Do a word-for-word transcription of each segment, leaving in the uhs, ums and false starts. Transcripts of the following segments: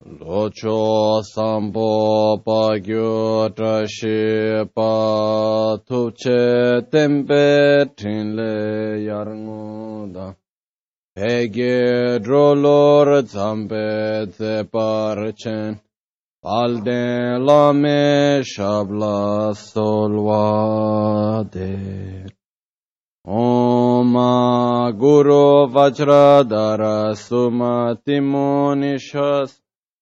Locho sampo pa gyo trashi pa tupche tempe trinle yarngoda. Pege drolor zampe ze parchen. Palden lame shabla solvade. Oma Guru Vajradhara Sumati Munishas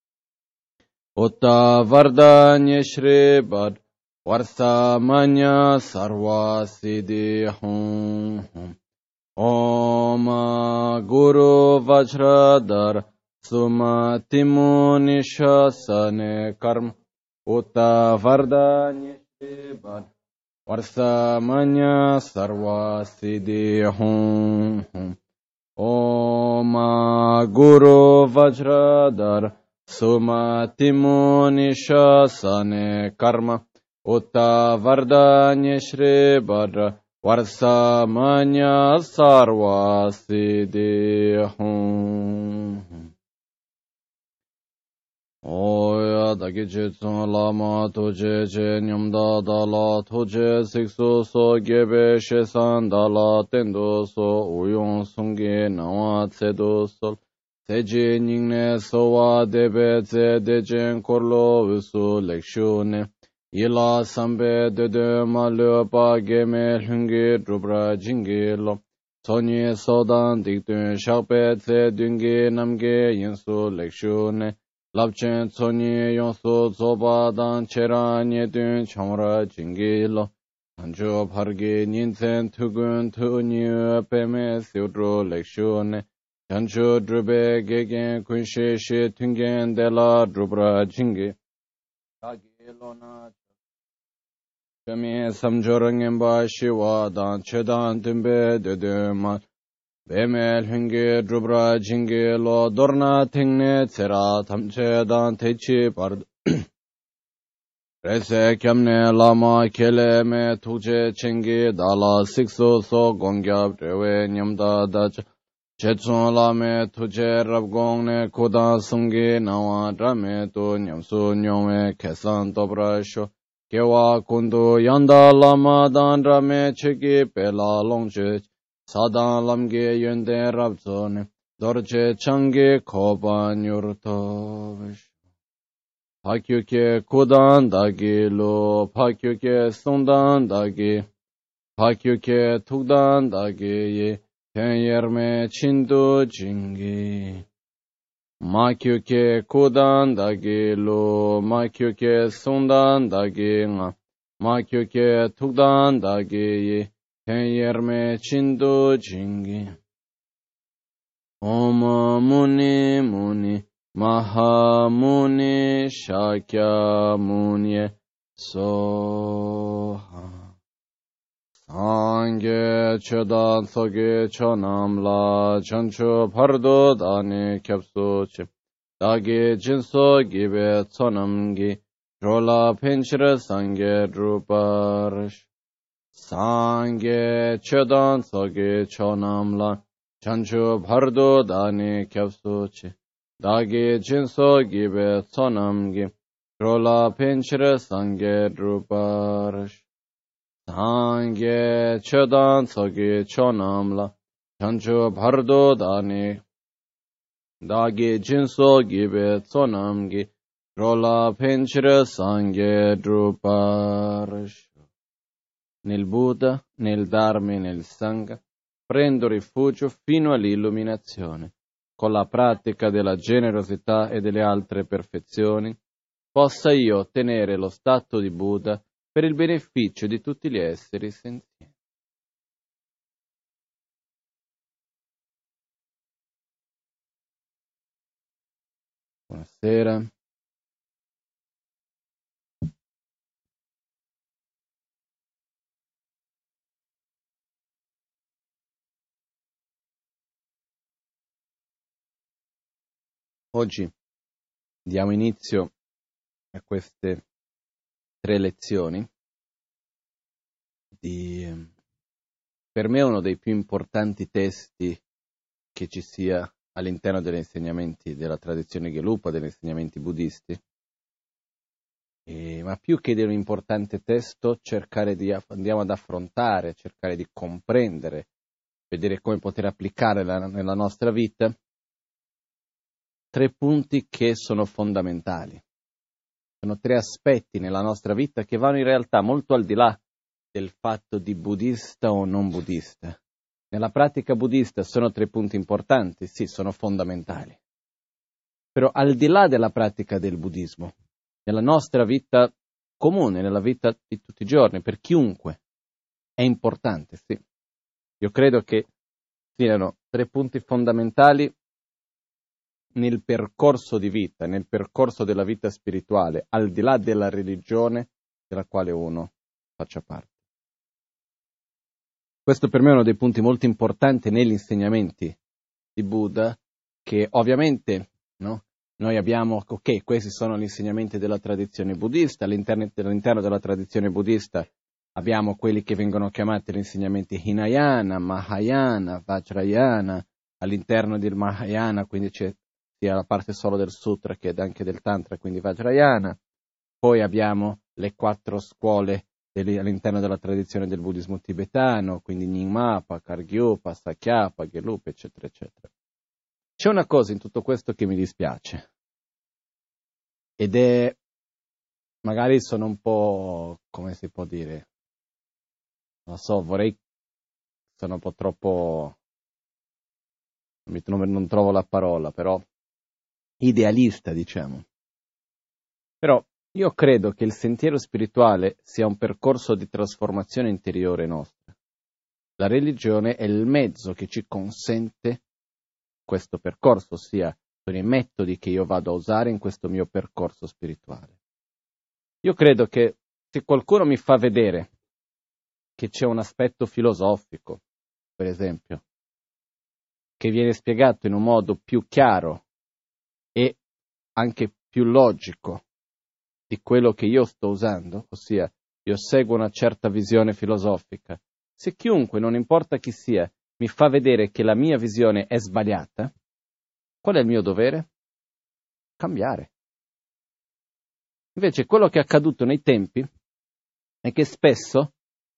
Utta Vardanya Shri Bad Varsamanya Sarva Siddhi Hum Oma Guru Vajradhara Sumati Munishasane Karma Utta Vardanya Shri Bad Varsamanya Sarva Siddhi Hum Om Guru Vajradhara Sumati Munishasane Karma Utta Vardanya Shri Bhadra Varsamanya Sarva Siddhi Hum Oya dagi jitsun lama tuje je nyamda dala tuje siksu so gebe shesan dala tendo so uyong sungi nawa tsedo sol seji nyingne sowa debe tse dejen korlo usu lekshune ila sambe dede malyo pa geme hungi drubra jingi lo sonye sodan diktun shakpe tse dungi namge yinsu lekshune Lapchen tsoni yonsu zoba dan chera nye dun chamra jingilo. Anjo pargi nintzen tugun tu nyu peme siudro lekshune. Chancho drube gegen kunshi shi tungen de la drubra jingi. Kagilo na chami samjorangemba shiwa dan chedan tumbe deduma. Bemel hungi drubra jingi lo dorna tingne tsera tamche dan techi bard. Rese kyamne lama kele me tuje chingi dala sikso so gongyab rewe nyamda dach. Chetsun lame tuje rabgongne kudan sungi nawa drame tu nyamsu nyome kesan dobra sho. Kewa kundu yanda lama dan drame chiki pela longche. Sadan lamge yönde rabzone, dorje change koban yurtovish. Pakyuke kudan dagi lo, pakyuke sundan dagi, pakyuke tukdan dagi ye, ten yerme chindu jingi. Makyuke kudan dagi lo, makyuke sundan dagi nga, makyuke tukdan dagi ye, ten yerme chindu jingi. Om muni muni maha muni shakya muni soha. Sangye chedan soge chonam la chancho pardo dani kyapso chip. Dagi jinso gibe tsonamgi rola pinchira sangye druparish. Sangye chedan soge chonamla chancho bhardo dani kyapsuchi dagi jinso gibe tsonamgi rola pinchira sangye druparish. Sangye chedan soge chonamla chancho bhardo dani dagi jinso gibe tsonamgi rola pinchira sangye druparish. Nel Buddha, nel Dharma e nel Sangha, prendo rifugio fino all'illuminazione. Con la pratica della generosità e delle altre perfezioni, possa io ottenere lo stato di Buddha per il beneficio di tutti gli esseri senzienti. Buonasera. Oggi diamo inizio a queste tre lezioni di, per me, uno dei più importanti testi che ci sia all'interno degli insegnamenti della tradizione Gelupa, degli insegnamenti buddisti, e, ma più che di un importante testo, cercare di andiamo ad affrontare, cercare di comprendere, vedere come poter applicare la, nella nostra vita, tre punti che sono fondamentali. Sono tre aspetti nella nostra vita che vanno in realtà molto al di là del fatto di buddista o non buddista. Nella pratica buddista sono tre punti importanti, sì, sono fondamentali. Però al di là della pratica del buddismo, nella nostra vita comune, nella vita di tutti i giorni, per chiunque, è importante, sì. Io credo che siano tre punti fondamentali nel percorso di vita, nel percorso della vita spirituale, al di là della religione della quale uno faccia parte. Questo per me è uno dei punti molto importanti negli insegnamenti di Buddha, che ovviamente, no, noi abbiamo, ok, questi sono gli insegnamenti della tradizione buddista, all'interno, all'interno della tradizione buddista abbiamo quelli che vengono chiamati gli insegnamenti Hinayana, Mahayana, Vajrayana, all'interno del Mahayana, quindi c'è sia la parte solo del Sutra che anche del Tantra, quindi Vajrayana. Poi abbiamo le quattro scuole all'interno della tradizione del buddismo tibetano, quindi Nyingmapa, Kargyupa, Sakyapa, Gelupa, eccetera, eccetera. C'è una cosa in tutto questo che mi dispiace, ed è, magari sono un po', come si può dire, non so, vorrei, sono un po' troppo, non, non trovo la parola, però, idealista, diciamo. Però io credo che il sentiero spirituale sia un percorso di trasformazione interiore nostra. La religione è il mezzo che ci consente questo percorso, ossia sono i metodi che io vado a usare in questo mio percorso spirituale. Io credo che se qualcuno mi fa vedere che c'è un aspetto filosofico, per esempio, che viene spiegato in un modo più chiaro e anche più logico di quello che io sto usando, ossia io seguo una certa visione filosofica, se chiunque, non importa chi sia, mi fa vedere che la mia visione è sbagliata, qual è il mio dovere? Cambiare. Invece quello che è accaduto nei tempi è che spesso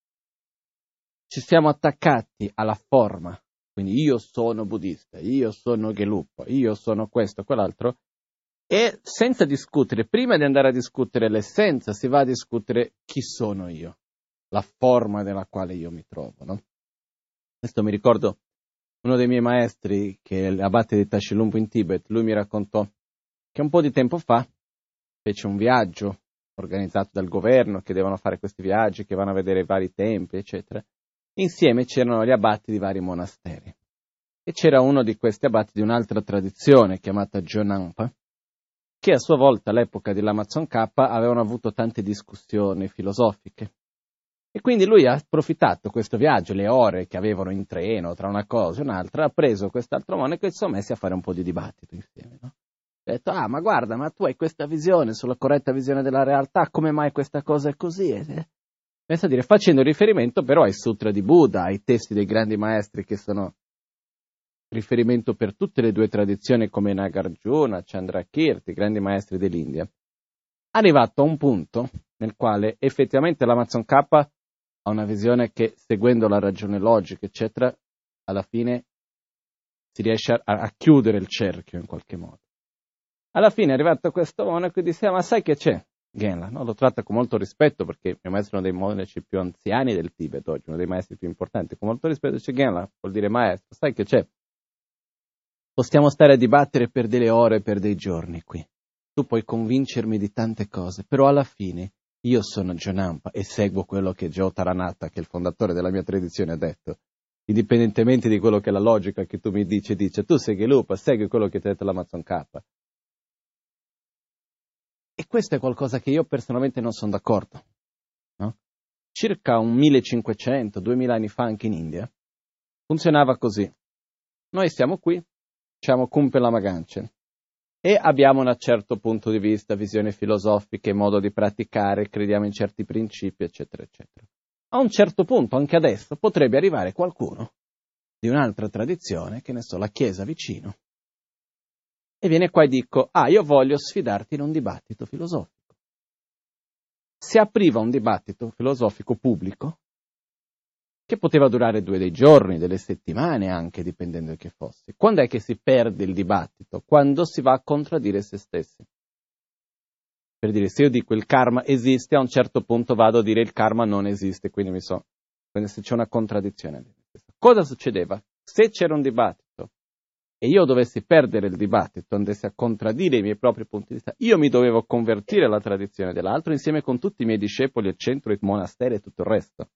ci siamo attaccati alla forma, quindi io sono buddista, io sono Gelupa, io sono questo, quell'altro, e senza discutere, prima di andare a discutere l'essenza, si va a discutere chi sono io, la forma nella quale io mi trovo, no? Questo mi ricordo uno dei miei maestri, che è l'abate di Tashilhunpo in Tibet, lui mi raccontò che un po' di tempo fa fece un viaggio organizzato dal governo, che devono fare questi viaggi, che vanno a vedere vari templi, eccetera. Insieme c'erano gli abati di vari monasteri. E c'era uno di questi abati di un'altra tradizione, chiamata Jonampa, che a sua volta all'epoca di Lama Tsongkhapa avevano avuto tante discussioni filosofiche. E quindi lui ha approfittato questo viaggio, le ore che avevano in treno, tra una cosa e un'altra, ha preso quest'altro monaco e si sono messi a fare un po' di dibattito insieme, no? Ha detto, ah, ma guarda, ma tu hai questa visione sulla corretta visione della realtà, come mai questa cosa è così? Pensa a dire, facendo riferimento però ai sutra di Buddha, ai testi dei grandi maestri che sono riferimento per tutte le due tradizioni come Nagarjuna, Chandrakirti, grandi maestri dell'India, arrivato a un punto nel quale effettivamente Lama Tsongkhapa ha una visione che, seguendo la ragione logica, eccetera, alla fine si riesce a, a chiudere il cerchio in qualche modo. Alla fine è arrivato questo monaco e disse, ah, ma sai che c'è? Genla, no? Lo tratta con molto rispetto, perché il mio maestro è uno dei monaci più anziani del Tibet oggi, uno dei maestri più importanti, con molto rispetto dice, Genla, vuol dire maestro, sai che c'è? Possiamo stare a dibattere per delle ore, per dei giorni qui. Tu puoi convincermi di tante cose, però alla fine io sono Jonampa e seguo quello che Joe Taranata, che è il fondatore della mia tradizione, ha detto. Indipendentemente di quello che è la logica che tu mi dici, dice, tu sei Gelupa, segui quello che ti ha detto Lama Tsongkhapa. E questo è qualcosa che io personalmente non sono d'accordo. No? Circa un millecinquecento, duemila anni fa anche in India, funzionava così. Noi siamo qui, diciamo Kumpe Lama Ganchen, e abbiamo un certo punto di vista, visione filosofica, modo di praticare, crediamo in certi principi, eccetera, eccetera. A un certo punto, anche adesso, potrebbe arrivare qualcuno di un'altra tradizione, che ne so, la Chiesa vicino, e viene qua e dico, ah, io voglio sfidarti in un dibattito filosofico. Si apriva un dibattito filosofico pubblico che poteva durare due dei giorni, delle settimane anche, dipendendo di che fosse. Quando è che si perde il dibattito? Quando si va a contraddire se stessi. Per dire, se io dico il karma esiste, a un certo punto vado a dire il karma non esiste, quindi mi so, quindi se c'è una contraddizione. Cosa succedeva? Se c'era un dibattito e io dovessi perdere il dibattito, andessi a contraddire i miei propri punti di vista, io mi dovevo convertire alla tradizione dell'altro insieme con tutti i miei discepoli, il centro, i monasteri e tutto il resto.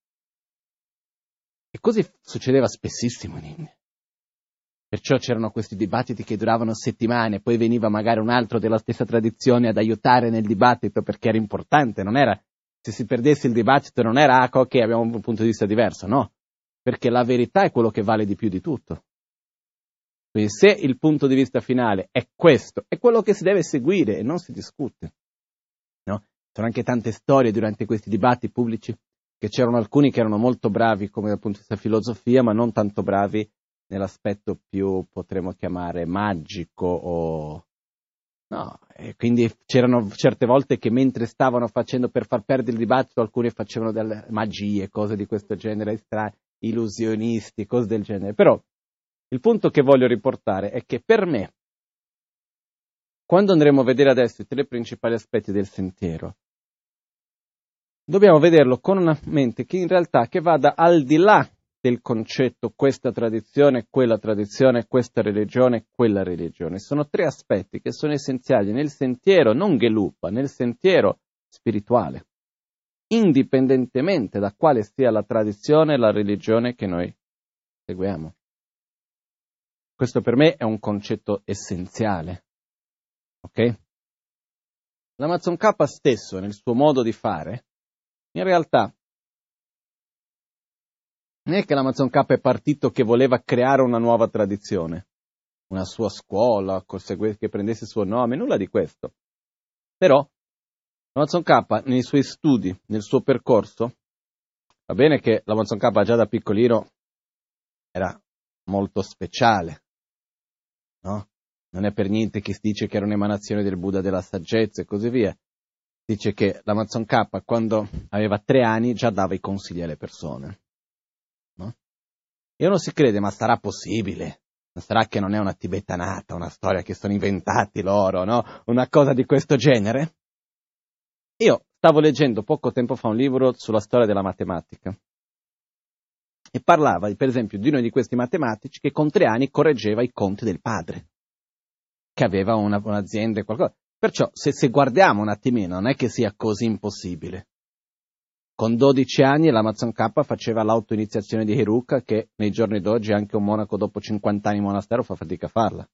E così succedeva spessissimo in India. Perciò c'erano questi dibattiti che duravano settimane, poi veniva magari un altro della stessa tradizione ad aiutare nel dibattito perché era importante, non era, se si perdesse il dibattito non era, ah, ok, abbiamo un punto di vista diverso, no, perché la verità è quello che vale di più di tutto. Quindi se il punto di vista finale è questo, è quello che si deve seguire e non si discute. No? Sono anche tante storie durante questi dibattiti pubblici che c'erano alcuni che erano molto bravi come dal punto di vista filosofia, ma non tanto bravi nell'aspetto più, potremmo chiamare, magico o... No, e quindi c'erano certe volte che mentre stavano facendo per far perdere il dibattito, alcuni facevano delle magie, cose di questo genere, stra- illusionisti, cose del genere. Però il punto che voglio riportare è che per me, quando andremo a vedere adesso i tre principali aspetti del sentiero, dobbiamo vederlo con una mente che in realtà che vada al di là del concetto questa tradizione, quella tradizione, questa religione, quella religione. Sono tre aspetti che sono essenziali nel sentiero, non Gelupa, nel sentiero spirituale, indipendentemente da quale sia la tradizione e la religione che noi seguiamo. Questo per me è un concetto essenziale, ok? L'Amazon K stesso, nel suo modo di fare, in realtà non è che l'Amazon K è partito che voleva creare una nuova tradizione, una sua scuola che prendesse il suo nome, nulla di questo. Però l'Amazon K nei suoi studi, nel suo percorso, va bene che l'Amazon K già da piccolino era molto speciale, no? Non è per niente che si dice che era un'emanazione del Buddha della saggezza e così via. Dice che l'Amazon K quando aveva tre anni già dava i consigli alle persone. No? E uno si crede, ma sarà possibile? Non sarà che non è una tibetanata, una storia che sono inventati loro, no? Una cosa di questo genere? Io stavo leggendo poco tempo fa un libro sulla storia della matematica e parlava, per esempio, di uno di questi matematici che con tre anni correggeva i conti del padre, che aveva una, un'azienda e qualcosa. Perciò, se, se guardiamo un attimino, non è che sia così impossibile. Con dodici anni l'Amazon K faceva l'autoiniziazione di Heruka, che nei giorni d'oggi anche un monaco dopo cinquanta anni in monastero fa fatica a farla.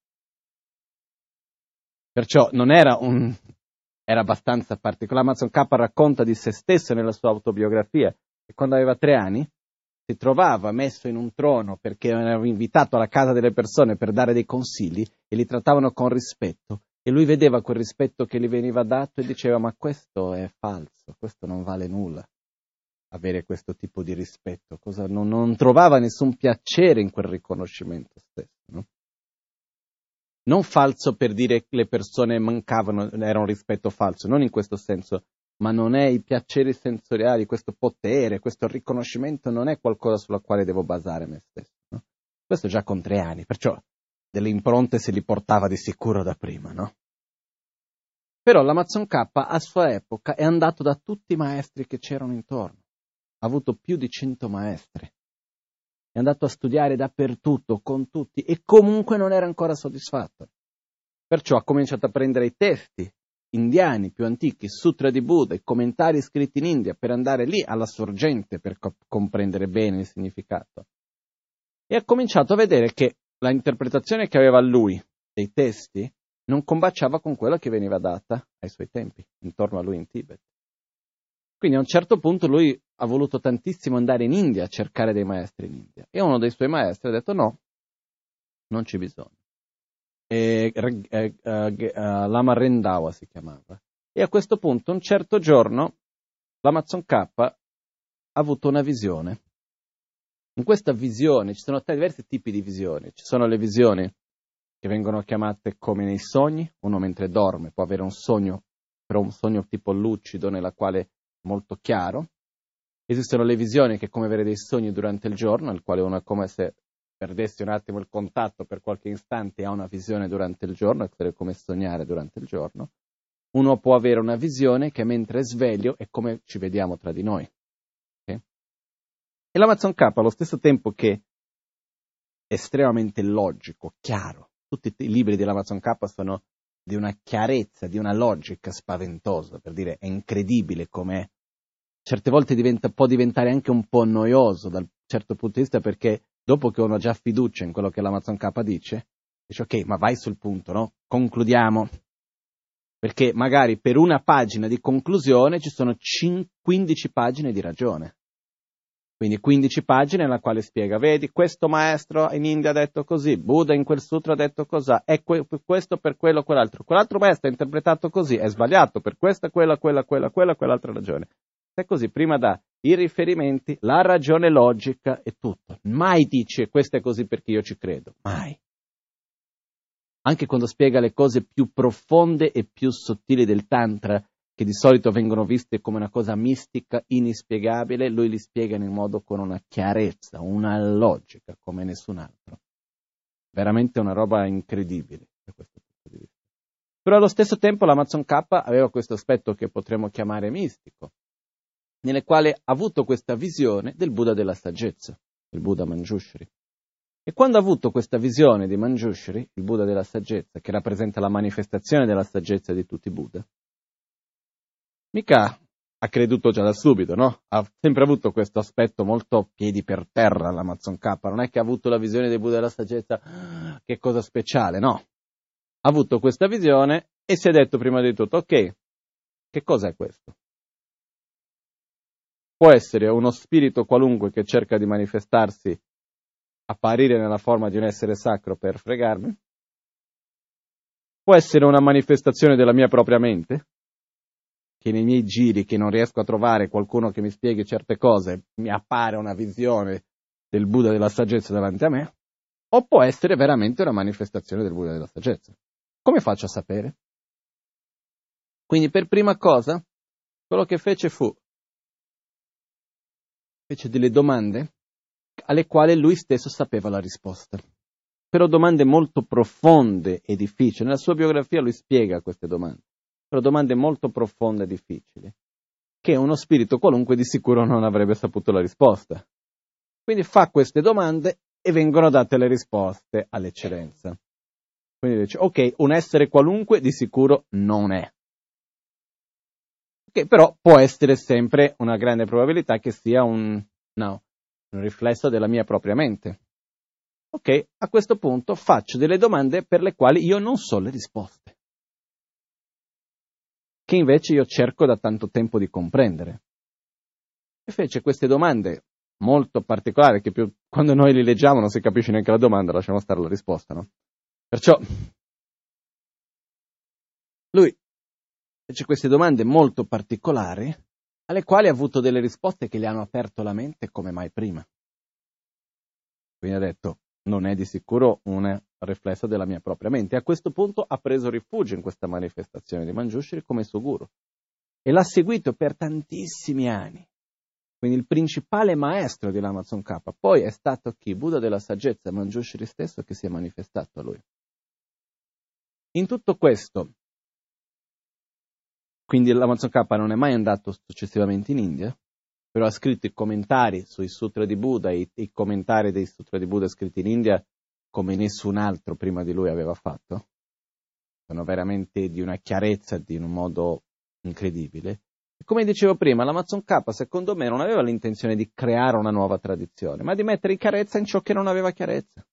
Perciò non era un... era abbastanza particolare. L'Amazon K racconta di se stesso nella sua autobiografia che quando aveva tre anni si trovava messo in un trono perché era invitato alla casa delle persone per dare dei consigli e li trattavano con rispetto. E lui vedeva quel rispetto che gli veniva dato e diceva, ma questo è falso, questo non vale nulla. Avere questo tipo di rispetto, cosa, non, non trovava nessun piacere in quel riconoscimento stesso, no? Non falso per dire che le persone mancavano, era un rispetto falso, non in questo senso, ma non è i piaceri sensoriali, questo potere, questo riconoscimento non è qualcosa sulla quale devo basare me stesso, no? Questo già con tre anni, perciò delle impronte se li portava di sicuro da prima, no? Però l'Amazon K a sua epoca è andato da tutti i maestri che c'erano intorno. Ha avuto più di cento maestri, è andato a studiare dappertutto, con tutti, e comunque non era ancora soddisfatto. Perciò ha cominciato a prendere i testi indiani più antichi, Sutra di Buddha, i commentari scritti in India, per andare lì alla sorgente per co- comprendere bene il significato. E ha cominciato a vedere che la interpretazione che aveva lui dei testi non combaciava con quella che veniva data ai suoi tempi, intorno a lui in Tibet. Quindi a un certo punto lui ha voluto tantissimo andare in India a cercare dei maestri in India. E uno dei suoi maestri ha detto no, non c'è bisogno. E, eh, uh, uh, Lama Rendawa si chiamava. E a questo punto un certo giorno l'Amazon K ha avuto una visione. In questa visione ci sono diversi tipi di visioni. Ci sono le visioni che vengono chiamate come nei sogni. Uno mentre dorme può avere un sogno, però un sogno tipo lucido, nella quale è molto chiaro. Esistono le visioni, che è come avere dei sogni durante il giorno, nel quale uno è come se perdesse un attimo il contatto per qualche istante e ha una visione durante il giorno, è come sognare durante il giorno. Uno può avere una visione che mentre è sveglio è come ci vediamo tra di noi. Okay? E l'Amazon K, allo stesso tempo che è estremamente logico, chiaro, tutti i libri dell'Amazon K sono di una chiarezza, di una logica spaventosa, per dire è incredibile come certe volte diventa, può diventare anche un po' noioso dal certo punto di vista, perché dopo che uno ha già fiducia in quello che l'Amazon K dice, dice ok, ma vai sul punto, no? Concludiamo. Perché magari per una pagina di conclusione ci sono quindici pagine di ragione. Quindi quindici pagine nella quale spiega, vedi, questo maestro in India ha detto così, Buddha in quel sutra ha detto così, è que- questo per quello o quell'altro. Quell'altro maestro ha interpretato così, è sbagliato per questa, quella, quella, quella, quella, quell'altra ragione. È così, prima dà i riferimenti, la ragione logica e tutto. Mai dice questo è così perché io ci credo, mai. Anche quando spiega le cose più profonde e più sottili del Tantra, che di solito vengono viste come una cosa mistica, inspiegabile, lui li spiega in modo con una chiarezza, una logica come nessun altro. Veramente una roba incredibile da questo punto di vista. Però allo stesso tempo l'Amazon K aveva questo aspetto che potremmo chiamare mistico, nelle quale ha avuto questa visione del Buddha della saggezza, il Buddha Manjushri. E quando ha avuto questa visione di Manjushri, il Buddha della saggezza, che rappresenta la manifestazione della saggezza di tutti i Buddha, mica ha creduto già da subito, no? Ha sempre avuto questo aspetto molto piedi per terra l'Amazon K, non è che ha avuto la visione del Buddha della saggezza, che cosa speciale, no. Ha avuto questa visione e si è detto prima di tutto, ok, che cosa è questo? Può essere uno spirito qualunque che cerca di manifestarsi, apparire nella forma di un essere sacro per fregarmi? Può essere una manifestazione della mia propria mente? Che nei miei giri, che non riesco a trovare qualcuno che mi spieghi certe cose, mi appare una visione del Buddha della saggezza davanti a me? O può essere veramente una manifestazione del Buddha della saggezza? Come faccio a sapere? Quindi per prima cosa, quello che fece fu, fece delle domande alle quali lui stesso sapeva la risposta. Però domande molto profonde e difficili. Nella sua biografia lui spiega queste domande. Però domande molto profonde e difficili, che uno spirito qualunque di sicuro non avrebbe saputo la risposta. Quindi fa queste domande e vengono date le risposte all'eccellenza. Quindi dice, ok, un essere qualunque di sicuro non è. Che però può essere sempre una grande probabilità che sia un, no, un riflesso della mia propria mente. Ok, a questo punto faccio delle domande per le quali io non so le risposte, che invece io cerco da tanto tempo di comprendere. E fece queste domande molto particolari, che più, quando noi li leggiamo non si capisce neanche la domanda, lasciamo stare la risposta, no? Perciò lui fece queste domande molto particolari, alle quali ha avuto delle risposte che gli hanno aperto la mente come mai prima. Quindi ha detto, non è di sicuro un riflesso della mia propria mente. E a questo punto ha preso rifugio in questa manifestazione di Manjushri come suo guru. E l'ha seguito per tantissimi anni. Quindi il principale maestro dell'Amazon K poi è stato chi? Buddha della saggezza, Manjushri stesso, che si è manifestato a lui. In tutto questo, quindi l'Amazon K non è mai andato successivamente in India, però ha scritto i commentari sui sutra di Buddha, i, i commentari dei sutra di Buddha scritti in India come nessun altro prima di lui aveva fatto. Sono veramente di una chiarezza, di un modo incredibile. E come dicevo prima, l'Amazon K secondo me non aveva l'intenzione di creare una nuova tradizione, ma di mettere in chiarezza in ciò che non aveva chiarezza.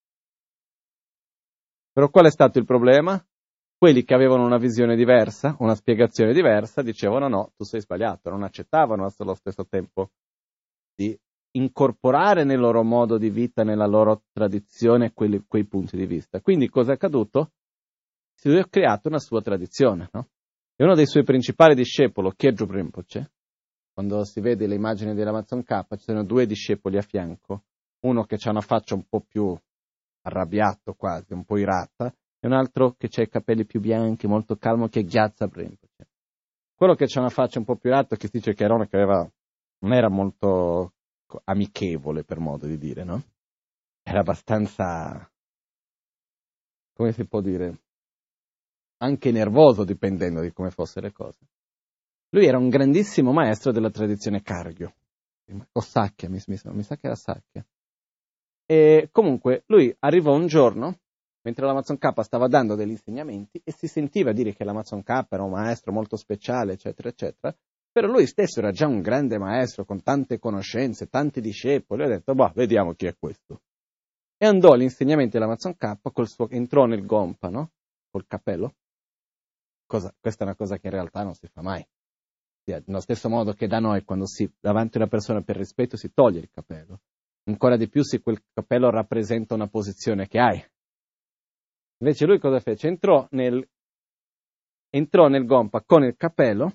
Però qual è stato il problema? Quelli che avevano una visione diversa, una spiegazione diversa, dicevano no, tu sei sbagliato, non accettavano allo stesso tempo di incorporare nel loro modo di vita, nella loro tradizione, quelli, quei punti di vista. Quindi cosa è accaduto? Si è creato una sua tradizione, no? E uno dei suoi principali discepoli, Kyedru Rinpoche, quando si vede le immagini dell'Amazon K, ci sono due discepoli a fianco, uno che ha una faccia un po' più arrabbiato quasi, un po' irata, e un altro che ha i capelli più bianchi, molto calmo, che è Gyatso Rinpoche. Quello che c'ha una faccia un po' più alta, che si dice che era uno che aveva, non era molto amichevole, per modo di dire, no? Era abbastanza, come si può dire, anche nervoso, dipendendo di come fossero le cose. Lui era un grandissimo maestro della tradizione Kagyu, o Sakya, mi, mi, mi sa che era Sakya. E comunque lui arrivò un giorno, mentre l'Amazon K stava dando degli insegnamenti, e si sentiva dire che l'Amazon K era un maestro molto speciale, eccetera, eccetera, però lui stesso era già un grande maestro, con tante conoscenze, tanti discepoli, e ha detto, boh, vediamo chi è questo. E andò agli insegnamenti dell'Amazon K, col suo, entrò nel gompa, no? Col cappello. Cosa, questa è una cosa che in realtà non si fa mai. Nello stesso modo che da noi, quando si davanti a una persona per rispetto si toglie il cappello, ancora di più se quel cappello rappresenta una posizione che hai. Invece lui cosa fece? Entrò nel, entrò nel gompa con il cappello,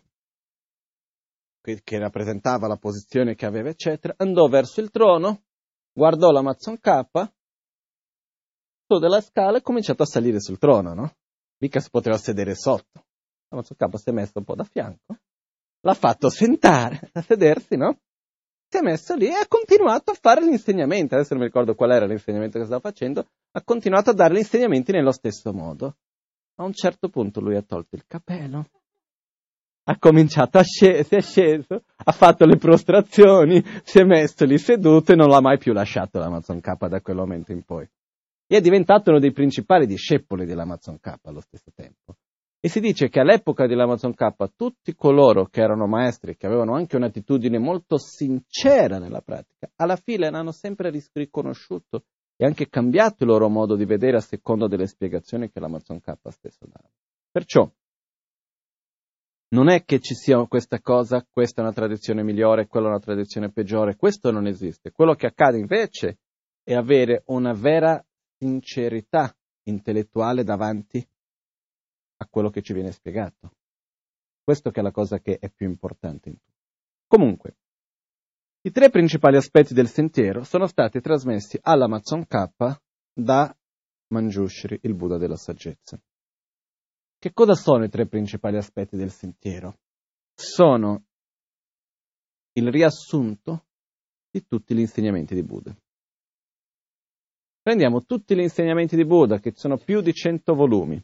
che, che rappresentava la posizione che aveva, eccetera, andò verso il trono, guardò l'Amazon K, su della scala e cominciato a salire sul trono, no? Mica si poteva sedere sotto. L'Amazon K si è messo un po' da fianco, l'ha fatto sentare, a sedersi, no? Si è messo lì e ha continuato a fare l'insegnamento. Adesso non mi ricordo qual era l'insegnamento che stava facendo, ha continuato a dare gli insegnamenti nello stesso modo. A un certo punto lui ha tolto il cappello, ha cominciato a scendere, si è sceso, ha fatto le prostrazioni, si è messo lì seduto e non l'ha mai più lasciato l'Amazon K da quel momento in poi. E è diventato uno dei principali discepoli dell'Amazon K allo stesso tempo. E si dice che all'epoca dell'Amazon K tutti coloro che erano maestri, che avevano anche un'attitudine molto sincera nella pratica, alla fine hanno sempre riconosciuto e anche cambiato il loro modo di vedere a seconda delle spiegazioni che l'Amazon K stesso dava. Perciò non è che ci sia questa cosa, questa è una tradizione migliore, quella è una tradizione peggiore, questo non esiste. Quello che accade invece è avere una vera sincerità intellettuale davanti a quello che ci viene spiegato. Questo che è la cosa che è più importante in tutto. Comunque, i tre principali aspetti del sentiero sono stati trasmessi all'Amazon K da Manjushri, il Buddha della saggezza. Che cosa sono i tre principali aspetti del sentiero? Sono il riassunto di tutti gli insegnamenti di Buddha. Prendiamo tutti gli insegnamenti di Buddha, che sono più di cento volumi,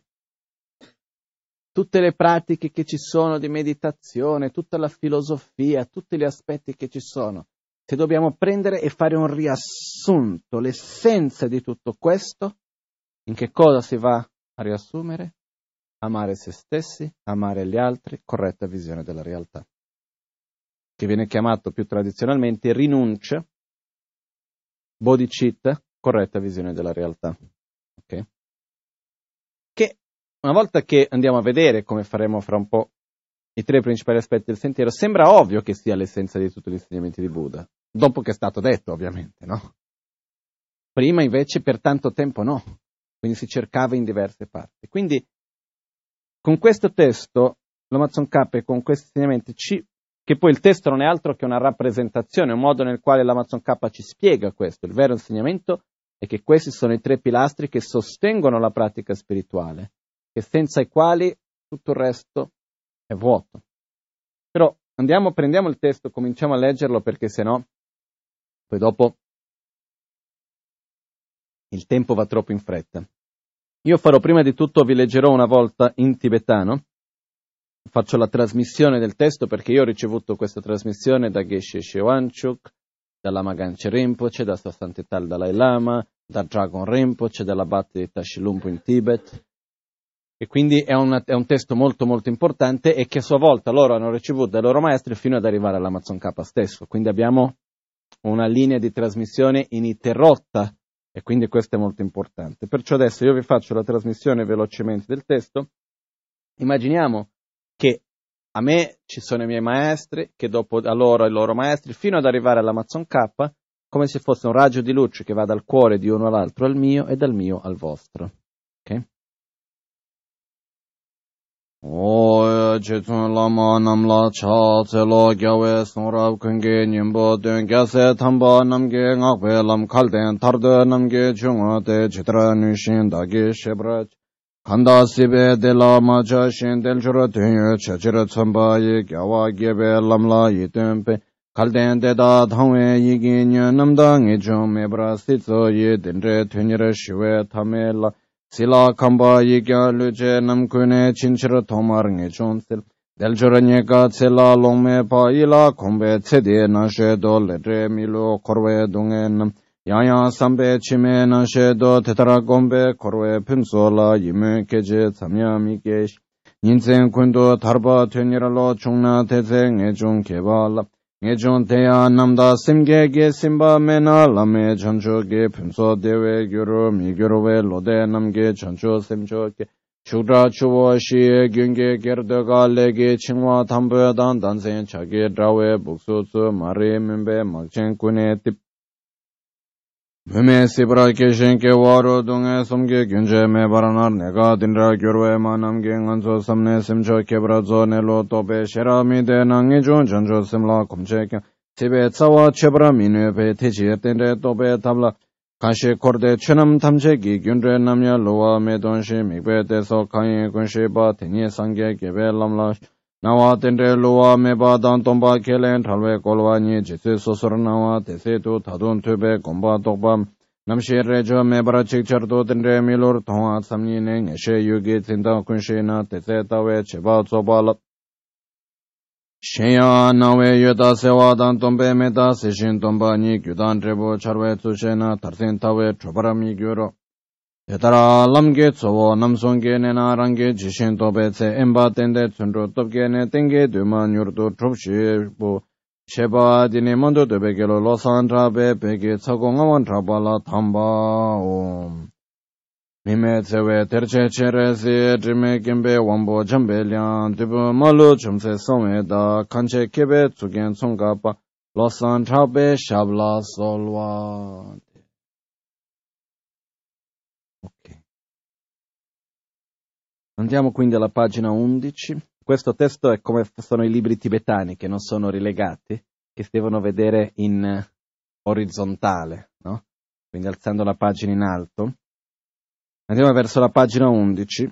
tutte le pratiche che ci sono di meditazione, tutta la filosofia, tutti gli aspetti che ci sono. Se dobbiamo prendere e fare un riassunto, l'essenza di tutto questo, in che cosa si va a riassumere? Amare se stessi, amare gli altri, corretta visione della realtà. Che viene chiamato più tradizionalmente rinuncia, bodhicitta, corretta visione della realtà. Ok? Che una volta che andiamo a vedere, come faremo fra un po', i tre principali aspetti del sentiero, sembra ovvio che sia l'essenza di tutti gli insegnamenti di Buddha, dopo che è stato detto, ovviamente, no? Prima invece per tanto tempo no, quindi si cercava in diverse parti. Quindi con questo testo, l'Amazon K e con questi insegnamenti, ci, che poi il testo non è altro che una rappresentazione, un modo nel quale l'Amazon K ci spiega questo. Il vero insegnamento è che questi sono i tre pilastri che sostengono la pratica spirituale, che senza i quali tutto il resto è vuoto. Però andiamo, prendiamo il testo, cominciamo a leggerlo perché sennò poi dopo il tempo va troppo in fretta. Io farò prima di tutto, vi leggerò una volta in tibetano, faccio la trasmissione del testo perché io ho ricevuto questa trasmissione da Geshe Shewanchuk, dalla Maganche Rinpoche, da Sua Santità il Dalai Lama, da Dragon Rinpoche, dall'Abate di Tashilhunpo in Tibet. E quindi è, una, è un testo molto molto importante e che a sua volta loro hanno ricevuto dai loro maestri fino ad arrivare all'Amazon K stesso. Quindi abbiamo una linea di trasmissione ininterrotta e quindi questo è molto importante. Perciò adesso io vi faccio la trasmissione velocemente del testo. Immaginiamo che a me ci sono i miei maestri, che dopo a loro i loro maestri, fino ad arrivare all'Amazon K, come se fosse un raggio di luce che va dal cuore di uno all'altro al mio e dal mio al vostro. Ok? Oya Jetsun Lama Namla Cha Tselo Gyawe Songrab Kunge Nyimbo Dön Gyase Tamba Namge Ngakwe Lam Kalden Tarde Namge Chunga De Chitra Nushin Dagi Shebrach Kanda sibe de la macha shin del jura tunyo chachira tsamba yi gyawa gebe lamla yi tunpe. Kalden de da thangwe yi ginyo namda ngi chung mebra sitso yi dendre tunyira shiwe tame la. Sila kamba yi gya luche namkune chinchira tomar ngi chung sil. Del jura nyeka tsela longme pa ila kombe tsede na she do ledre milo korwe dunge nam. 야야 삼배 치메 나셰도 테타라 곰베 코로에 핀솔라 이메 케제 참야미게 인생 군도 다르바 되니라로 중나 대생 애중 개발라 애중 대야 남다 심게게 심바 메나 라메 전초게 핀소 대외 교로 미교로에 로데 남게 전초 셈초게 슈라 추워시에 경계 게르더가 레게 칭와 담보야단 단생 자기 드라웨 북소스 마레 멤베 막chen 군의 팁 Vime sibra keshenke waro dunga somge gyunje me baranar nega dinra gyurwe manamge nganzo samne simcho kebra zo nelo tobe sherami de nangi jun janjo simla kumche kya sibe tsawa chebra minwe pe techi ertenre tobe tabla kashi korde chunam tamchegi gyunre namya lowa me donshi mikbe deso kanyi kunshi ba tenye sangye gebe lamla nawa tenre lowa me ba dan tomba kelen thalwe kolwa ni jitsi sosor nawa tese tu tadun tube gomba tokba namshi rejo me bara chikchar tu tenre milur thonga samni ne ngeshe yugi tsinda kunshi na tese tawe cheba tsoba lap shenya nawe yuda sewa dan tombe me da sishin tomba ni gyudan trebu charwe tsushe na tarsin tawe chobarami gyuro Yatara lamge tsowo namsonge nena range jishin tobe tse emba tende tsundro topge ne tenge duma nyurdu trupshi bu sheba dine mando dobe gelo losan trabe pege tsago ngawan trabala tamba om. Mime tsewe terche chere si drime kimbe wambo jambe lian dubu malu chumse some da kanche kebe tsugen tsonga pa losan trabe shabla solwa. Andiamo quindi alla pagina undici. Questo testo è come sono i libri tibetani che non sono rilegati, che si devono vedere in orizzontale, no? Quindi alzando la pagina in alto. Andiamo verso la pagina undici.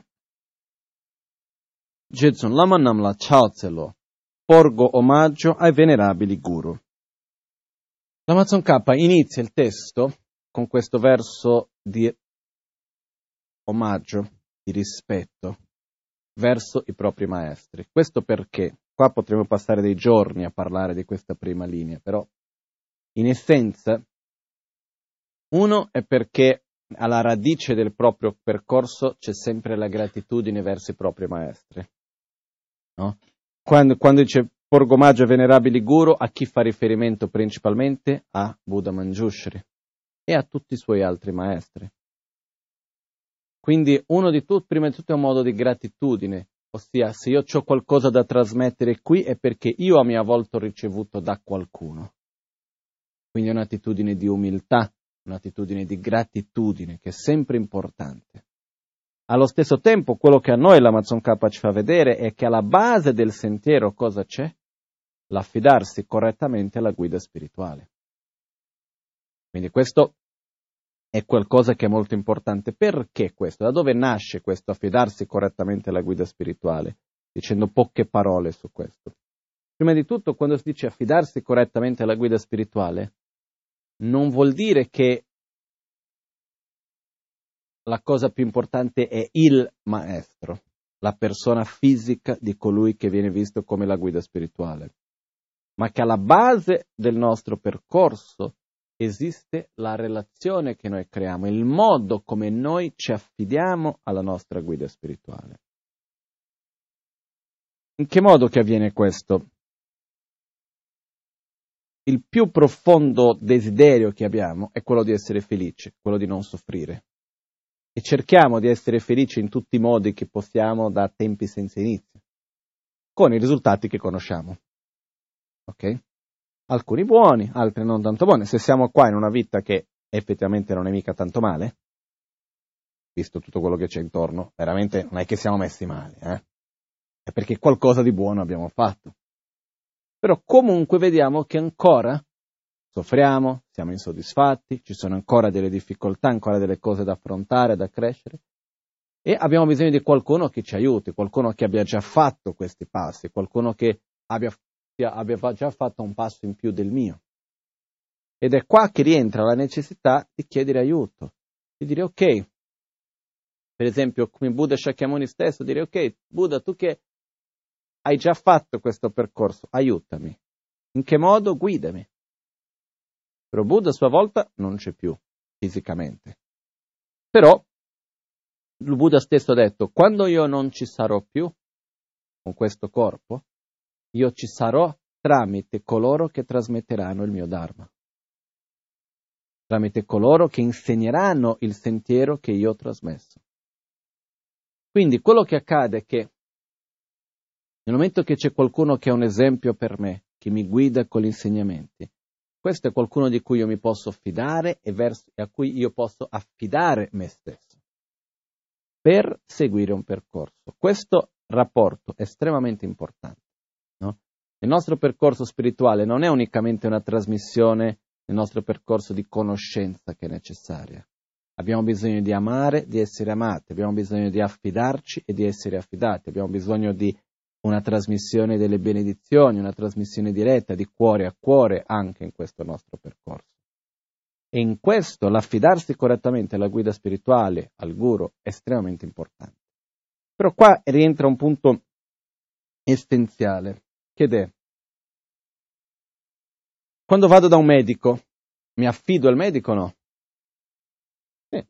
Jetsun Lama Namla Chaotselo. Porgo omaggio ai venerabili guru. L'Amazon K inizia il testo con questo verso di omaggio, di rispetto verso i propri maestri. Questo perché qua potremmo passare dei giorni a parlare di questa prima linea, però in essenza uno è perché alla radice del proprio percorso c'è sempre la gratitudine verso i propri maestri, no? Quando, quando dice porgo omaggio ai venerabili guru, a chi fa riferimento principalmente? A Buddha Manjushri e a tutti i suoi altri maestri. Quindi uno di tutti, prima di tutto, è un modo di gratitudine, ossia se io ho qualcosa da trasmettere qui è perché io a mia volta ho ricevuto da qualcuno. Quindi è un'attitudine di umiltà, un'attitudine di gratitudine, che è sempre importante. Allo stesso tempo, quello che a noi l'Amazon K ci fa vedere è che alla base del sentiero cosa c'è? L'affidarsi correttamente alla guida spirituale. Quindi questo è qualcosa che è molto importante. Perché questo? Da dove nasce questo affidarsi correttamente alla guida spirituale? Dicendo poche parole su questo. Prima di tutto, quando si dice affidarsi correttamente alla guida spirituale, non vuol dire che la cosa più importante è il maestro, la persona fisica di colui che viene visto come la guida spirituale, ma che alla base del nostro percorso esiste la relazione che noi creiamo, il modo come noi ci affidiamo alla nostra guida spirituale. In che modo che avviene questo? Il più profondo desiderio che abbiamo è quello di essere felici, quello di non soffrire. E cerchiamo di essere felici in tutti i modi che possiamo da tempi senza inizio, con i risultati che conosciamo. Ok? Alcuni buoni, altri non tanto buoni. Se siamo qua in una vita che effettivamente non è mica tanto male, visto tutto quello che c'è intorno, veramente non è che siamo messi male, eh? È perché qualcosa di buono abbiamo fatto. Però comunque vediamo che ancora soffriamo, siamo insoddisfatti, ci sono ancora delle difficoltà, ancora delle cose da affrontare, da crescere. E abbiamo bisogno di qualcuno che ci aiuti, qualcuno che abbia già fatto questi passi, qualcuno che abbia, abbia già fatto un passo in più del mio. Ed è qua che rientra la necessità di chiedere aiuto, di dire ok, per esempio come Buddha Shakyamuni stesso, dire ok, Buddha, tu che hai già fatto questo percorso, aiutami. In che modo? Guidami. Però Buddha a sua volta non c'è più fisicamente. Però il Buddha stesso ha detto, quando io non ci sarò più con questo corpo, io ci sarò tramite coloro che trasmetteranno il mio Dharma, tramite coloro che insegneranno il sentiero che io ho trasmesso. Quindi quello che accade è che nel momento che c'è qualcuno che è un esempio per me, che mi guida con gli insegnamenti, questo è qualcuno di cui io mi posso fidare e, verso, e a cui io posso affidare me stesso per seguire un percorso. Questo rapporto è estremamente importante, no? Il nostro percorso spirituale non è unicamente una trasmissione del nostro percorso di conoscenza che è necessaria. Abbiamo bisogno di amare, di essere amati, abbiamo bisogno di affidarci e di essere affidati, abbiamo bisogno di una trasmissione delle benedizioni, una trasmissione diretta di cuore a cuore anche in questo nostro percorso. E in questo l'affidarsi correttamente alla guida spirituale, al guru, è estremamente importante. Però qua rientra un punto essenziale, che è, quando vado da un medico, mi affido al medico o no? Sì.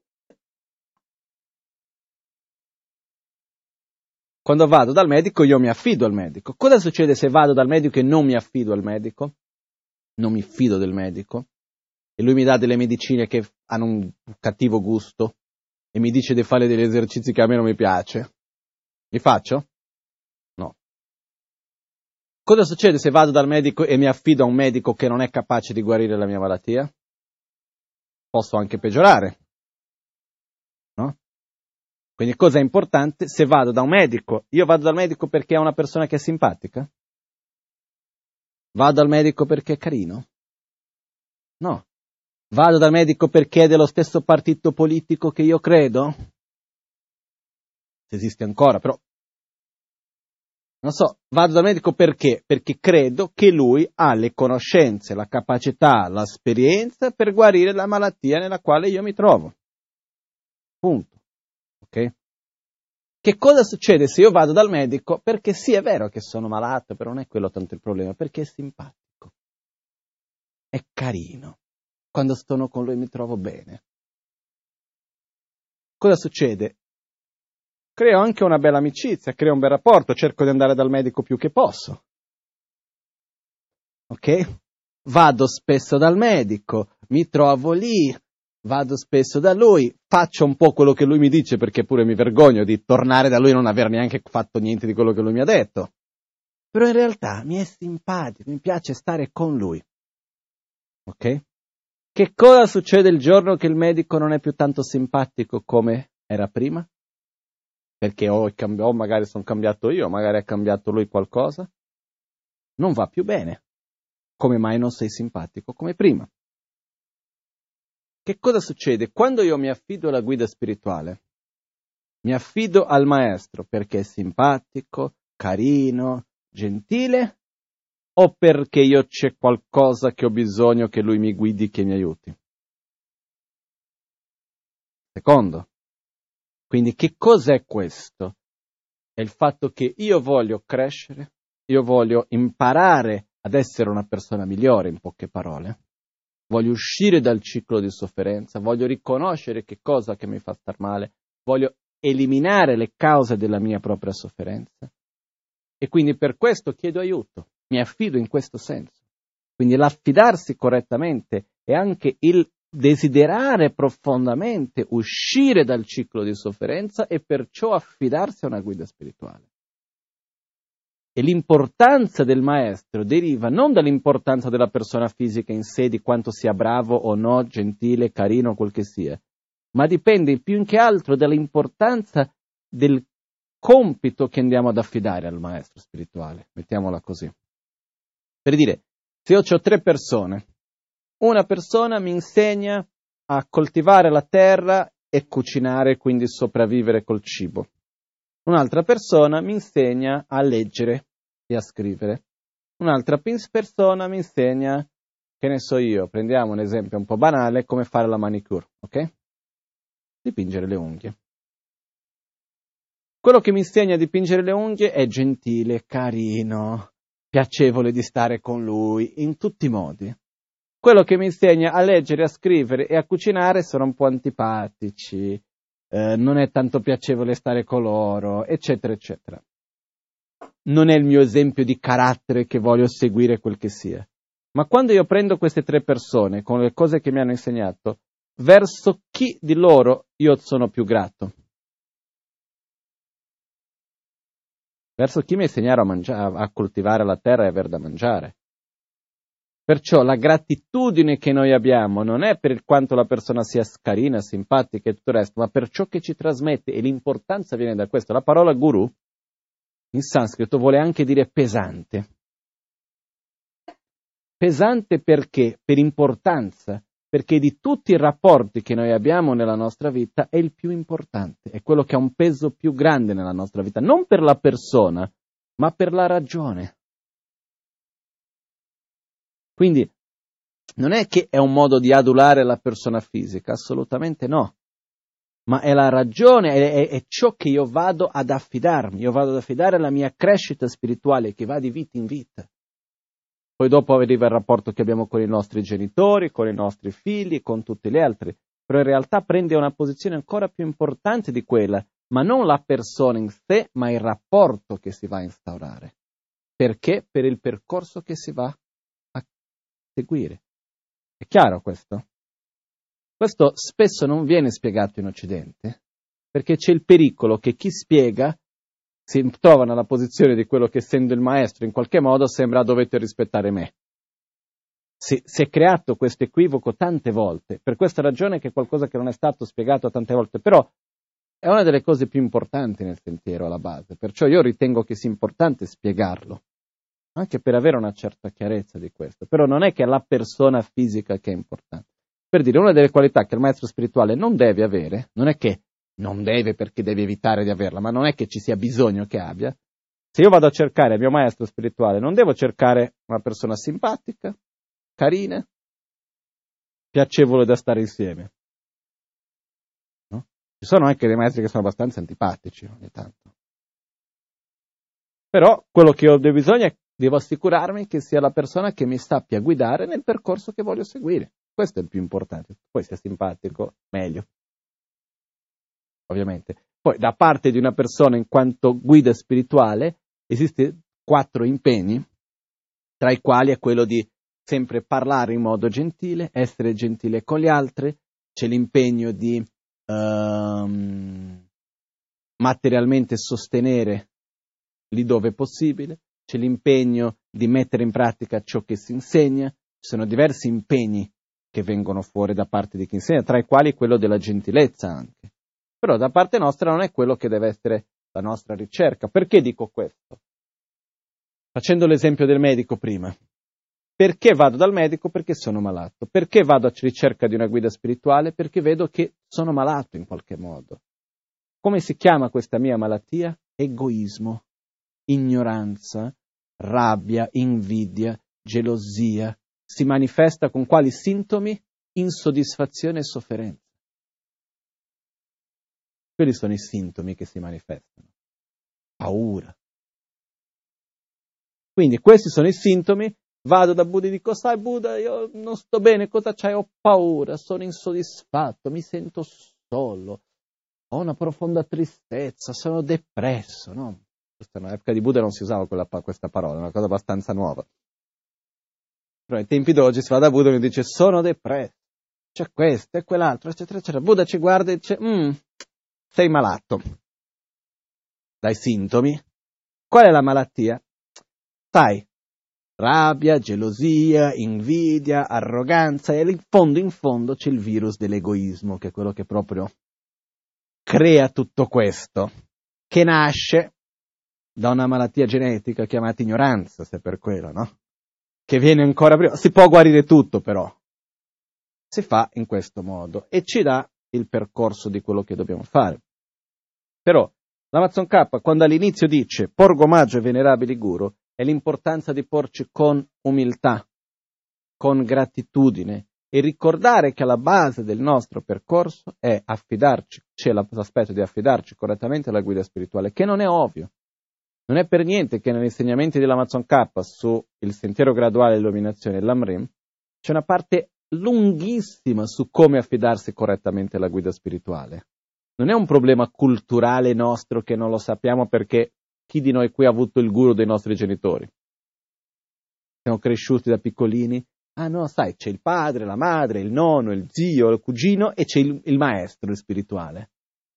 Quando vado dal medico io mi affido al medico. Cosa succede se vado dal medico e non mi affido al medico? Non mi fido del medico? E lui mi dà delle medicine che hanno un cattivo gusto e mi dice di fare degli esercizi che a me non mi piace. Li faccio? No. Cosa succede se vado dal medico e mi affido a un medico che non è capace di guarire la mia malattia? Posso anche peggiorare. No? Quindi cosa è importante? Se vado da un medico, io vado dal medico perché è una persona che è simpatica? Vado dal medico perché è carino? No. Vado dal medico perché è dello stesso partito politico che io credo? Se esiste ancora, però. Non so, vado dal medico perché? Perché credo che lui ha le conoscenze, la capacità, l'esperienza per guarire la malattia nella quale io mi trovo. Punto. Ok? Che cosa succede se io vado dal medico? Perché sì, è vero che sono malato, però non è quello tanto il problema, perché è simpatico. È carino. Quando sono con lui mi trovo bene. Cosa succede? Creo anche una bella amicizia, creo un bel rapporto, cerco di andare dal medico più che posso. Ok? Vado spesso dal medico, mi trovo lì, vado spesso da lui, faccio un po' quello che lui mi dice perché pure mi vergogno di tornare da lui e non aver neanche fatto niente di quello che lui mi ha detto. Però in realtà mi è simpatico, mi piace stare con lui. Ok? Che cosa succede il giorno che il medico non è più tanto simpatico come era prima? Perché o, cambi- o magari sono cambiato io, magari ha cambiato lui qualcosa? Non va più bene. Come mai non sei simpatico come prima? Che cosa succede? Quando io mi affido alla guida spirituale, mi affido al maestro perché è simpatico, carino, gentile, o perché io c'è qualcosa che ho bisogno che lui mi guidi, che mi aiuti? Secondo. Quindi che cos'è questo? È il fatto che io voglio crescere, io voglio imparare ad essere una persona migliore, in poche parole. Voglio uscire dal ciclo di sofferenza, voglio riconoscere che cosa che mi fa star male, voglio eliminare le cause della mia propria sofferenza. E quindi per questo chiedo aiuto, mi affido in questo senso. Quindi l'affidarsi correttamente è anche il desiderare profondamente uscire dal ciclo di sofferenza e perciò affidarsi a una guida spirituale. E l'importanza del maestro deriva non dall'importanza della persona fisica in sé, di quanto sia bravo o no, gentile, carino, quel che sia, ma dipende più che altro dall'importanza del compito che andiamo ad affidare al maestro spirituale, mettiamola così. Per dire, se io ho tre persone, una persona mi insegna a coltivare la terra e cucinare, quindi sopravvivere col cibo. Un'altra persona mi insegna a leggere e a scrivere. Un'altra persona mi insegna, che ne so io, prendiamo un esempio un po' banale, come fare la manicure, ok? Dipingere le unghie. Quello che mi insegna a dipingere le unghie è gentile, carino, piacevole di stare con lui, in tutti i modi. Quello che mi insegna a leggere, a scrivere e a cucinare sono un po' antipatici, eh, non è tanto piacevole stare con loro, eccetera, eccetera. Non è il mio esempio di carattere che voglio seguire quel che sia. Ma quando io prendo queste tre persone con le cose che mi hanno insegnato, verso chi di loro io sono più grato? Verso chi mi insegnarono a, mangiare, a coltivare la terra e aver da mangiare. Perciò la gratitudine che noi abbiamo non è per quanto la persona sia carina, simpatica e tutto il resto, ma per ciò che ci trasmette, e l'importanza viene da questo. La parola guru in sanscrito vuole anche dire pesante. Pesante perché? Per importanza, perché di tutti i rapporti che noi abbiamo nella nostra vita è il più importante, è quello che ha un peso più grande nella nostra vita, non per la persona, ma per la ragione. Quindi non è che è un modo di adulare la persona fisica, assolutamente no, ma è la ragione, è, è, è ciò che io vado ad affidarmi, io vado ad affidare la mia crescita spirituale che va di vita in vita. Poi dopo arriva il rapporto che abbiamo con i nostri genitori, con i nostri figli, con tutti gli altri, però in realtà prende una posizione ancora più importante di quella, ma non la persona in sé, ma il rapporto che si va a instaurare. Perché? Per il percorso che si va a seguire. È chiaro questo? Questo spesso non viene spiegato in Occidente, perché c'è il pericolo che chi spiega si trova nella posizione di quello che, essendo il maestro, in qualche modo sembra dovete rispettare me. Si, si è creato questo equivoco tante volte, per questa ragione che è qualcosa che non è stato spiegato tante volte, però è una delle cose più importanti nel sentiero alla base, perciò io ritengo che sia importante spiegarlo, anche per avere una certa chiarezza di questo, però non è che è la persona fisica che è importante. Per dire, una delle qualità che il maestro spirituale non deve avere, non è che non deve perché deve evitare di averla, ma non è che ci sia bisogno che abbia. Se io vado a cercare il mio maestro spirituale, non devo cercare una persona simpatica, carina, piacevole da stare insieme. No? Ci sono anche dei maestri che sono abbastanza antipatici ogni tanto. Però quello che ho bisogno è devo assicurarmi che sia la persona che mi sappia guidare nel percorso che voglio seguire. Questo è il più importante. Poi sia simpatico, meglio. Ovviamente. Poi da parte di una persona in quanto guida spirituale esiste quattro impegni, tra i quali è quello di sempre parlare in modo gentile, essere gentile con gli altri, c'è l'impegno di um, materialmente sostenere lì dove è possibile, c'è l'impegno di mettere in pratica ciò che si insegna, ci sono diversi impegni che vengono fuori da parte di chi insegna, tra i quali quello della gentilezza anche. Però da parte nostra non è quello che deve essere la nostra ricerca. Perché dico questo? Facendo l'esempio del medico prima. Perché vado dal medico? Perché sono malato. Perché vado a ricerca di una guida spirituale? Perché vedo che sono malato in qualche modo. Come si chiama questa mia malattia? Egoismo, ignoranza, rabbia, invidia, gelosia. Si manifesta con quali sintomi? Insoddisfazione e sofferenza. Quelli sono i sintomi che si manifestano. Paura. Quindi questi sono i sintomi, vado da Buddha e dico, sai Buddha, io non sto bene, cosa c'hai? Ho paura, sono insoddisfatto, mi sento solo, ho una profonda tristezza, sono depresso, no? Nell'epoca di Buddha non si usava quella, questa parola, è una cosa abbastanza nuova. Però ai tempi d'oggi si va da Buddha e mi dice, sono depresso, c'è questo e quell'altro, eccetera, eccetera. Buddha ci guarda e dice, mm, sei malato. Dai sintomi. Qual è la malattia? Sai, rabbia, gelosia, invidia, arroganza, e in fondo, in fondo c'è il virus dell'egoismo, che è quello che proprio crea tutto questo, che nasce da una malattia genetica chiamata ignoranza, se per quello, no? Che viene ancora prima. Si può guarire tutto, però. Si fa in questo modo e ci dà il percorso di quello che dobbiamo fare. Però l'Amazon K, quando all'inizio dice porgo omaggio ai venerabili guru, è l'importanza di porci con umiltà, con gratitudine, e ricordare che alla base del nostro percorso è affidarci, c'è l'aspetto di affidarci correttamente alla guida spirituale, che non è ovvio. Non è per niente che negli insegnamenti dell'Amazon K su il sentiero graduale dell'illuminazione, l'Amrim, c'è una parte lunghissima su come affidarsi correttamente alla guida spirituale. Non è un problema culturale nostro che non lo sappiamo perché chi di noi qui ha avuto il guru dei nostri genitori? Siamo cresciuti da piccolini. Ah no, sai, c'è il padre, la madre, il nonno, il zio, il cugino e c'è il, il maestro, il spirituale.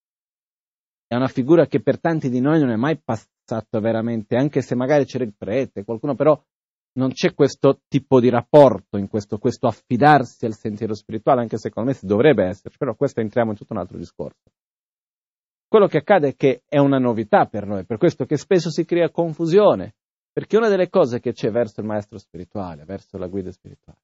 È una figura che per tanti di noi non è mai passata veramente, anche se magari c'era il prete, qualcuno, però non c'è questo tipo di rapporto, in questo, questo affidarsi al sentiero spirituale, anche secondo me si dovrebbe esserci, però questo entriamo in tutto un altro discorso. Quello che accade è che è una novità per noi, per questo che spesso si crea confusione. Perché una delle cose che c'è verso il maestro spirituale, verso la guida spirituale,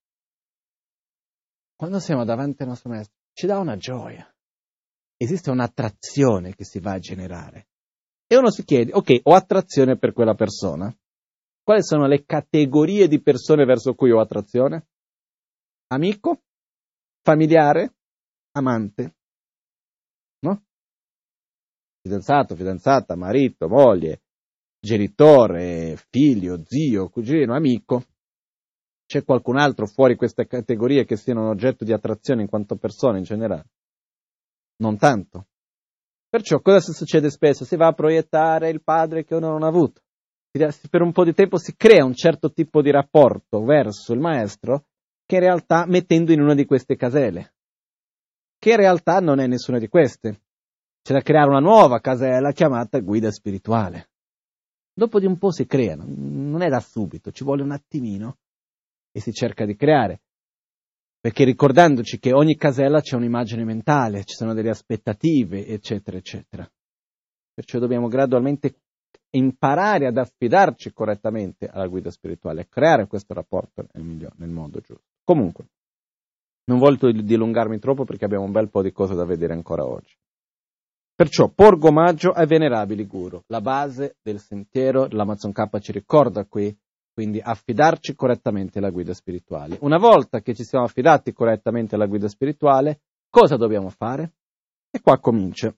quando siamo davanti al nostro maestro, ci dà una gioia. Esiste un'attrazione che si va a generare. E uno si chiede, ok, ho attrazione per quella persona. Quali sono le categorie di persone verso cui ho attrazione? Amico? Familiare? Amante? No? Fidanzato, fidanzata, marito, moglie, genitore, figlio, zio, cugino, amico. C'è qualcun altro fuori queste categorie che siano un oggetto di attrazione in quanto persone in generale? Non tanto. Perciò cosa succede spesso? Si va a proiettare il padre che uno non ha avuto. Per un po' di tempo si crea un certo tipo di rapporto verso il maestro che in realtà mettendo in una di queste caselle, che in realtà non è nessuna di queste. C'è da creare una nuova casella chiamata guida spirituale. Dopo di un po' si creano, non è da subito, ci vuole un attimino e si cerca di creare, perché ricordandoci che ogni casella c'è un'immagine mentale, ci sono delle aspettative, eccetera, eccetera. Perciò dobbiamo gradualmente imparare ad affidarci correttamente alla guida spirituale, creare questo rapporto nel, migliore, nel modo giusto. Comunque, non voglio dilungarmi troppo perché abbiamo un bel po' di cose da vedere ancora oggi. Perciò porgo omaggio ai venerabili guru, la base del sentiero, l'Amazon K ci ricorda qui, quindi affidarci correttamente alla guida spirituale. Una volta che ci siamo affidati correttamente alla guida spirituale, cosa dobbiamo fare? E qua comincia.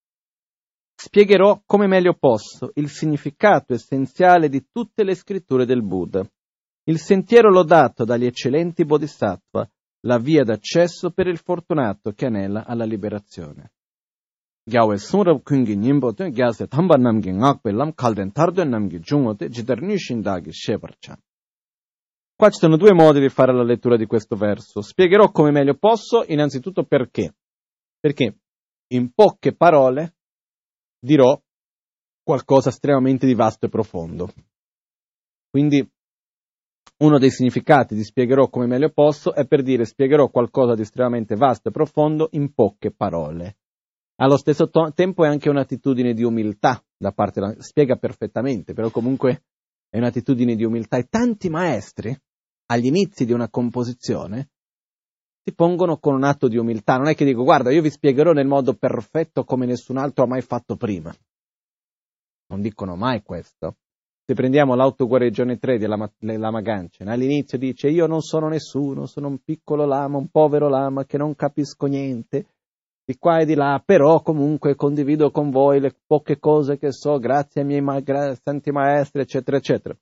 Spiegherò come meglio posso il significato essenziale di tutte le scritture del Buddha, il sentiero lodato dagli eccellenti bodhisattva, la via d'accesso per il fortunato che anela alla liberazione. Gyawe sunrab kungi nimbote gyase thamba namgi ngakpe lam kalden tarden namgi jungote jidarni shindagi shebarchan. Qua ci sono due modi di fare la lettura di questo verso. Spiegherò come meglio posso, innanzitutto perché. Perché in poche parole dirò qualcosa estremamente di vasto e profondo. Quindi uno dei significati di spiegherò come meglio posso è per dire spiegherò qualcosa di estremamente vasto e profondo in poche parole. Allo stesso to- tempo è anche un'attitudine di umiltà da parte della... spiega perfettamente, però comunque è un'attitudine di umiltà e tanti maestri agli inizi di una composizione si pongono con un atto di umiltà, non è che dico guarda io vi spiegherò nel modo perfetto come nessun altro ha mai fatto prima, non dicono mai questo. Se prendiamo l'autoguarigione tre di Lama, Lama Ganchen, all'inizio dice io non sono nessuno, sono un piccolo lama, un povero lama che non capisco niente, di qua e di là, però comunque condivido con voi le poche cose che so, grazie ai miei ma- gra- santi maestri, eccetera, eccetera.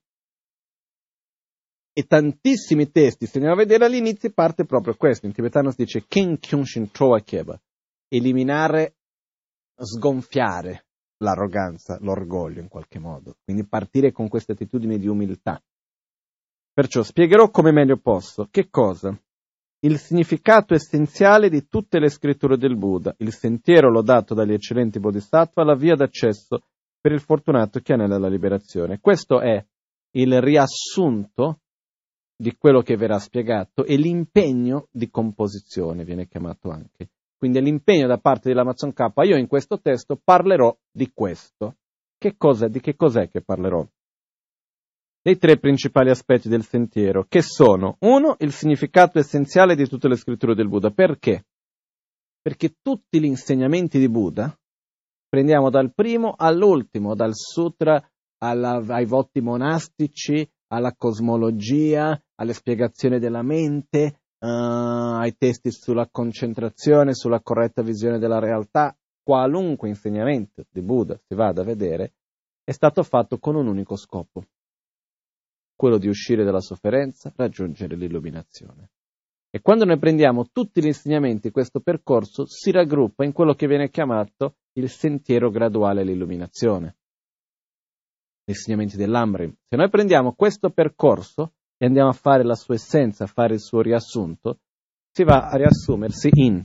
E tantissimi testi, se andiamo a vedere all'inizio, parte proprio questo. In tibetano si dice King Kyunshin Troa Keba, eliminare, sgonfiare l'arroganza, l'orgoglio in qualche modo. Quindi partire con questa attitudine di umiltà. Perciò spiegherò come meglio posso. Che cosa? Il significato essenziale di tutte le scritture del Buddha, il sentiero lodato dagli eccellenti bodhisattva, la via d'accesso per il fortunato che anela la liberazione. Questo è il riassunto di quello che verrà spiegato e l'impegno di composizione viene chiamato anche. Quindi è l'impegno da parte dell'Amazon K. Io in questo testo parlerò di questo. Che cosa, di che cos'è che parlerò? Dei tre principali aspetti del sentiero, che sono, uno, il significato essenziale di tutte le scritture del Buddha. Perché? Perché tutti gli insegnamenti di Buddha, prendiamo dal primo all'ultimo, dal sutra alla, ai voti monastici, alla cosmologia, alle spiegazioni della mente, uh, ai testi sulla concentrazione, sulla corretta visione della realtà, qualunque insegnamento di Buddha si vada a vedere, è stato fatto con un unico scopo, quello di uscire dalla sofferenza, raggiungere l'illuminazione. E quando noi prendiamo tutti gli insegnamenti, questo percorso si raggruppa in quello che viene chiamato il sentiero graduale all'illuminazione. Gli insegnamenti dell'Amrim. Se noi prendiamo questo percorso e andiamo a fare la sua essenza, a fare il suo riassunto, si va a riassumersi in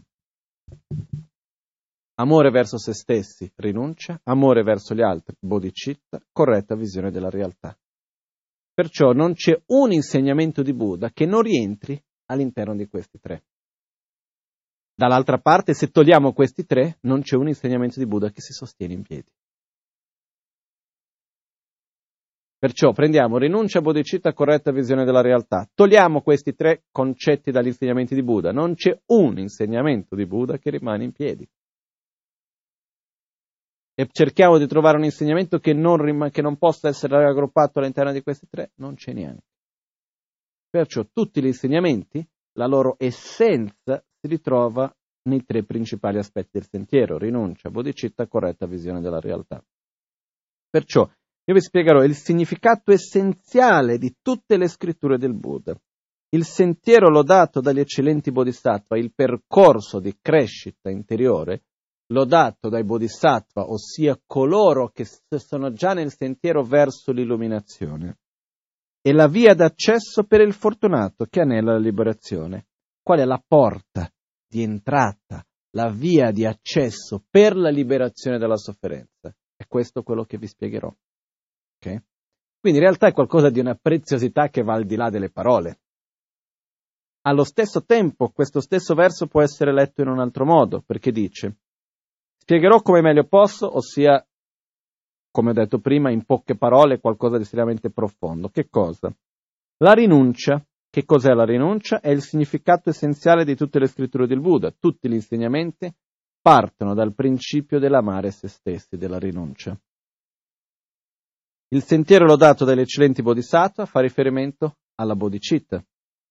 amore verso se stessi, rinuncia, amore verso gli altri, bodhicitta, corretta visione della realtà. Perciò non c'è un insegnamento di Buddha che non rientri all'interno di questi tre. Dall'altra parte, se togliamo questi tre, non c'è un insegnamento di Buddha che si sostiene in piedi. Perciò prendiamo rinuncia, bodhicitta, corretta visione della realtà. Togliamo questi tre concetti dagli insegnamenti di Buddha. Non c'è un insegnamento di Buddha che rimane in piedi. E cerchiamo di trovare un insegnamento che non, rim- che non possa essere raggruppato all'interno di questi tre. Non c'è neanche. Perciò tutti gli insegnamenti, la loro essenza si ritrova nei tre principali aspetti del sentiero: rinuncia, bodhicitta, corretta visione della realtà. Perciò io vi spiegherò il significato essenziale di tutte le scritture del Buddha. Il sentiero lodato dagli eccellenti bodhisattva, il percorso di crescita interiore lodato dai bodhisattva, ossia coloro che sono già nel sentiero verso l'illuminazione. È la via d'accesso per il fortunato che anela la liberazione. Qual è la porta di entrata, la via di accesso per la liberazione dalla sofferenza? È questo quello che vi spiegherò. Okay? Quindi in realtà è qualcosa di una preziosità che va al di là delle parole. Allo stesso tempo, questo stesso verso può essere letto in un altro modo, perché dice: spiegherò come meglio posso, ossia, come ho detto prima, in poche parole, qualcosa di estremamente profondo. Che cosa? La rinuncia. Che cos'è la rinuncia? È il significato essenziale di tutte le scritture del Buddha. Tutti gli insegnamenti partono dal principio dell'amare se stessi, della rinuncia. Il sentiero lodato dagli eccellenti bodhisattva fa riferimento alla bodhicitta,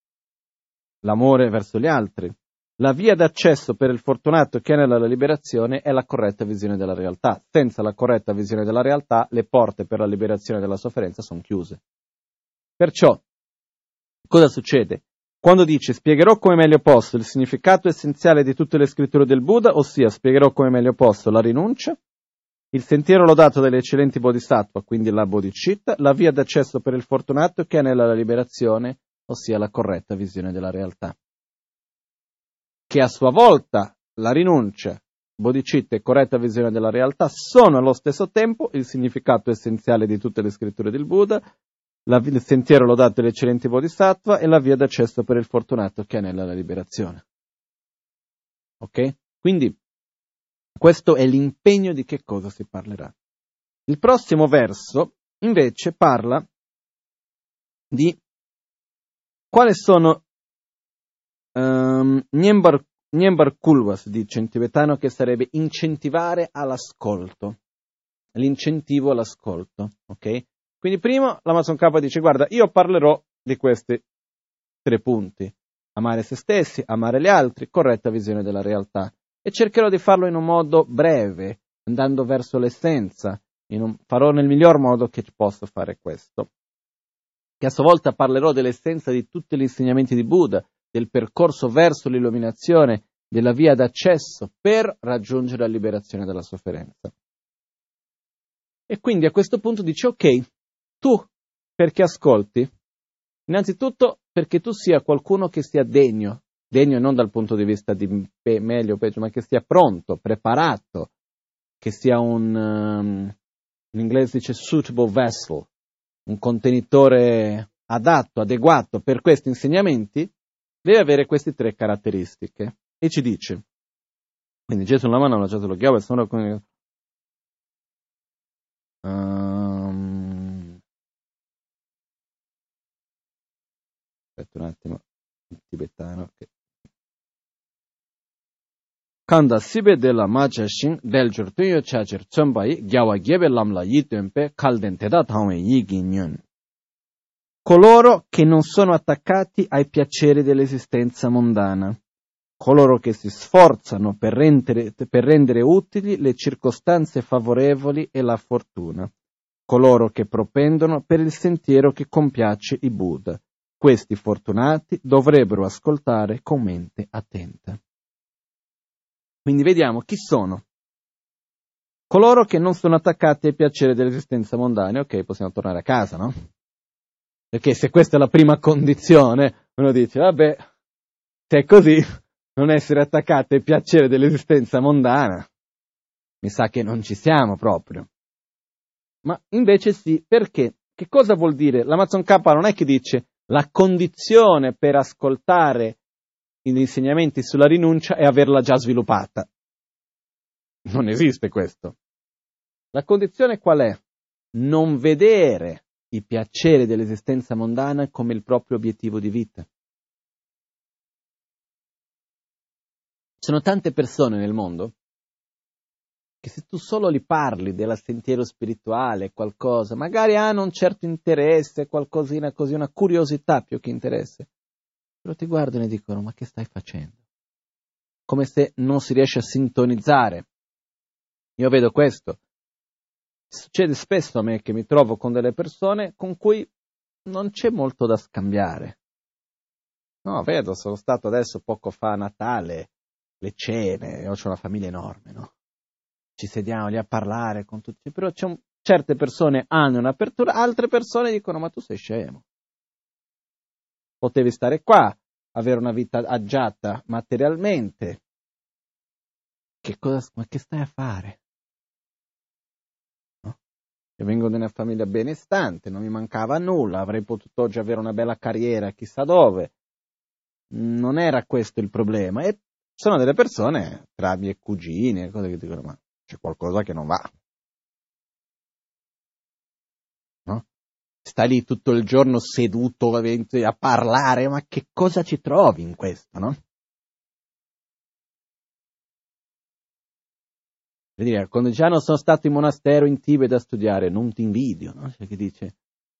l'amore verso gli altri. La via d'accesso per il fortunato che anela la liberazione è la corretta visione della realtà. Senza la corretta visione della realtà, le porte per la liberazione dalla sofferenza sono chiuse. Perciò, cosa succede? Quando dice spiegherò come meglio posso il significato essenziale di tutte le scritture del Buddha, ossia spiegherò come meglio posso la rinuncia, il sentiero lodato dagli eccellenti bodhisattva, quindi la bodhicitta, la via d'accesso per il fortunato che anela la liberazione, ossia la corretta visione della realtà. Che a sua volta la rinuncia, bodhicitta e corretta visione della realtà sono allo stesso tempo il significato essenziale di tutte le scritture del Buddha, la, il sentiero lodato dagli eccellenti bodhisattva e la via d'accesso per il fortunato che anela la liberazione. Ok? Quindi questo è l'impegno di che cosa si parlerà. Il prossimo verso invece parla di quali sono um, Nyembar, Nyembar Kulvas, dice in tibetano, che sarebbe incentivare all'ascolto, l'incentivo all'ascolto. Ok? Quindi prima l'Amazon K dice: guarda, io parlerò di questi tre punti: amare se stessi, amare gli altri, corretta visione della realtà. E cercherò di farlo in un modo breve, andando verso l'essenza. In un, farò nel miglior modo che posso fare questo. Che a sua volta parlerò dell'essenza di tutti gli insegnamenti di Buddha, del percorso verso l'illuminazione, della via d'accesso per raggiungere la liberazione dalla sofferenza. E quindi a questo punto dice: ok, tu perché ascolti? Innanzitutto perché tu sia qualcuno che sia degno, degno non dal punto di vista di pe- meglio o peggio, ma che sia pronto, preparato, che sia un, um, in inglese dice suitable vessel, un contenitore adatto, adeguato per questi insegnamenti, deve avere queste tre caratteristiche. E ci dice, quindi Gesù la mano ha lasciato lo chiave, sono con... Um, aspetta un attimo, il tibetano che... Kanda sibe de la macha shin del jurtuyo chachir tsombai gyawa gebe lamla yitempe kalden teda tawe yiginyon. Coloro che non sono attaccati ai piaceri dell'esistenza mondana. Coloro che si sforzano per rendere, per rendere utili le circostanze favorevoli e la fortuna. Coloro che propendono per il sentiero che compiace i Buddha. Questi fortunati dovrebbero ascoltare con mente attenta. Quindi vediamo chi sono. Coloro che non sono attaccati ai piaceri dell'esistenza mondana. Ok, possiamo tornare a casa, no? Perché se questa è la prima condizione, uno dice, vabbè, se è così, non essere attaccati ai piaceri dell'esistenza mondana, mi sa che non ci siamo proprio. Ma invece sì, perché? Che cosa vuol dire? L'Amazon K non è che dice la condizione per ascoltare gli insegnamenti sulla rinuncia è averla già sviluppata. Non esiste questo. La condizione qual è? Non vedere i piaceri dell'esistenza mondana come il proprio obiettivo di vita. Ci sono tante persone nel mondo che se tu solo gli parli del sentiero spirituale, qualcosa, magari hanno un certo interesse, qualcosina così, una curiosità più che interesse, però ti guardano e dicono, ma che stai facendo? Come se non si riesce a sintonizzare. Io vedo questo. Succede spesso a me che mi trovo con delle persone con cui non c'è molto da scambiare. No, vedo, sono stato adesso poco fa a Natale, le cene, io ho una famiglia enorme, no? Ci sediamo lì a parlare con tutti, però c'è un, certe persone hanno un'apertura, altre persone dicono, ma tu sei scemo. Potevi stare qua, avere una vita agiata materialmente. Che cosa, ma che stai a fare? No? Io vengo da una famiglia benestante, non mi mancava nulla, avrei potuto oggi avere una bella carriera chissà dove. Non era questo il problema. E sono delle persone, tra mie cugine, cose che dicono, ma c'è qualcosa che non va. No? Sta lì tutto il giorno seduto a parlare, ma che cosa ci trovi in questo, no? Per dire, quando già non sono stato in monastero in Tibet a studiare, non ti invidio, no? Cioè, che dice.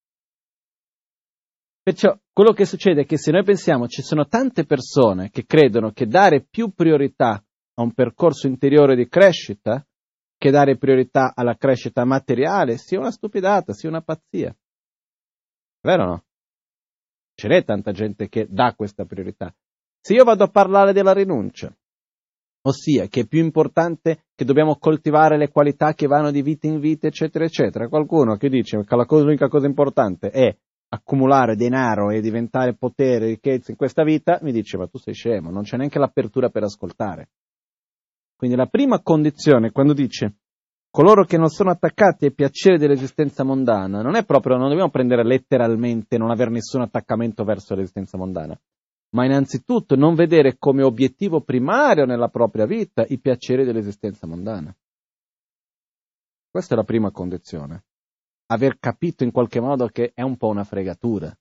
Perciò quello che succede è che se noi pensiamo ci sono tante persone che credono che dare più priorità a un percorso interiore di crescita che dare priorità alla crescita materiale sia una stupidata, sia una pazzia. Vero o no? Ce n'è tanta gente che dà questa priorità. Se io vado a parlare della rinuncia, ossia che è più importante che dobbiamo coltivare le qualità che vanno di vita in vita, eccetera, eccetera, qualcuno che dice che la cosa, l'unica cosa importante è accumulare denaro e diventare potere, ricchezza in questa vita, mi dice, ma tu sei scemo, non c'è neanche l'apertura per ascoltare. Quindi la prima condizione, quando dice coloro che non sono attaccati ai piaceri dell'esistenza mondana, non è proprio, non dobbiamo prendere letteralmente, non avere nessun attaccamento verso l'esistenza mondana, ma innanzitutto non vedere come obiettivo primario nella propria vita i piaceri dell'esistenza mondana. Questa è la prima condizione. Aver capito in qualche modo che è un po' una fregatura.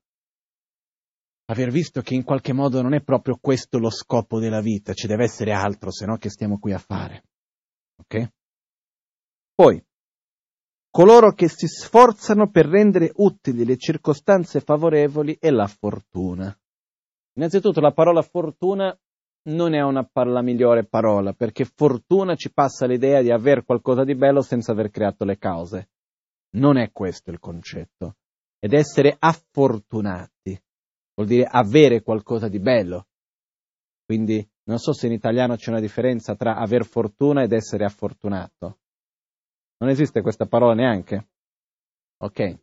Aver visto che in qualche modo non è proprio questo lo scopo della vita, ci deve essere altro, se no che stiamo qui a fare. Ok? Poi, coloro che si sforzano per rendere utili le circostanze favorevoli e la fortuna. Innanzitutto la parola fortuna non è una la migliore parola, perché fortuna ci passa l'idea di aver qualcosa di bello senza aver creato le cause. Non è questo il concetto. Ed essere affortunati vuol dire avere qualcosa di bello. Quindi non so se in italiano c'è una differenza tra aver fortuna ed essere affortunato. Non esiste questa parola neanche? Ok.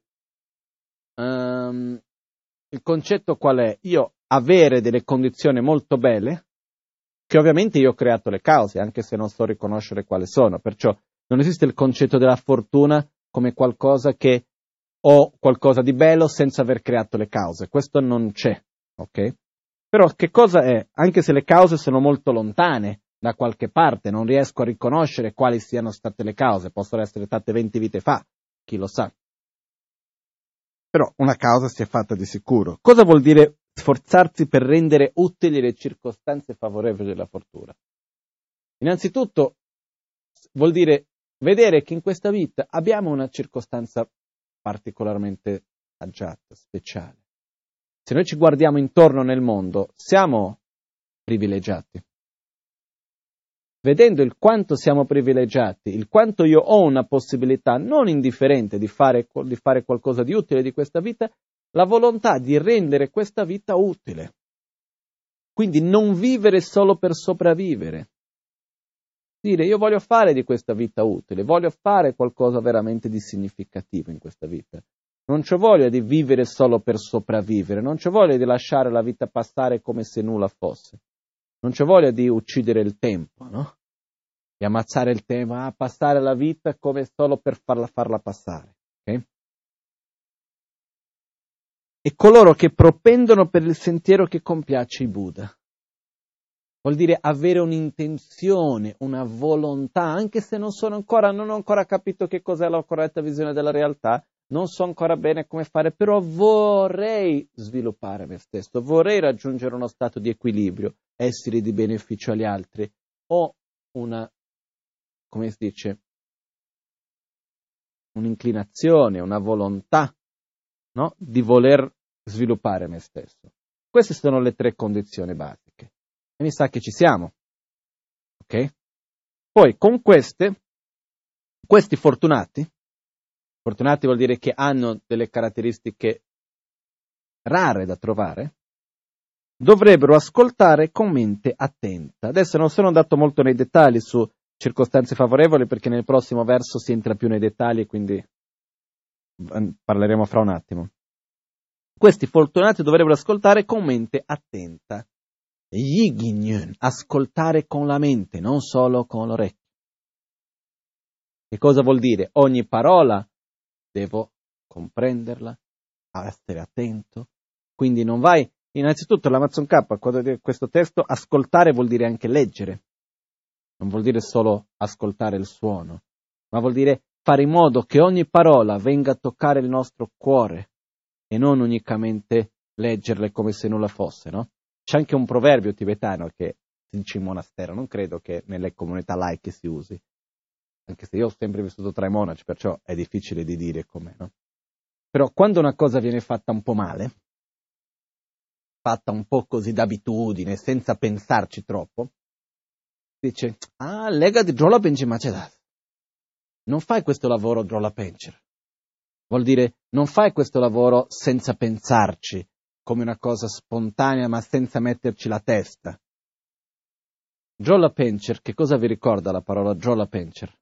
Um, il concetto qual è? Io avere delle condizioni molto belle, che ovviamente io ho creato le cause, anche se non so riconoscere quali sono. Perciò non esiste il concetto della fortuna come qualcosa che ho qualcosa di bello senza aver creato le cause. Questo non c'è, ok? Però che cosa è? Anche se le cause sono molto lontane da qualche parte, non riesco a riconoscere quali siano state le cause, possono essere state venti vite fa, chi lo sa. Però una causa si è fatta di sicuro. Cosa vuol dire sforzarsi per rendere utili le circostanze favorevoli della fortuna? Innanzitutto vuol dire vedere che in questa vita abbiamo una circostanza particolarmente agiata, speciale. Se noi ci guardiamo intorno nel mondo, siamo privilegiati. Vedendo il quanto siamo privilegiati, il quanto io ho una possibilità non indifferente di fare, di fare qualcosa di utile di questa vita, la volontà di rendere questa vita utile. Quindi non vivere solo per sopravvivere. Dire io voglio fare di questa vita utile, voglio fare qualcosa veramente di significativo in questa vita. Non c'ho voglia di vivere solo per sopravvivere, non c'ho voglia di lasciare la vita passare come se nulla fosse. Non c'ho voglia di uccidere il tempo, no? Di ammazzare il tempo, a passare la vita come solo per farla, farla passare. Okay? E coloro che propendono per il sentiero che compiace i Buddha. Vuol dire avere un'intenzione, una volontà, anche se non sono ancora, non ho ancora capito che cos'è la corretta visione della realtà, non so ancora bene come fare, però vorrei sviluppare me stesso, vorrei raggiungere uno stato di equilibrio, essere di beneficio agli altri. Ho una, come si dice, un'inclinazione, una volontà, no? Di voler sviluppare me stesso. Queste sono le tre condizioni basiche. E mi sa che ci siamo. Ok? Poi con queste, questi fortunati, fortunati vuol dire che hanno delle caratteristiche rare da trovare, dovrebbero ascoltare con mente attenta. Adesso non sono andato molto nei dettagli su circostanze favorevoli perché nel prossimo verso si entra più nei dettagli, quindi parleremo fra un attimo. Questi fortunati dovrebbero ascoltare con mente attenta. Yiginyen, ascoltare con la mente, non solo con l'orecchio. Che cosa vuol dire? Ogni parola devo comprenderla, essere attento. Quindi non vai, innanzitutto l'Amazon K, quando dice questo testo, ascoltare vuol dire anche leggere. Non vuol dire solo ascoltare il suono, ma vuol dire fare in modo che ogni parola venga a toccare il nostro cuore e non unicamente leggerle come se nulla fosse, no? C'è anche un proverbio tibetano che si dice in monastero, non credo che nelle comunità laiche si usi, anche se io ho sempre vissuto tra i monaci, perciò è difficile di dire com'è, no? Però quando una cosa viene fatta un po' male, fatta un po' così d'abitudine, senza pensarci troppo, dice, ah, lega di Jola Pencer Macedas. Non fai questo lavoro Jola Pencer. Vuol dire, non fai questo lavoro senza pensarci, come una cosa spontanea ma senza metterci la testa. Jola Pencer, che cosa vi ricorda la parola Jola Pencer?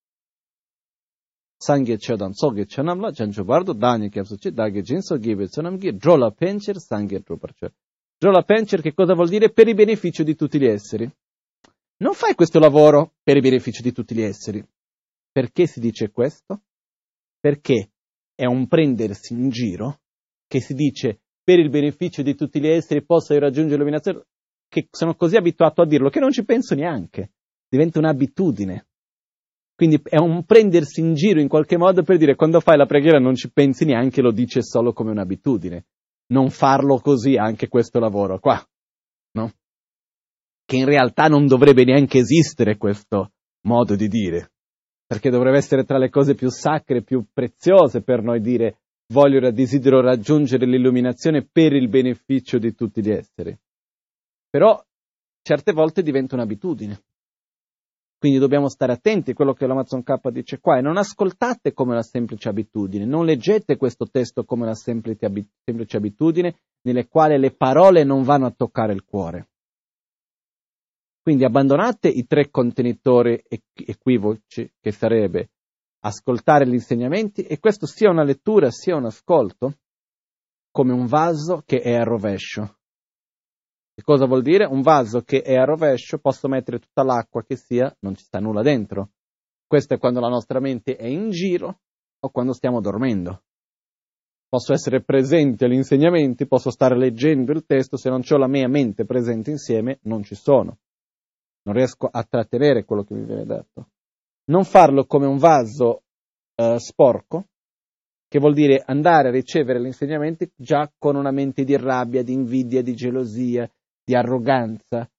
Sangye Chodan Soge Chonamla, Janjubardo, Dani Chiapsuci, Daghe Jinso, Gibe Chonamghi, Jola Pencer, Sangye Truparcer. Jola Pencer, che cosa vuol dire? Per il beneficio di tutti gli esseri. Non fai questo lavoro per il beneficio di tutti gli esseri. Perché si dice questo? Perché è un prendersi in giro che si dice per il beneficio di tutti gli esseri posso raggiungere l'illuminazione, che sono così abituato a dirlo che non ci penso neanche, diventa un'abitudine. Quindi è un prendersi in giro in qualche modo per dire quando fai la preghiera non ci pensi neanche, lo dice solo come un'abitudine. Non farlo così anche questo lavoro qua, no? Che in realtà non dovrebbe neanche esistere questo modo di dire. Perché dovrebbe essere tra le cose più sacre, più preziose per noi dire voglio, desidero raggiungere l'illuminazione per il beneficio di tutti gli esseri. Però certe volte diventa un'abitudine. Quindi dobbiamo stare attenti a quello che l'Amazon K dice qua e non ascoltate come una semplice abitudine, non leggete questo testo come una semplice, abit- semplice abitudine nelle quali le parole non vanno a toccare il cuore. Quindi abbandonate i tre contenitori equivoci, che sarebbe ascoltare gli insegnamenti, e questo sia una lettura sia un ascolto, come un vaso che è a rovescio. Che cosa vuol dire? Un vaso che è a rovescio, posso mettere tutta l'acqua che sia, non ci sta nulla dentro. Questo è quando la nostra mente è in giro o quando stiamo dormendo. Posso essere presente agli insegnamenti, posso stare leggendo il testo, se non ho la mia mente presente insieme, non ci sono. Non riesco a trattenere quello che mi viene detto. Non farlo come un vaso eh, sporco, che vuol dire andare a ricevere gli insegnamenti già con una mente di rabbia, di invidia, di gelosia, di arroganza,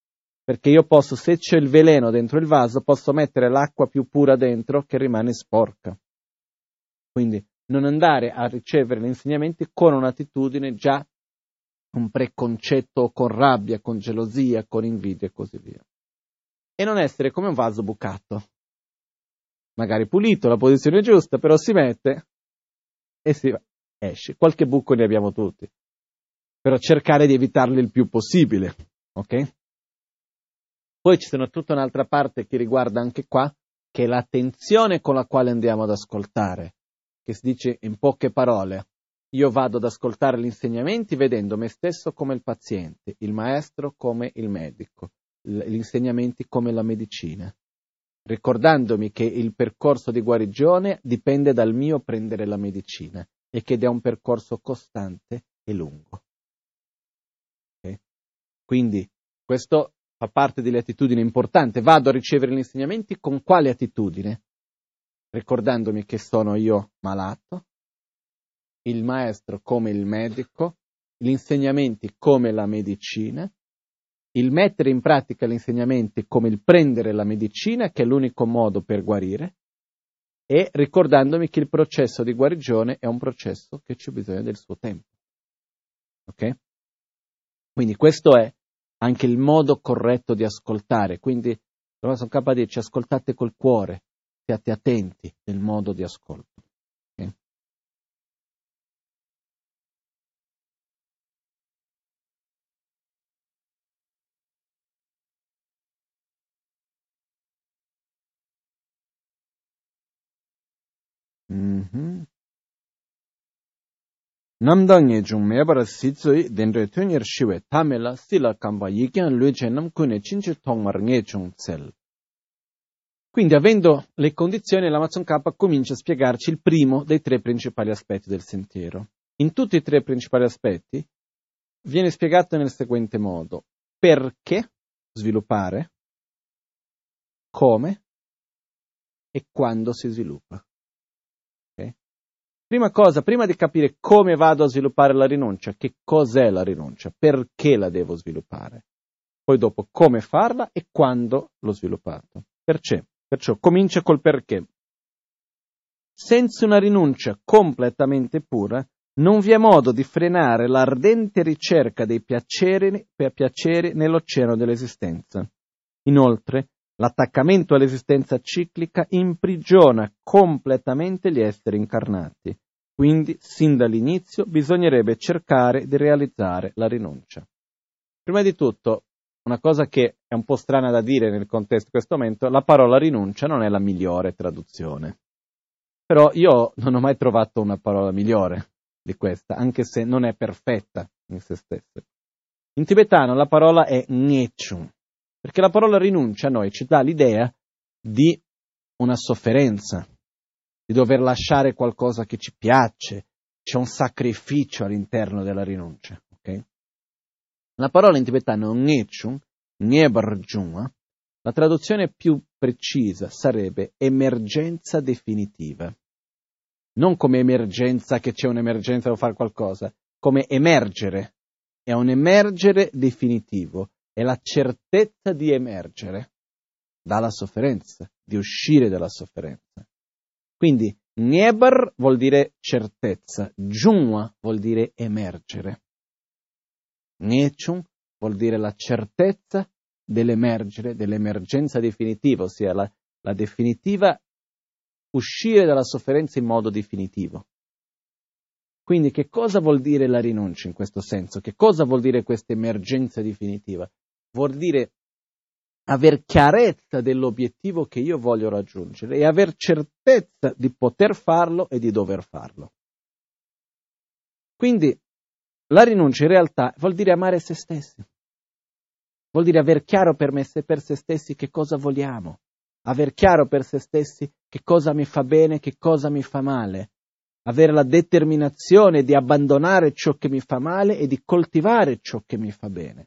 Perché io posso, se c'è il veleno dentro il vaso, posso mettere l'acqua più pura dentro che rimane sporca. Quindi non andare a ricevere gli insegnamenti con un'attitudine già, un preconcetto con rabbia, con gelosia, con invidia e così via. E non essere come un vaso bucato. Magari pulito, la posizione giusta, però si mette e si esce. Qualche buco ne abbiamo tutti. Però cercare di evitarli il più possibile, ok? Poi ci sono tutta un'altra parte che riguarda anche qua, che è l'attenzione con la quale andiamo ad ascoltare, che si dice in poche parole, io vado ad ascoltare gli insegnamenti vedendo me stesso come il paziente, il maestro come il medico, gli insegnamenti come la medicina, ricordandomi che il percorso di guarigione dipende dal mio prendere la medicina e che è un percorso costante e lungo. Okay? Quindi questo fa parte delle attitudini importanti. Vado a ricevere gli insegnamenti con quale attitudine? Ricordandomi che sono io malato, il maestro come il medico, gli insegnamenti come la medicina, il mettere in pratica gli insegnamenti come il prendere la medicina, che è l'unico modo per guarire, e ricordandomi che il processo di guarigione è un processo che c'è bisogno del suo tempo. Ok? Quindi questo è anche il modo corretto di ascoltare, quindi sono capace di dire, ascoltate col cuore, siate attenti nel modo di ascolto. Okay? Mm-hmm. Namdangye jung mebara sitsui denre tunyer shiwe tamela sila kamba yikyan luce namkune cinci tongmar nge chung tsel. Quindi, avendo le condizioni, l'Amazon K comincia a spiegarci il primo dei tre principali aspetti del sentiero. In tutti e tre principali aspetti viene spiegato nel seguente modo: perché sviluppare, come e quando si sviluppa. Okay? Prima cosa, prima di capire come vado a sviluppare la rinuncia, che cos'è la rinuncia, perché la devo sviluppare, poi dopo come farla e quando l'ho sviluppato. Perciò, perciò comincia col perché. Senza una rinuncia completamente pura, non vi è modo di frenare l'ardente ricerca dei piaceri, per piaceri nell'oceano dell'esistenza. Inoltre, l'attaccamento all'esistenza ciclica imprigiona completamente gli esseri incarnati. Quindi, sin dall'inizio, bisognerebbe cercare di realizzare la rinuncia. Prima di tutto, una cosa che è un po' strana da dire nel contesto di questo momento, la parola rinuncia non è la migliore traduzione. Però io non ho mai trovato una parola migliore di questa, anche se non è perfetta in se stessa. In tibetano la parola è ngechung, perché la parola rinuncia a noi ci dà l'idea di una sofferenza, di dover lasciare qualcosa che ci piace, c'è un sacrificio all'interno della rinuncia. Okay? La parola in tibetano ngechung, ngebarjung, la traduzione più precisa sarebbe emergenza definitiva. Non come emergenza che c'è un'emergenza o fare qualcosa, come emergere. È un emergere definitivo, è la certezza di emergere dalla sofferenza, di uscire dalla sofferenza. Quindi Ngebar vuol dire certezza, Jungwa vuol dire emergere. Ngechung vuol dire la certezza dell'emergere, dell'emergenza definitiva, ossia la, la definitiva uscire dalla sofferenza in modo definitivo. Quindi che cosa vuol dire la rinuncia in questo senso? Che cosa vuol dire questa emergenza definitiva? Vuol dire aver chiarezza dell'obiettivo che io voglio raggiungere e aver certezza di poter farlo e di dover farlo. Quindi la rinuncia in realtà vuol dire amare se stessi. Vuol dire aver chiaro per me, per se stessi che cosa vogliamo. Aver chiaro per se stessi che cosa mi fa bene, che cosa mi fa male. Avere la determinazione di abbandonare ciò che mi fa male e di coltivare ciò che mi fa bene.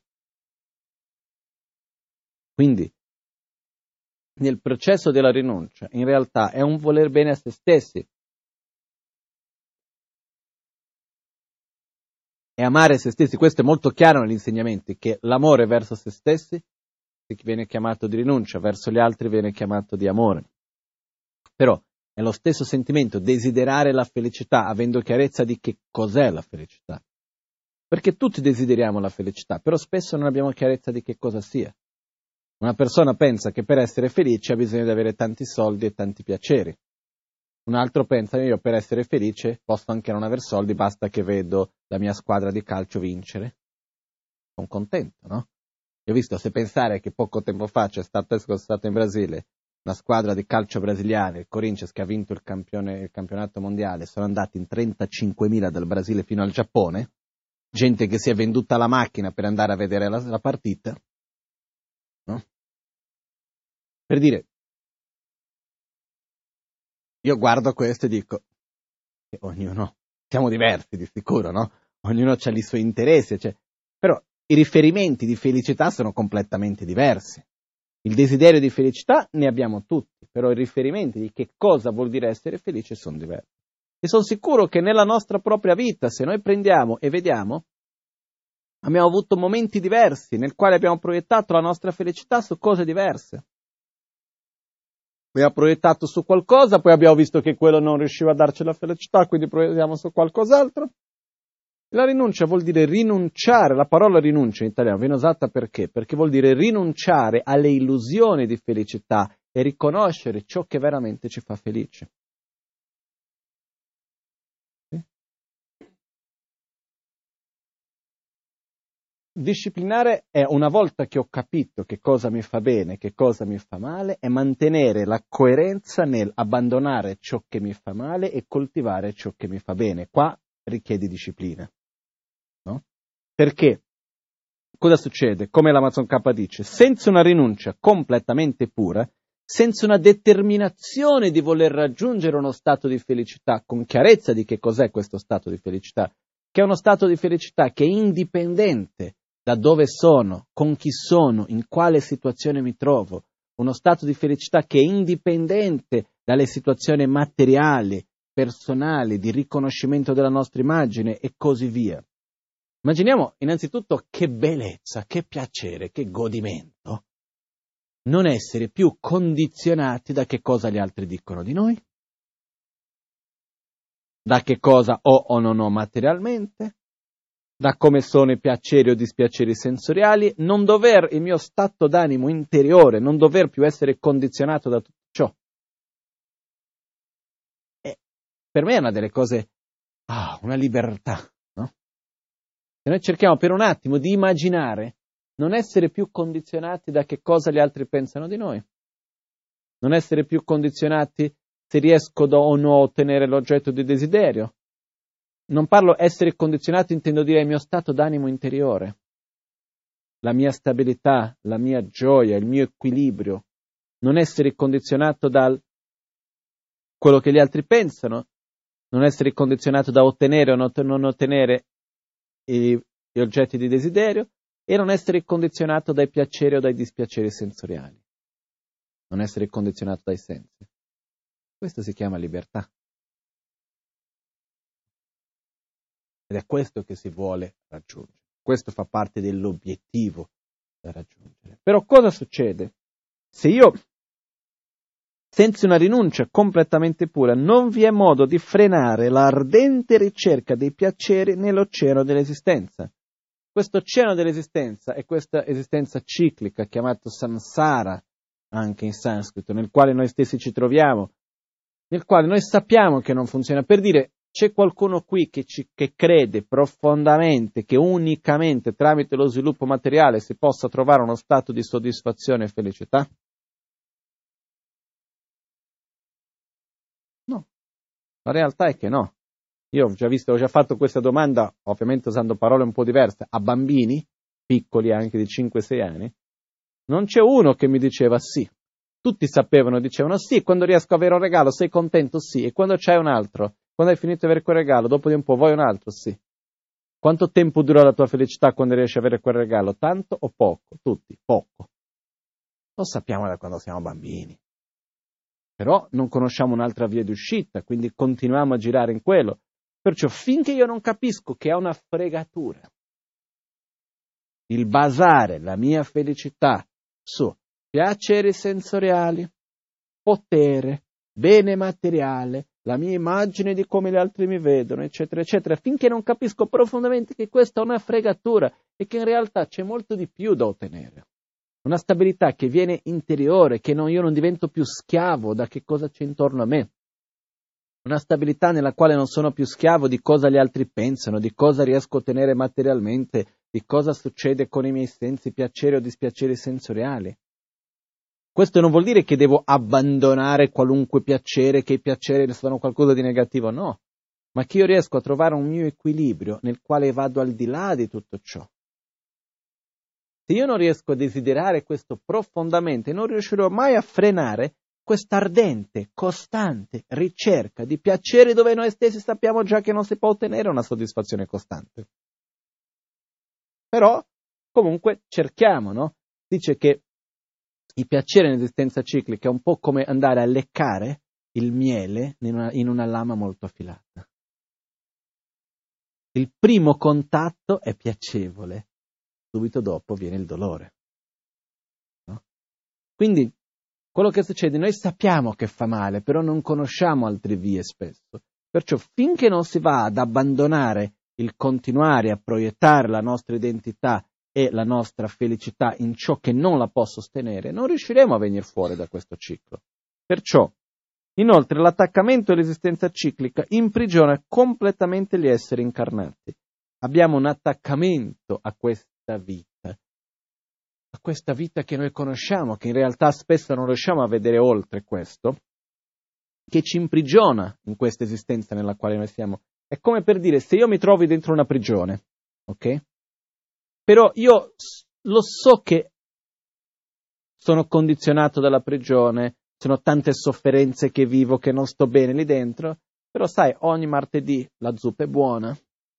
Quindi, nel processo della rinuncia, in realtà è un voler bene a se stessi. E amare se stessi, questo è molto chiaro negli insegnamenti, che l'amore verso se stessi viene chiamato di rinuncia, verso gli altri viene chiamato di amore. Però è lo stesso sentimento, desiderare la felicità, avendo chiarezza di che cos'è la felicità. Perché tutti desideriamo la felicità, però spesso non abbiamo chiarezza di che cosa sia. Una persona pensa che per essere felice ha bisogno di avere tanti soldi e tanti piaceri. Un altro pensa, io per essere felice posso anche non aver soldi, basta che vedo la mia squadra di calcio vincere. Sono contento, no? Io ho visto, se pensare che poco tempo fa c'è stato, sono stato in Brasile, una squadra di calcio brasiliana, il Corinthians, che ha vinto il, campione, il campionato mondiale, sono andati in trentacinquemila dal Brasile fino al Giappone, gente che si è venduta la macchina per andare a vedere la, la partita, no? Per dire, io guardo questo e dico, che ognuno, siamo diversi di sicuro, no? Ognuno ha i suoi interessi, cioè, però i riferimenti di felicità sono completamente diversi. Il desiderio di felicità ne abbiamo tutti, però i riferimenti di che cosa vuol dire essere felice sono diversi. E sono sicuro che nella nostra propria vita, se noi prendiamo e vediamo, abbiamo avuto momenti diversi nel quale abbiamo proiettato la nostra felicità su cose diverse. Abbiamo proiettato su qualcosa, poi abbiamo visto che quello non riusciva a darci la felicità, quindi proiettiamo su qualcos'altro. La rinuncia vuol dire rinunciare, la parola rinuncia in italiano viene usata perché? Perché vuol dire rinunciare alle illusioni di felicità e riconoscere ciò che veramente ci fa felice. Sì? Disciplinare è, una volta che ho capito che cosa mi fa bene, che cosa mi fa male, è mantenere la coerenza nel abbandonare ciò che mi fa male e coltivare ciò che mi fa bene. Qua richiede disciplina. No? Perché cosa succede? Come l'Amazon K dice, senza una rinuncia completamente pura, senza una determinazione di voler raggiungere uno stato di felicità, con chiarezza di che cos'è questo stato di felicità, che è uno stato di felicità che è indipendente da dove sono, con chi sono, in quale situazione mi trovo, uno stato di felicità che è indipendente dalle situazioni materiali, personali, di riconoscimento della nostra immagine e così via. Immaginiamo innanzitutto che bellezza, che piacere, che godimento non essere più condizionati da che cosa gli altri dicono di noi, da che cosa ho o non ho materialmente, da come sono i piaceri o dispiaceri sensoriali, non dover il mio stato d'animo interiore, non dover più essere condizionato da tutto ciò. E per me è una delle cose, ah, una libertà, no? Se noi cerchiamo per un attimo di immaginare non essere più condizionati da che cosa gli altri pensano di noi, non essere più condizionati se riesco o no a ottenere l'oggetto di desiderio. Non parlo essere condizionato, intendo dire il mio stato d'animo interiore, la mia stabilità, la mia gioia, il mio equilibrio, non essere condizionato da quello che gli altri pensano, non essere condizionato da ottenere o non ottenere gli oggetti di desiderio e non essere condizionato dai piaceri o dai dispiaceri sensoriali, non essere condizionato dai sensi. Questo si chiama libertà. Ed è questo che si vuole raggiungere. Questo fa parte dell'obiettivo da raggiungere. Però cosa succede? Se io, senza una rinuncia completamente pura, non vi è modo di frenare l'ardente ricerca dei piaceri nell'oceano dell'esistenza. Questo oceano dell'esistenza è questa esistenza ciclica, chiamata samsara, anche in sanscrito, nel quale noi stessi ci troviamo, nel quale noi sappiamo che non funziona. Per dire, c'è qualcuno qui che, ci, che crede profondamente che unicamente tramite lo sviluppo materiale si possa trovare uno stato di soddisfazione e felicità? No, la realtà è che no. Io ho già visto, ho già fatto questa domanda, ovviamente usando parole un po' diverse, a bambini, piccoli anche di cinque sei anni. Non c'è uno che mi diceva sì. Tutti sapevano, dicevano sì, quando riesco a avere un regalo sei contento? Sì. E quando c'hai un altro? Quando hai finito di avere quel regalo, dopo di un po' vuoi un altro? Sì. Quanto tempo dura la tua felicità quando riesci a avere quel regalo? Tanto o poco? Tutti, poco. Lo sappiamo da quando siamo bambini. Però non conosciamo un'altra via di uscita, quindi continuiamo a girare in quello. Perciò finché io non capisco che è una fregatura il basare la mia felicità su piaceri sensoriali, potere, bene materiale, la mia immagine di come gli altri mi vedono, eccetera, eccetera, finché non capisco profondamente che questa è una fregatura e che in realtà c'è molto di più da ottenere. Una stabilità che viene interiore, che non, io non divento più schiavo da che cosa c'è intorno a me. Una stabilità nella quale non sono più schiavo di cosa gli altri pensano, di cosa riesco a ottenere materialmente, di cosa succede con i miei sensi, piaceri o dispiaceri sensoriali. Questo non vuol dire che devo abbandonare qualunque piacere, che i piaceri sono qualcosa di negativo, no. Ma che io riesco a trovare un mio equilibrio nel quale vado al di là di tutto ciò. Se io non riesco a desiderare questo profondamente, non riuscirò mai a frenare questa ardente, costante ricerca di piacere dove noi stessi sappiamo già che non si può ottenere una soddisfazione costante. Però, comunque, cerchiamo, no? Dice che il piacere in esistenza ciclica è un po' come andare a leccare il miele in una, in una lama molto affilata. Il primo contatto è piacevole, subito dopo viene il dolore. No? Quindi, quello che succede, noi sappiamo che fa male, però non conosciamo altre vie spesso. Perciò finché non si va ad abbandonare il continuare a proiettare la nostra identità e la nostra felicità in ciò che non la può sostenere, non riusciremo a venire fuori da questo ciclo. Perciò, inoltre, l'attaccamento all'esistenza ciclica imprigiona completamente gli esseri incarnati. Abbiamo un attaccamento a questa vita. A questa vita che noi conosciamo, che in realtà spesso non riusciamo a vedere oltre questo, che ci imprigiona in questa esistenza nella quale noi siamo. È come per dire, se io mi trovo dentro una prigione, ok? Però io lo so che sono condizionato dalla prigione, sono tante sofferenze che vivo, che non sto bene lì dentro, però sai, ogni martedì la zuppa è buona.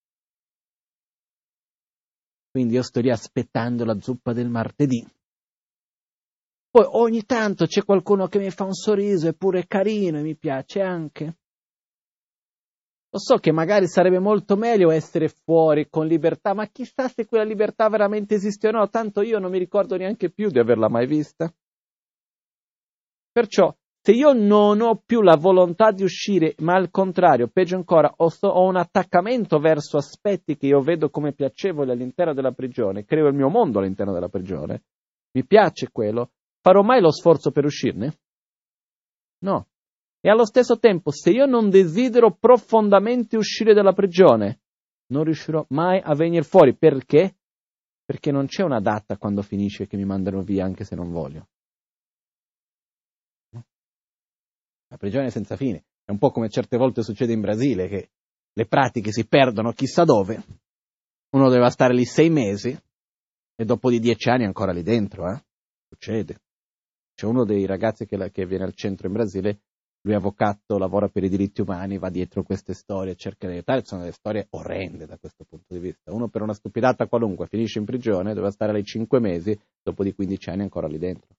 Quindi io sto lì aspettando la zuppa del martedì. Poi ogni tanto c'è qualcuno che mi fa un sorriso, è pure carino e mi piace anche. Lo so che magari sarebbe molto meglio essere fuori con libertà, ma chissà se quella libertà veramente esiste o no, tanto io non mi ricordo neanche più di averla mai vista. Perciò, se io non ho più la volontà di uscire, ma al contrario, peggio ancora, ho, so, ho un attaccamento verso aspetti che io vedo come piacevoli all'interno della prigione, creo il mio mondo all'interno della prigione, mi piace quello, farò mai lo sforzo per uscirne? No. E allo stesso tempo, se io non desidero profondamente uscire dalla prigione, non riuscirò mai a venire fuori. Perché? Perché non c'è una data quando finisce che mi mandano via anche se non voglio. La prigione è senza fine. È un po' come certe volte succede in Brasile, che le pratiche si perdono chissà dove. Uno doveva stare lì sei mesi e dopo di dieci anni è ancora lì dentro. Eh? Succede. C'è uno dei ragazzi che, la, che viene al centro in Brasile. Lui è avvocato, lavora per i diritti umani, va dietro queste storie, cerca di aiutare, sono delle storie orrende da questo punto di vista. Uno per una stupidata qualunque finisce in prigione, doveva stare lì cinque mesi, dopo di quindici anni ancora lì dentro.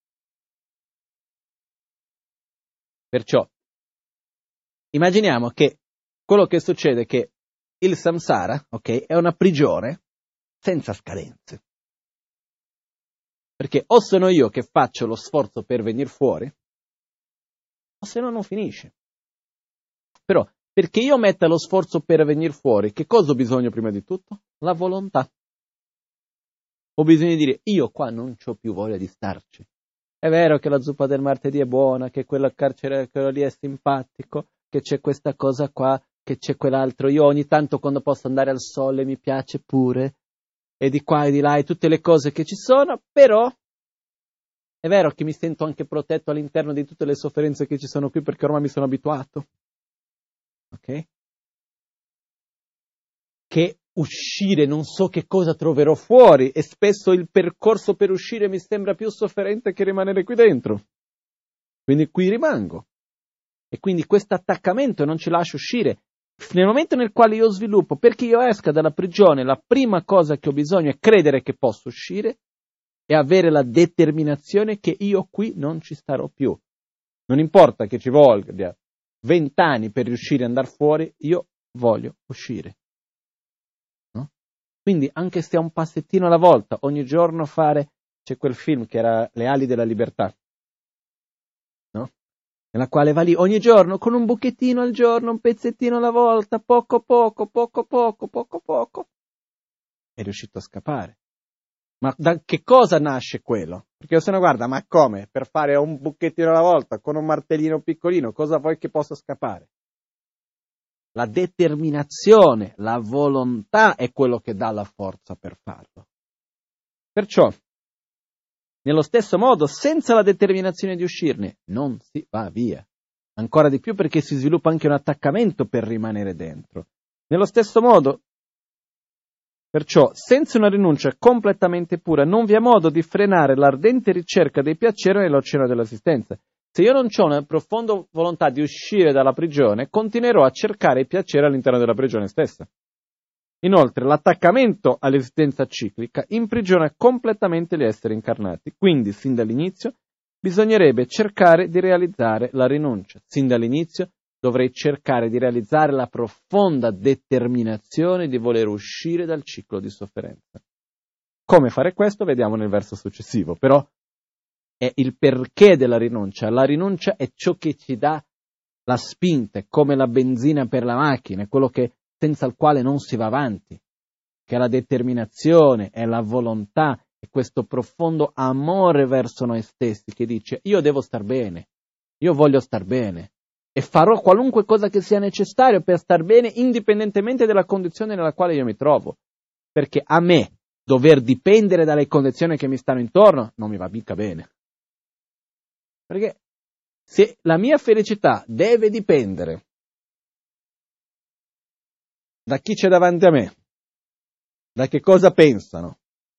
Perciò, immaginiamo che quello che succede è che il samsara, ok, è una prigione senza scadenze. Perché o sono io che faccio lo sforzo per venire fuori, o se no non finisce. Però, perché io metta lo sforzo per venire fuori, che cosa ho bisogno prima di tutto? La volontà. Ho bisogno di dire, io qua non c'ho più voglia di starci. È vero che la zuppa del martedì è buona, che quella carcere, quello lì è simpatico, che c'è questa cosa qua, che c'è quell'altro. Io ogni tanto quando posso andare al sole mi piace pure, e di qua e di là, e tutte le cose che ci sono, però è vero che mi sento anche protetto all'interno di tutte le sofferenze che ci sono qui perché ormai mi sono abituato. Ok? Che uscire non so che cosa troverò fuori e spesso il percorso per uscire mi sembra più sofferente che rimanere qui dentro. Quindi qui rimango. E quindi questo attaccamento non ci lascia uscire. Nel momento nel quale io sviluppo, perché io esca dalla prigione, la prima cosa che ho bisogno è credere che posso uscire e avere la determinazione che io qui non ci starò più. Non importa che ci voglia vent'anni per riuscire ad andare fuori, io voglio uscire. No? Quindi anche se è un passettino alla volta, ogni giorno fare c'è quel film che era Le ali della libertà, no? Nella quale va lì ogni giorno con un buchettino al giorno, un pezzettino alla volta, poco poco, poco poco, poco poco, è riuscito a scappare. Ma da che cosa nasce quello? Perché se no guarda, ma come? Per fare un buchettino alla volta, con un martellino piccolino, cosa vuoi che possa scappare? La determinazione, la volontà è quello che dà la forza per farlo. Perciò, nello stesso modo, senza la determinazione di uscirne, non si va via. Ancora di più perché si sviluppa anche un attaccamento per rimanere dentro. Nello stesso modo, perciò, senza una rinuncia completamente pura, non vi è modo di frenare l'ardente ricerca dei piaceri nell'oceano dell'esistenza. Se io non ho una profonda volontà di uscire dalla prigione, continuerò a cercare i piaceri all'interno della prigione stessa. Inoltre, l'attaccamento all'esistenza ciclica imprigiona completamente gli esseri incarnati. Quindi, sin dall'inizio, bisognerebbe cercare di realizzare la rinuncia. Sin dall'inizio, dovrei cercare di realizzare la profonda determinazione di voler uscire dal ciclo di sofferenza. Come fare questo? Vediamo nel verso successivo, però è il perché della rinuncia. La rinuncia è ciò che ci dà la spinta, è come la benzina per la macchina, è quello che, senza il quale non si va avanti, che è la determinazione, è la volontà, è questo profondo amore verso noi stessi che dice io devo star bene, io voglio star bene e farò qualunque cosa che sia necessario per star bene indipendentemente dalla condizione nella quale io mi trovo, perché a me dover dipendere dalle condizioni che mi stanno intorno non mi va mica bene. Perché se la mia felicità deve dipendere da chi c'è davanti a me, da che cosa pensano,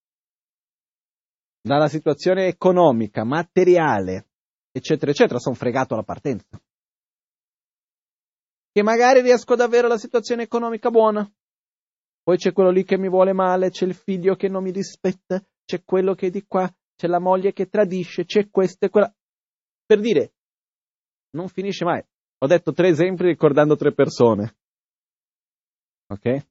dalla situazione economica, materiale, eccetera, eccetera, sono fregato alla partenza. Che magari riesco ad avere la situazione economica buona, poi c'è quello lì che mi vuole male, c'è il figlio che non mi rispetta, c'è quello che è di qua, c'è la moglie che tradisce, c'è questo e quella. Per dire, non finisce mai. Ho detto tre esempi ricordando tre persone. Ok?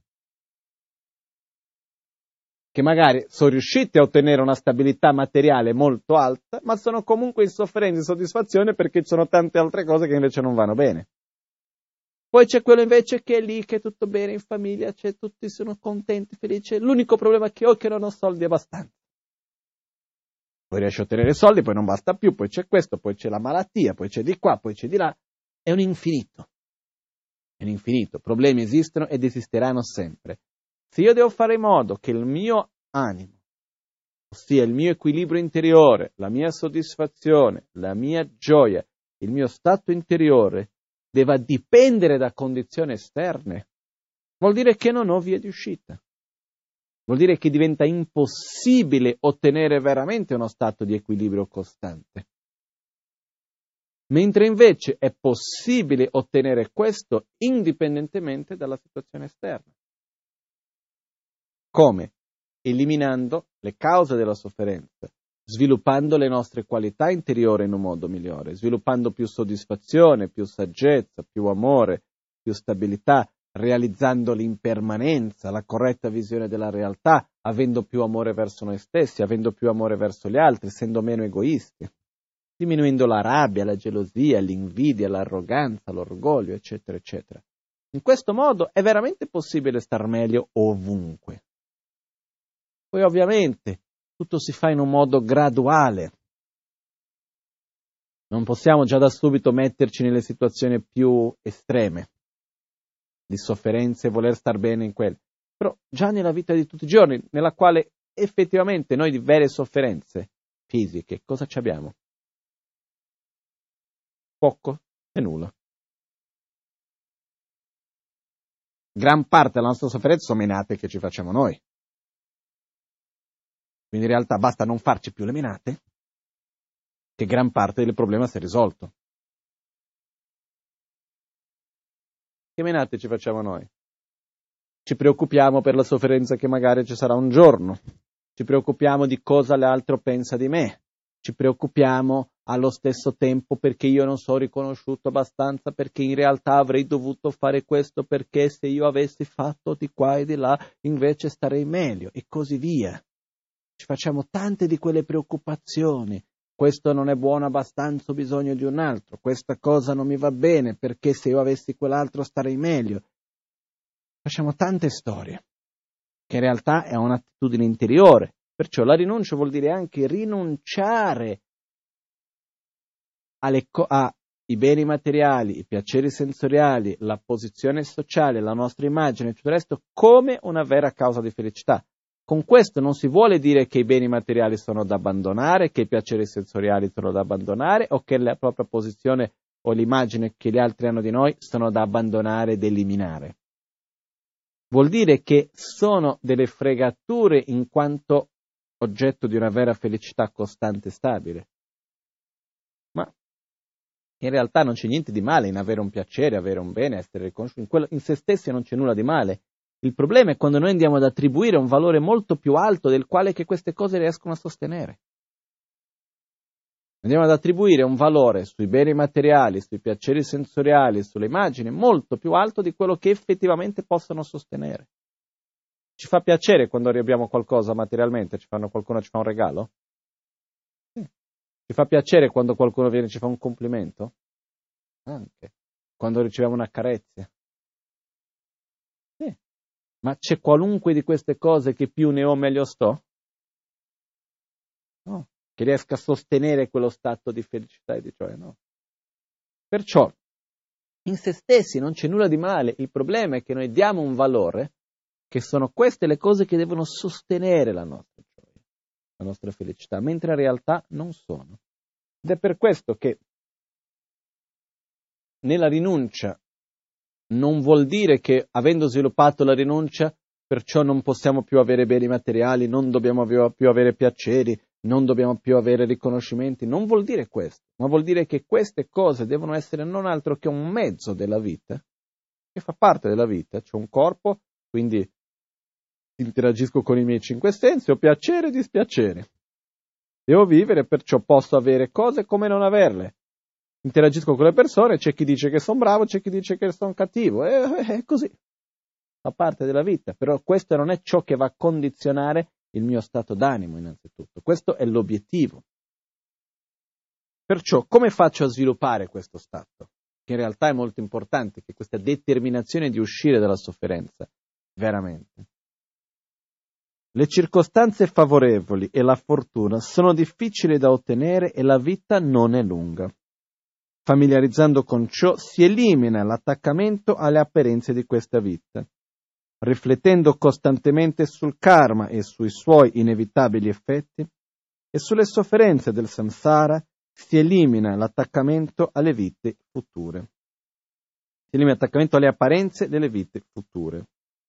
Che magari sono riusciti a ottenere una stabilità materiale molto alta, ma sono comunque in sofferenza e insoddisfazione perché ci sono tante altre cose che invece non vanno bene. Poi c'è quello invece che è lì, che è tutto bene in famiglia, c'è, tutti sono contenti, felici. L'unico problema che ho è che non ho soldi abbastanza. Poi riesci a ottenere soldi, poi non basta più, poi c'è questo, poi c'è la malattia, poi c'è di qua, poi c'è di là. È un infinito. È un infinito. Problemi esistono ed esisteranno sempre. Se io devo fare in modo che il mio animo, ossia il mio equilibrio interiore, la mia soddisfazione, la mia gioia, il mio stato interiore, deve dipendere da condizioni esterne, vuol dire che non ho via di uscita. Vuol dire che diventa impossibile ottenere veramente uno stato di equilibrio costante. Mentre invece è possibile ottenere questo indipendentemente dalla situazione esterna. Come? Eliminando le cause della sofferenza, sviluppando le nostre qualità interiori in un modo migliore, sviluppando più soddisfazione, più saggezza, più amore, più stabilità, realizzando l'impermanenza, la corretta visione della realtà, avendo più amore verso noi stessi, avendo più amore verso gli altri, essendo meno egoisti, diminuendo la rabbia, la gelosia, l'invidia, l'arroganza, l'orgoglio, eccetera, eccetera. In questo modo è veramente possibile star meglio ovunque. Poi ovviamente tutto si fa in un modo graduale. Non possiamo già da subito metterci nelle situazioni più estreme di sofferenze e voler star bene in quelle. Però già nella vita di tutti i giorni, nella quale effettivamente noi di vere sofferenze fisiche, cosa ci abbiamo? Poco e nulla. Gran parte della nostra sofferenza sono menate che ci facciamo noi. Quindi in realtà basta non farci più le menate, che gran parte del problema si è risolto. Che menate ci facciamo noi? Ci preoccupiamo per la sofferenza che magari ci sarà un giorno, ci preoccupiamo di cosa l'altro pensa di me, ci preoccupiamo allo stesso tempo perché io non sono riconosciuto abbastanza, perché in realtà avrei dovuto fare questo, perché se io avessi fatto di qua e di là invece starei meglio, e così via. ci facciamo tante di quelle preoccupazioni. Questo non è buono abbastanza, ho bisogno di un altro. Questa cosa non mi va bene, perché se io avessi quell'altro starei meglio. Facciamo tante storie, che in realtà è un'attitudine interiore. Perciò la rinuncia vuol dire anche rinunciare alle co- ai beni materiali, i piaceri sensoriali, la posizione sociale, la nostra immagine e tutto il resto come una vera causa di felicità. Con questo non si vuole dire che i beni materiali sono da abbandonare, che i piaceri sensoriali sono da abbandonare o che la propria posizione o l'immagine che gli altri hanno di noi sono da abbandonare ed eliminare. Vuol dire che sono delle fregature in quanto oggetto di una vera felicità costante e stabile. Ma in realtà non c'è niente di male in avere un piacere, avere un bene, essere riconosciuti. In, quello, in se stessi non c'è nulla di male. Il problema è quando noi andiamo ad attribuire un valore molto più alto del quale che queste cose riescono a sostenere. Andiamo ad attribuire un valore sui beni materiali, sui piaceri sensoriali, sulle immagini, molto più alto di quello che effettivamente possono sostenere. Ci fa piacere quando abbiamo qualcosa materialmente, ci fanno, qualcuno ci fa un regalo? Sì. Ci fa piacere quando qualcuno viene e ci fa un complimento? Anche. Quando riceviamo una carezza? Sì. Ma c'è qualunque di queste cose che più ne ho meglio sto? No. Che riesca a sostenere quello stato di felicità e di gioia, no. Perciò, in se stessi non c'è nulla di male, il problema è che noi diamo un valore, che sono queste le cose che devono sostenere la nostra gioia, la nostra felicità, mentre in realtà non sono. Ed è per questo che nella rinuncia non vuol dire che, avendo sviluppato la rinuncia, perciò non possiamo più avere beni materiali, non dobbiamo più avere piaceri, non dobbiamo più avere riconoscimenti. Non vuol dire questo, ma vuol dire che queste cose devono essere non altro che un mezzo della vita, che fa parte della vita. C'è un corpo, quindi interagisco con i miei cinque sensi, ho piacere e dispiacere. Devo vivere, perciò posso avere cose come non averle. Interagisco con le persone, c'è chi dice che sono bravo, c'è chi dice che sono cattivo, e è così. Fa parte della vita, però questo non è ciò che va a condizionare il mio stato d'animo, innanzitutto. Questo è l'obiettivo. Perciò, come faccio a sviluppare questo stato? Che in realtà è molto importante, che questa determinazione di uscire dalla sofferenza, veramente. Le circostanze favorevoli e la fortuna sono difficili da ottenere e la vita non è lunga. Familiarizzando con ciò si elimina l'attaccamento alle apparenze di questa vita. Riflettendo costantemente sul karma e sui suoi inevitabili effetti e sulle sofferenze del samsara, si elimina l'attaccamento alle vite future. Si elimina l'attaccamento alle apparenze delle vite future.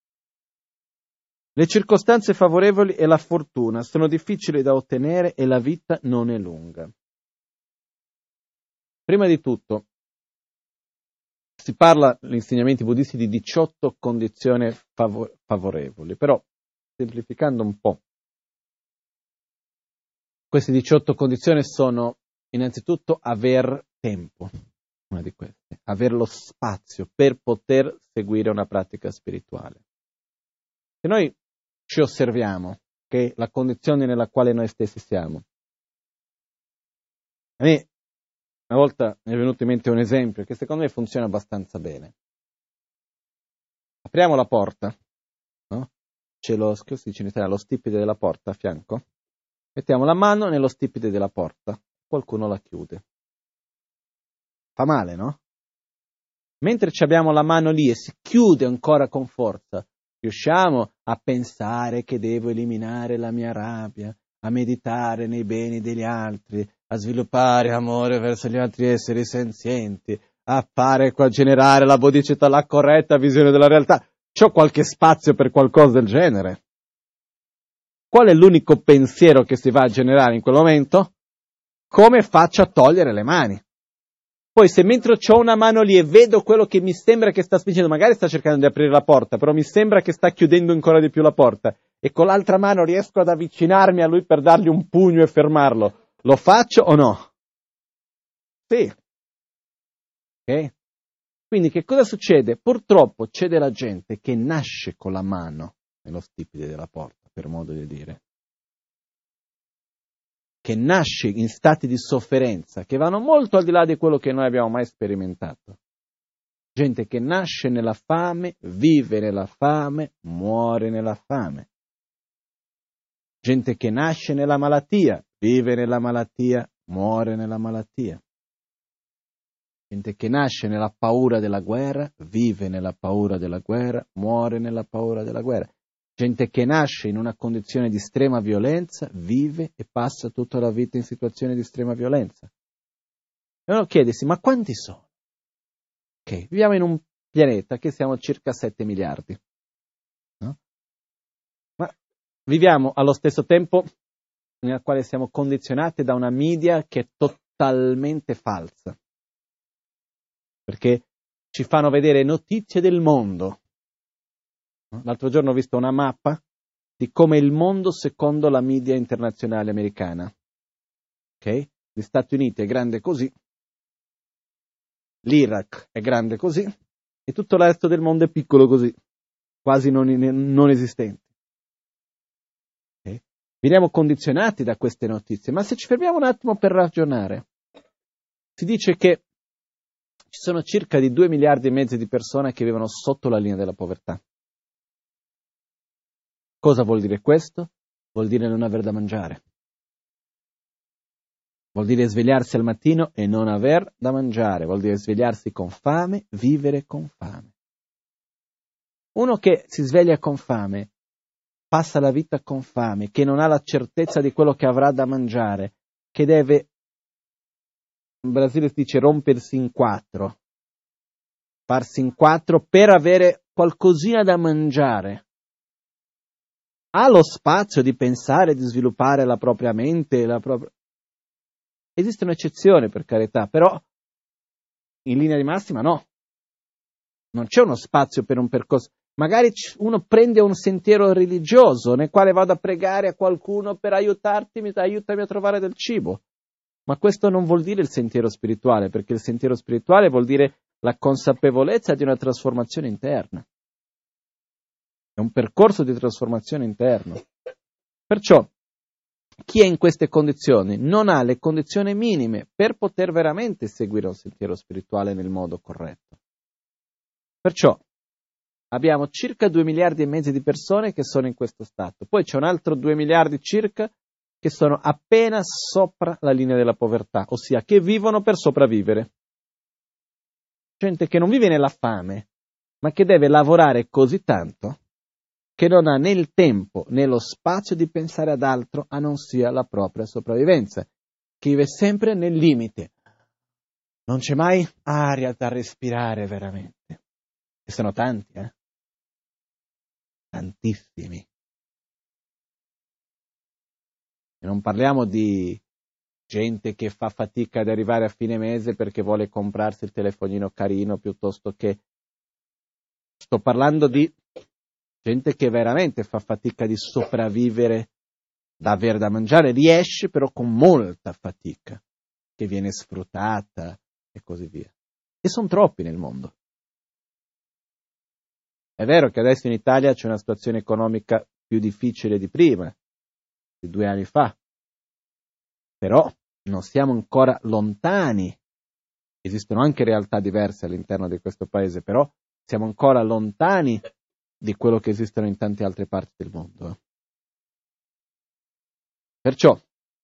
Le circostanze favorevoli e la fortuna sono difficili da ottenere e la vita non è lunga. Prima di tutto, si parla negli insegnamenti buddisti di diciotto condizioni favor- favorevoli, però, semplificando un po', queste diciotto condizioni sono innanzitutto aver tempo, una di queste, aver lo spazio per poter seguire una pratica spirituale. Se noi ci osserviamo, che è la condizione nella quale noi stessi siamo, a me una volta mi è venuto in mente un esempio che secondo me funziona abbastanza bene. Apriamo la porta, no? C'è lo, che si dice in Italia, lo stipite della porta a fianco. Mettiamo la mano nello stipite della porta, qualcuno la chiude. Fa male, no? Mentre ci abbiamo la mano lì e si chiude ancora con forza, riusciamo a pensare che devo eliminare la mia rabbia, a meditare nei beni degli altri, a sviluppare amore verso gli altri esseri senzienti, a fare, a generare la bodhicitta, la corretta visione della realtà. C'ho qualche spazio per qualcosa del genere? Qual è l'unico pensiero che si va a generare in quel momento? Come faccio a togliere le mani? Poi se mentre ho una mano lì e vedo quello che mi sembra che sta spingendo, magari sta cercando di aprire la porta, però mi sembra che sta chiudendo ancora di più la porta, e con l'altra mano riesco ad avvicinarmi a lui per dargli un pugno e fermarlo, lo faccio o no? Sì. Ok? Quindi che cosa succede? Purtroppo c'è della gente che nasce con la mano nello stipite della porta, per modo di dire. che nasce in stati di sofferenza che vanno molto al di là di quello che noi abbiamo mai sperimentato. Gente che nasce nella fame, vive nella fame, muore nella fame. Gente che nasce nella malattia, vive nella malattia, muore nella malattia. Gente che nasce nella paura della guerra, vive nella paura della guerra, muore nella paura della guerra. Gente che nasce in una condizione di estrema violenza, vive e passa tutta la vita in situazioni di estrema violenza. E uno chiedesi, ma quanti sono? Ok, viviamo in un pianeta che siamo circa sette miliardi. No? Ma viviamo allo stesso tempo nella quale siamo condizionati da una media che è totalmente falsa. Perché ci fanno vedere notizie del mondo. L'altro giorno ho visto una mappa di come è il mondo secondo la media internazionale americana. Ok? Gli Stati Uniti è grande così, l'Iraq è grande così, e tutto il resto del mondo è piccolo così, quasi non, non esistente. Okay? Veniamo condizionati da queste notizie, ma se ci fermiamo un attimo per ragionare, si dice che ci sono circa di due miliardi e mezzo di persone che vivono sotto la linea della povertà. Cosa vuol dire questo? Vuol dire non aver da mangiare. Vuol dire svegliarsi al mattino e non aver da mangiare. Vuol dire svegliarsi con fame, vivere con fame. Uno che si sveglia con fame, passa la vita con fame, che non ha la certezza di quello che avrà da mangiare, che deve, in Brasile si dice rompersi in quattro, farsi in quattro per avere qualcosina da mangiare. Ha lo spazio di pensare, di sviluppare la propria mente, la propria... Esistono eccezioni, per carità, però in linea di massima no. Non c'è uno spazio per un percorso. Magari uno prende un sentiero religioso nel quale vado a pregare a qualcuno per aiutarti, aiutami a trovare del cibo. Ma questo non vuol dire il sentiero spirituale, perché il sentiero spirituale vuol dire la consapevolezza di una trasformazione interna. È un percorso di trasformazione interno. Perciò, chi è in queste condizioni non ha le condizioni minime per poter veramente seguire un sentiero spirituale nel modo corretto. Perciò, abbiamo circa due miliardi e mezzo di persone che sono in questo stato. Poi c'è un altro due miliardi circa che sono appena sopra la linea della povertà, ossia che vivono per sopravvivere. Gente che non vive nella fame, ma che deve lavorare così tanto che non ha né il tempo né lo spazio di pensare ad altro a non sia la propria sopravvivenza, che vive sempre nel limite. Non c'è mai aria da respirare veramente. E sono tanti, eh? Tantissimi. E non parliamo di gente che fa fatica ad arrivare a fine mese perché vuole comprarsi il telefonino carino piuttosto che... Sto parlando di gente che veramente fa fatica di sopravvivere, da avere da mangiare, riesce però con molta fatica, che viene sfruttata e così via. E sono troppi nel mondo. È vero che adesso in Italia c'è una situazione economica più difficile di prima, di due anni fa, però non siamo ancora lontani. Esistono anche realtà diverse all'interno di questo paese, però siamo ancora lontani di quello che esistono in tante altre parti del mondo. Perciò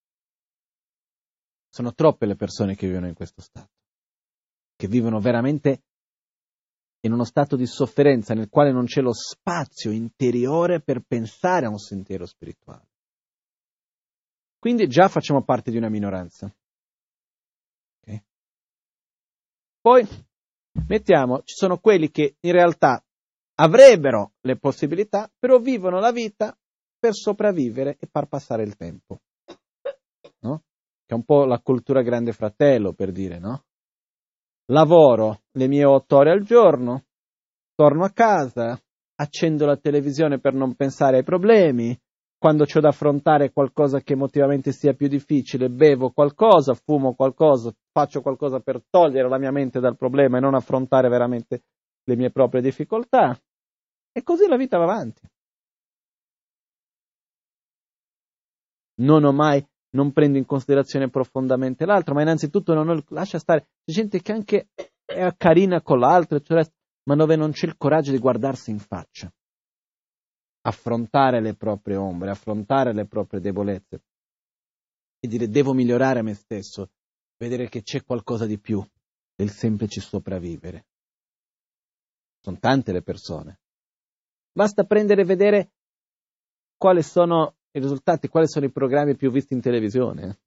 sono troppe le persone che vivono in questo stato, che vivono veramente in uno stato di sofferenza nel quale non c'è lo spazio interiore per pensare a un sentiero spirituale. Quindi già facciamo parte di una minoranza. Okay. Poi mettiamo, ci sono quelli che in realtà avrebbero le possibilità, però vivono la vita per sopravvivere e far passare il tempo. No? Che è un po' la cultura grande fratello, per dire, no? Lavoro le mie otto ore al giorno, torno a casa, accendo la televisione per non pensare ai problemi, quando c'ho da affrontare qualcosa che emotivamente sia più difficile, bevo qualcosa, fumo qualcosa, faccio qualcosa per togliere la mia mente dal problema e non affrontare veramente le mie proprie difficoltà. E così la vita va avanti. Non ho mai non prendo in considerazione profondamente l'altro, ma innanzitutto non ho, lascia stare. C'è gente che anche è carina con l'altro, cioè, ma dove non c'è il coraggio di guardarsi in faccia, affrontare le proprie ombre, affrontare le proprie debolezze e dire devo migliorare me stesso, vedere che c'è qualcosa di più del semplice sopravvivere. Sono tante le persone. Basta prendere e vedere quali sono i risultati, quali sono i programmi più visti in televisione.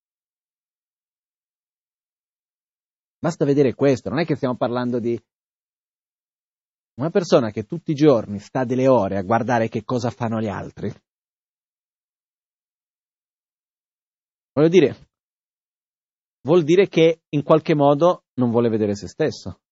Basta vedere questo, non è che stiamo parlando di una persona che tutti i giorni sta delle ore a guardare che cosa fanno gli altri. Voglio dire, vuol dire che in qualche modo non vuole vedere se stesso.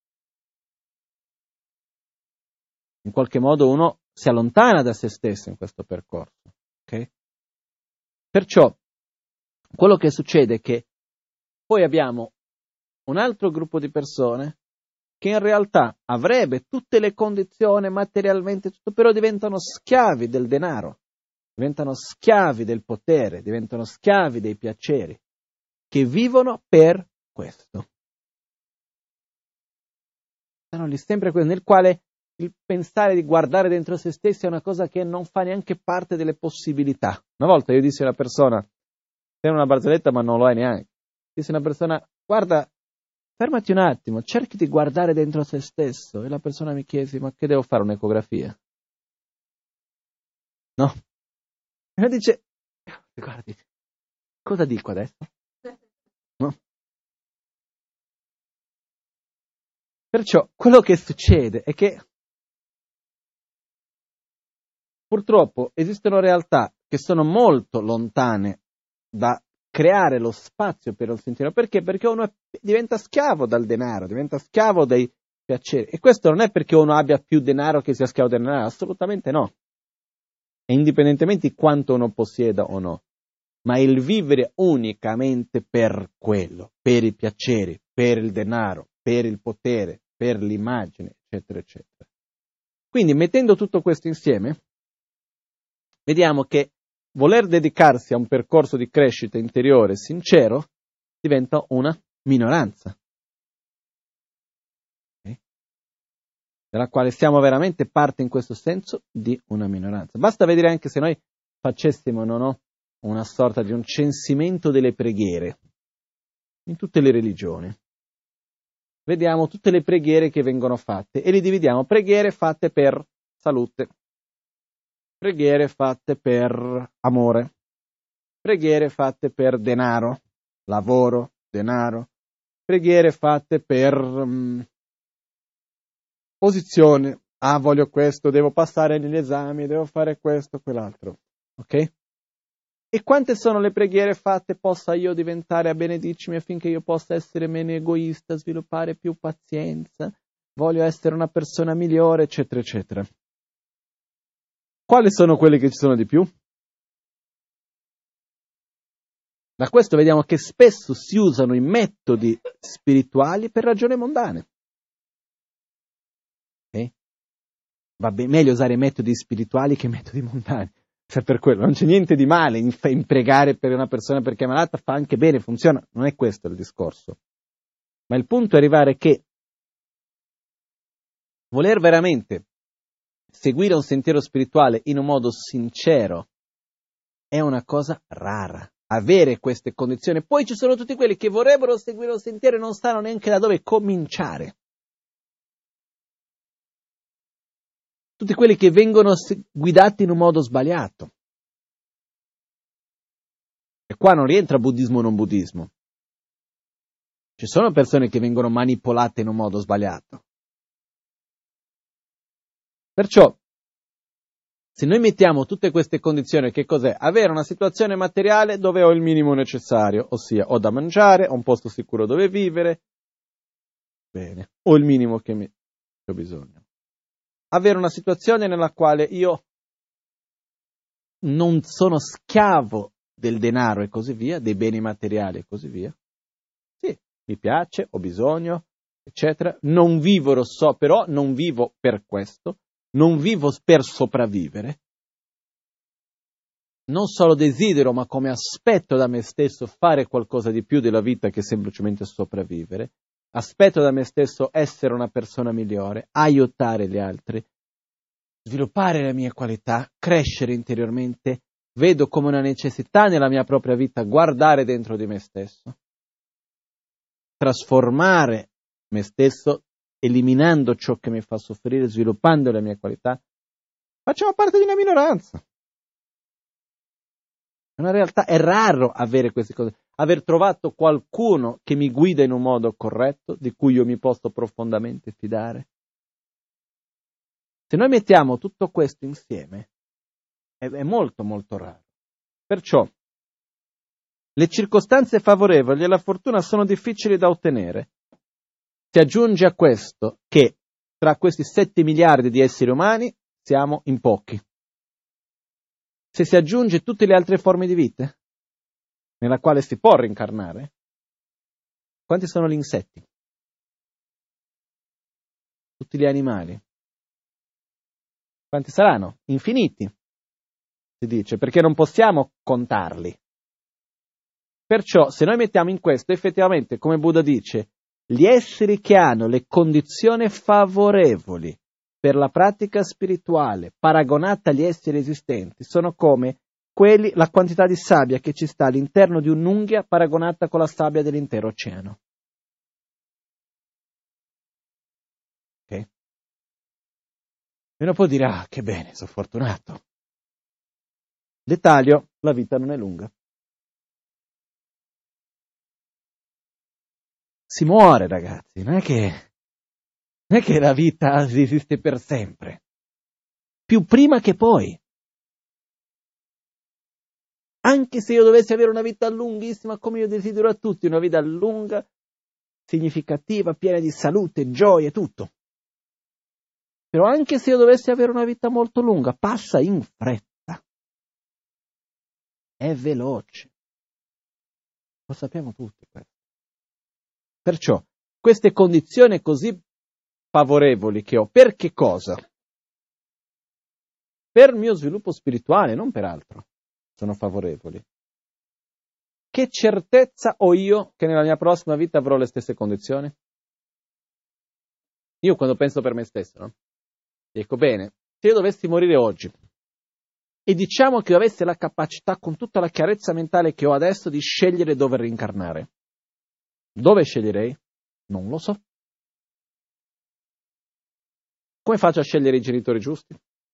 In qualche modo uno si allontana da se stesso in questo percorso. Okay? Perciò, quello che succede è che poi abbiamo un altro gruppo di persone che in realtà avrebbe tutte le condizioni materialmente, tutto, però diventano schiavi del denaro, diventano schiavi del potere, diventano schiavi dei piaceri, che vivono per questo. Stanno lì sempre nel quale il pensare di guardare dentro se stessi è una cosa che non fa neanche parte delle possibilità. Una volta io dissi a una persona, sei una barzelletta ma non lo è neanche, dissi a una persona, guarda, fermati un attimo, cerchi di guardare dentro se stesso. E la persona mi chiese, ma che devo fare, un'ecografia? No? E mi dice, guardi, cosa dico adesso? No? Perciò quello che succede è che purtroppo esistono realtà che sono molto lontane da creare lo spazio per il sentiero. Perché? Perché uno è, diventa schiavo dal denaro, diventa schiavo dei piaceri. E questo non è perché uno abbia più denaro che sia schiavo del denaro, assolutamente no. E indipendentemente di quanto uno possieda o no. Ma il vivere unicamente per quello, per i piaceri, per il denaro, per il potere, per l'immagine, eccetera, eccetera. Quindi, mettendo tutto questo insieme, vediamo che voler dedicarsi a un percorso di crescita interiore sincero diventa una minoranza, okay? Della quale siamo veramente parte in questo senso di una minoranza. Basta vedere anche se noi facessimo, no, no, una sorta di un censimento delle preghiere in tutte le religioni. Vediamo tutte le preghiere che vengono fatte e li dividiamo: preghiere fatte per salute, preghiere fatte per amore, preghiere fatte per denaro, lavoro, denaro, preghiere fatte per um, posizione. Ah, voglio questo, devo passare negli esami, devo fare questo, quell'altro. Ok? E quante sono le preghiere fatte possa io diventare a benedicimi affinché io possa essere meno egoista, sviluppare più pazienza, voglio essere una persona migliore, eccetera, eccetera. Quali sono quelle che ci sono di più? Da questo vediamo che spesso si usano i metodi spirituali per ragioni mondane. Okay? Va bene, meglio usare metodi spirituali che metodi mondani. Cioè, per quello non c'è niente di male in, in pregare per una persona perché è malata, fa anche bene, funziona. Non è questo il discorso. Ma il punto è arrivare che voler veramente seguire un sentiero spirituale in un modo sincero è una cosa rara. Avere queste condizioni. Poi ci sono tutti quelli che vorrebbero seguire un sentiero e non sanno neanche da dove cominciare. Tutti quelli che vengono guidati in un modo sbagliato. E qua non rientra buddismo o non buddismo. Ci sono persone che vengono manipolate in un modo sbagliato. Perciò, se noi mettiamo tutte queste condizioni, che cos'è? Avere una situazione materiale dove ho il minimo necessario, ossia ho da mangiare, ho un posto sicuro dove vivere, bene, ho il minimo che, mi, che ho bisogno. Avere una situazione nella quale io non sono schiavo del denaro e così via, dei beni materiali e così via. Sì, mi piace, ho bisogno, eccetera. Non vivo, so, però non vivo per questo, non vivo per sopravvivere. non solo desidero, ma come aspetto da me stesso fare qualcosa di più della vita che semplicemente sopravvivere, aspetto da me stesso essere una persona migliore, aiutare gli altri, sviluppare le mie qualità, crescere interiormente, vedo come una necessità nella mia propria vita guardare dentro di me stesso, trasformare me stesso, eliminando ciò che mi fa soffrire, sviluppando le mie qualità. Facciamo parte di una minoranza. È una realtà, è raro avere queste cose, aver trovato qualcuno che mi guida in un modo corretto, di cui io mi posso profondamente fidare. Se noi mettiamo tutto questo insieme, è, è molto molto raro. Perciò, le circostanze favorevoli e la fortuna sono difficili da ottenere. Si aggiunge a questo che tra questi sette miliardi di esseri umani siamo in pochi. Se si aggiunge tutte le altre forme di vita, nella quale si può reincarnare, quanti sono gli insetti? Tutti gli animali. Quanti saranno? Infiniti, si dice, perché non possiamo contarli. Perciò, se noi mettiamo in questo, effettivamente, come Buddha dice, gli esseri che hanno le condizioni favorevoli per la pratica spirituale, paragonata agli esseri esistenti, sono come quelli, la quantità di sabbia che ci sta all'interno di un'unghia paragonata con la sabbia dell'intero oceano. Ok? E uno può dire, ah, che bene, sono fortunato. Dettaglio, la vita non è lunga. Si muore, ragazzi, non è che, non è che la vita esiste per sempre. Più prima che poi. Anche se io dovessi avere una vita lunghissima, come io desidero a tutti, una vita lunga, significativa, piena di salute, gioia, tutto. Però anche se io dovessi avere una vita molto lunga, passa in fretta. È veloce. Lo sappiamo tutti questo. Perciò, queste condizioni così favorevoli che ho, per che cosa? Per il mio sviluppo spirituale, non per altro, sono favorevoli. Che certezza ho io che nella mia prossima vita avrò le stesse condizioni? Io quando penso per me stesso, no? Dico, bene, se io dovessi morire oggi, e diciamo che io avessi la capacità, con tutta la chiarezza mentale che ho adesso, di scegliere dove reincarnare, dove sceglierei? Non lo so. Come faccio a scegliere i genitori giusti?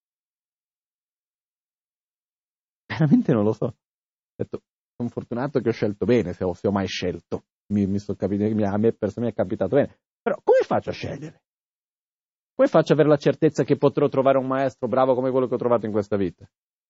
Veramente non lo so. Ho detto, sono fortunato che ho scelto bene, se ho, se ho mai scelto. Mi, mi sto capito, a me per me è capitato bene. Però come faccio a scegliere? Come faccio ad avere la certezza che potrò trovare un maestro bravo come quello che ho trovato in questa vita?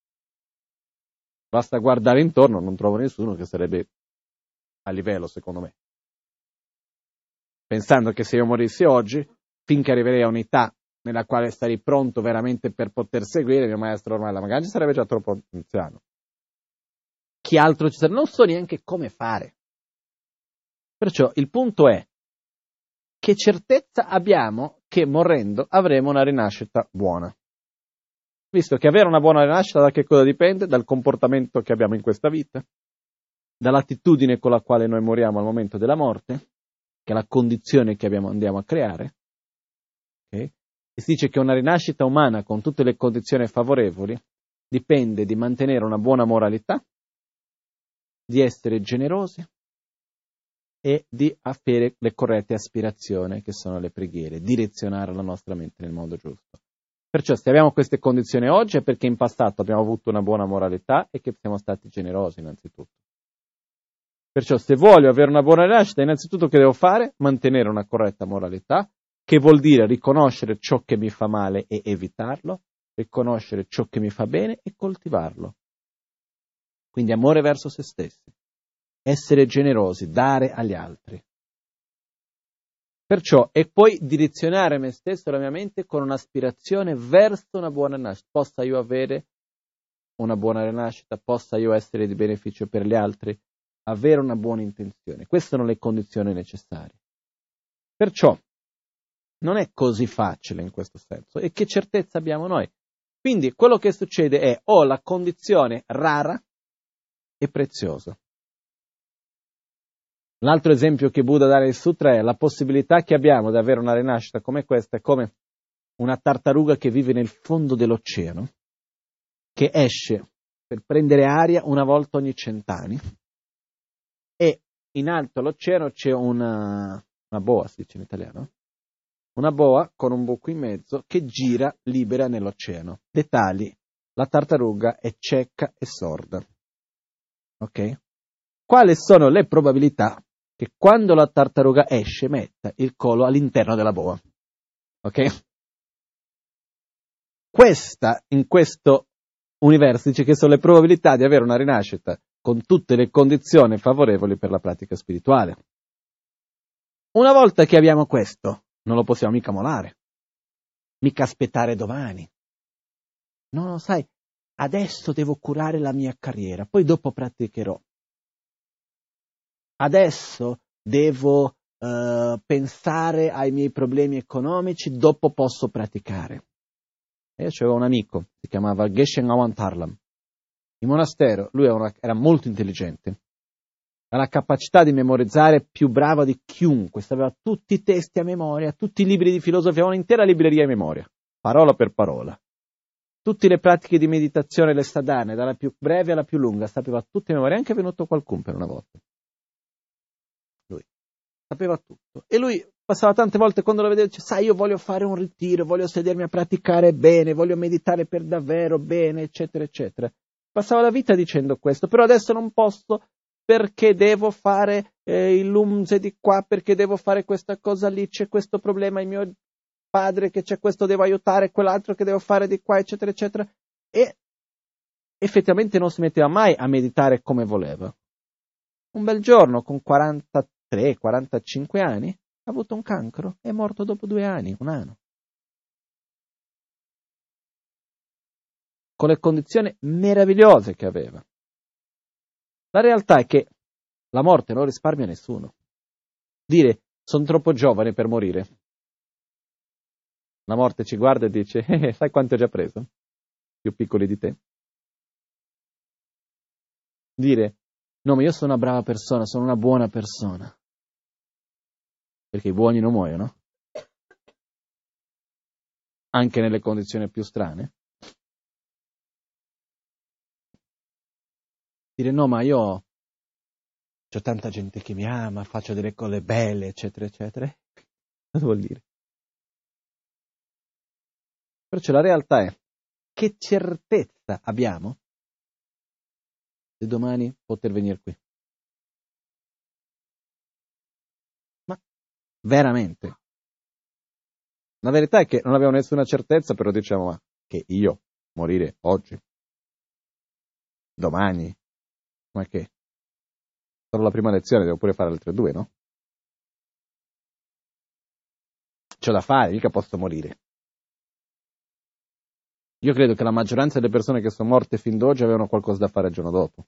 Basta guardare intorno, non trovo nessuno che sarebbe a livello, secondo me. Pensando che se io morissi oggi, finché arriverei a un'età nella quale sarei pronto veramente per poter seguire il mio maestro ormai, magari sarebbe già troppo anziano. Chi altro ci sarebbe? Non so neanche come fare. Perciò il punto è, che certezza abbiamo che morendo avremo una rinascita buona? Visto che avere una buona rinascita da che cosa dipende? Dal comportamento che abbiamo in questa vita, dall'attitudine con la quale noi moriamo al momento della morte, che è la condizione che abbiamo, andiamo a creare. Okay? E si dice che una rinascita umana con tutte le condizioni favorevoli dipende di mantenere una buona moralità, di essere generosi e di avere le corrette aspirazioni, che sono le preghiere, direzionare la nostra mente nel modo giusto. Perciò se abbiamo queste condizioni oggi è perché in passato abbiamo avuto una buona moralità e che siamo stati generosi innanzitutto. Perciò se voglio avere una buona rinascita, innanzitutto che devo fare? Mantenere una corretta moralità, che vuol dire riconoscere ciò che mi fa male e evitarlo, riconoscere ciò che mi fa bene e coltivarlo. Quindi amore verso se stessi, essere generosi, dare agli altri. Perciò, e poi direzionare me stesso e la mia mente con un'aspirazione verso una buona rinascita. Possa io avere una buona rinascita, possa io essere di beneficio per gli altri, avere una buona intenzione. Queste sono le condizioni necessarie. Perciò, non è così facile in questo senso. E che certezza abbiamo noi? Quindi quello che succede è ho la condizione rara e preziosa. L'altro esempio che Buddha dà nel sutra è la possibilità che abbiamo di avere una rinascita come questa, è come una tartaruga che vive nel fondo dell'oceano, che esce per prendere aria una volta ogni cent'anni, e in alto all'oceano c'è una, una boa, si dice in italiano, una boa con un buco in mezzo che gira libera nell'oceano. Dettagli, la tartaruga è cieca e sorda. Ok? Quali sono le probabilità che quando la tartaruga esce metta il collo all'interno della boa? Ok? Questa, in questo universo, dice che sono le probabilità di avere una rinascita con tutte le condizioni favorevoli per la pratica spirituale. Una volta che abbiamo questo, non lo possiamo mica molare, mica aspettare domani. No, no, sai, adesso devo curare la mia carriera, poi dopo praticherò. Adesso devo uh, pensare ai miei problemi economici, dopo posso praticare. E io c'avevo un amico, si chiamava Geshen Awantarlam. In monastero, lui era, una, era molto intelligente, ha la capacità di memorizzare più brava di chiunque, sapeva tutti i testi a memoria, tutti i libri di filosofia, un'intera libreria a memoria, parola per parola. Tutte le pratiche di meditazione, le sadhane, dalla più breve alla più lunga, sapeva tutte a memoria, è anche venuto qualcuno per una volta. Lui sapeva tutto. E lui passava tante volte quando lo vedevo, dice, sai, io voglio fare un ritiro, voglio sedermi a praticare bene, voglio meditare per davvero bene, eccetera, eccetera. Passava la vita dicendo questo, però adesso non posso perché devo fare eh, il lumse di qua, perché devo fare questa cosa lì, c'è questo problema, il mio padre che c'è questo, devo aiutare, quell'altro che devo fare di qua, eccetera, eccetera. E effettivamente non si metteva mai a meditare come voleva. Un bel giorno, con quarantatré quarantacinque anni, ha avuto un cancro, è morto dopo due anni, un anno. Con le condizioni meravigliose che aveva. La realtà è che la morte non risparmia nessuno. Dire, sono troppo giovane per morire. La morte ci guarda e dice, eh, sai quanto ho già preso? Più piccoli di te. Dire, no, ma io sono una brava persona, sono una buona persona. Perché i buoni non muoiono. Anche nelle condizioni più strane. Dire, no, ma io c'ho tanta gente che mi ama, faccio delle cose belle, eccetera, eccetera. Cosa vuol dire? Perciò la realtà è, che certezza abbiamo di domani poter venire qui? Ma veramente? La verità è che non abbiamo nessuna certezza, però diciamo, ma che io morire oggi, domani, ma che? Solo la prima lezione, devo pure fare le altre due, no? C'ho da fare, mica posso morire. Io credo che la maggioranza delle persone che sono morte fin d'oggi avevano qualcosa da fare il giorno dopo.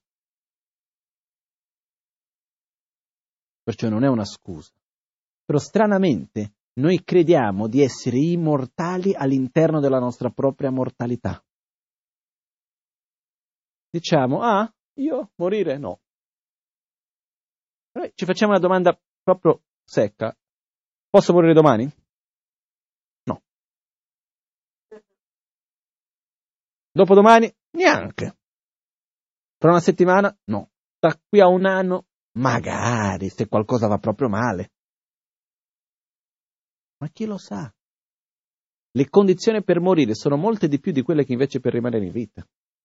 Perciò non è una scusa. Però stranamente noi crediamo di essere immortali all'interno della nostra propria mortalità. Diciamo, ah, io morire? No. Noi ci facciamo una domanda proprio secca. Posso morire domani? No. Dopodomani? Neanche. Tra una settimana? No. Da qui a un anno? Magari, se qualcosa va proprio male. Ma chi lo sa? Le condizioni per morire sono molte di più di quelle che invece per rimanere in vita.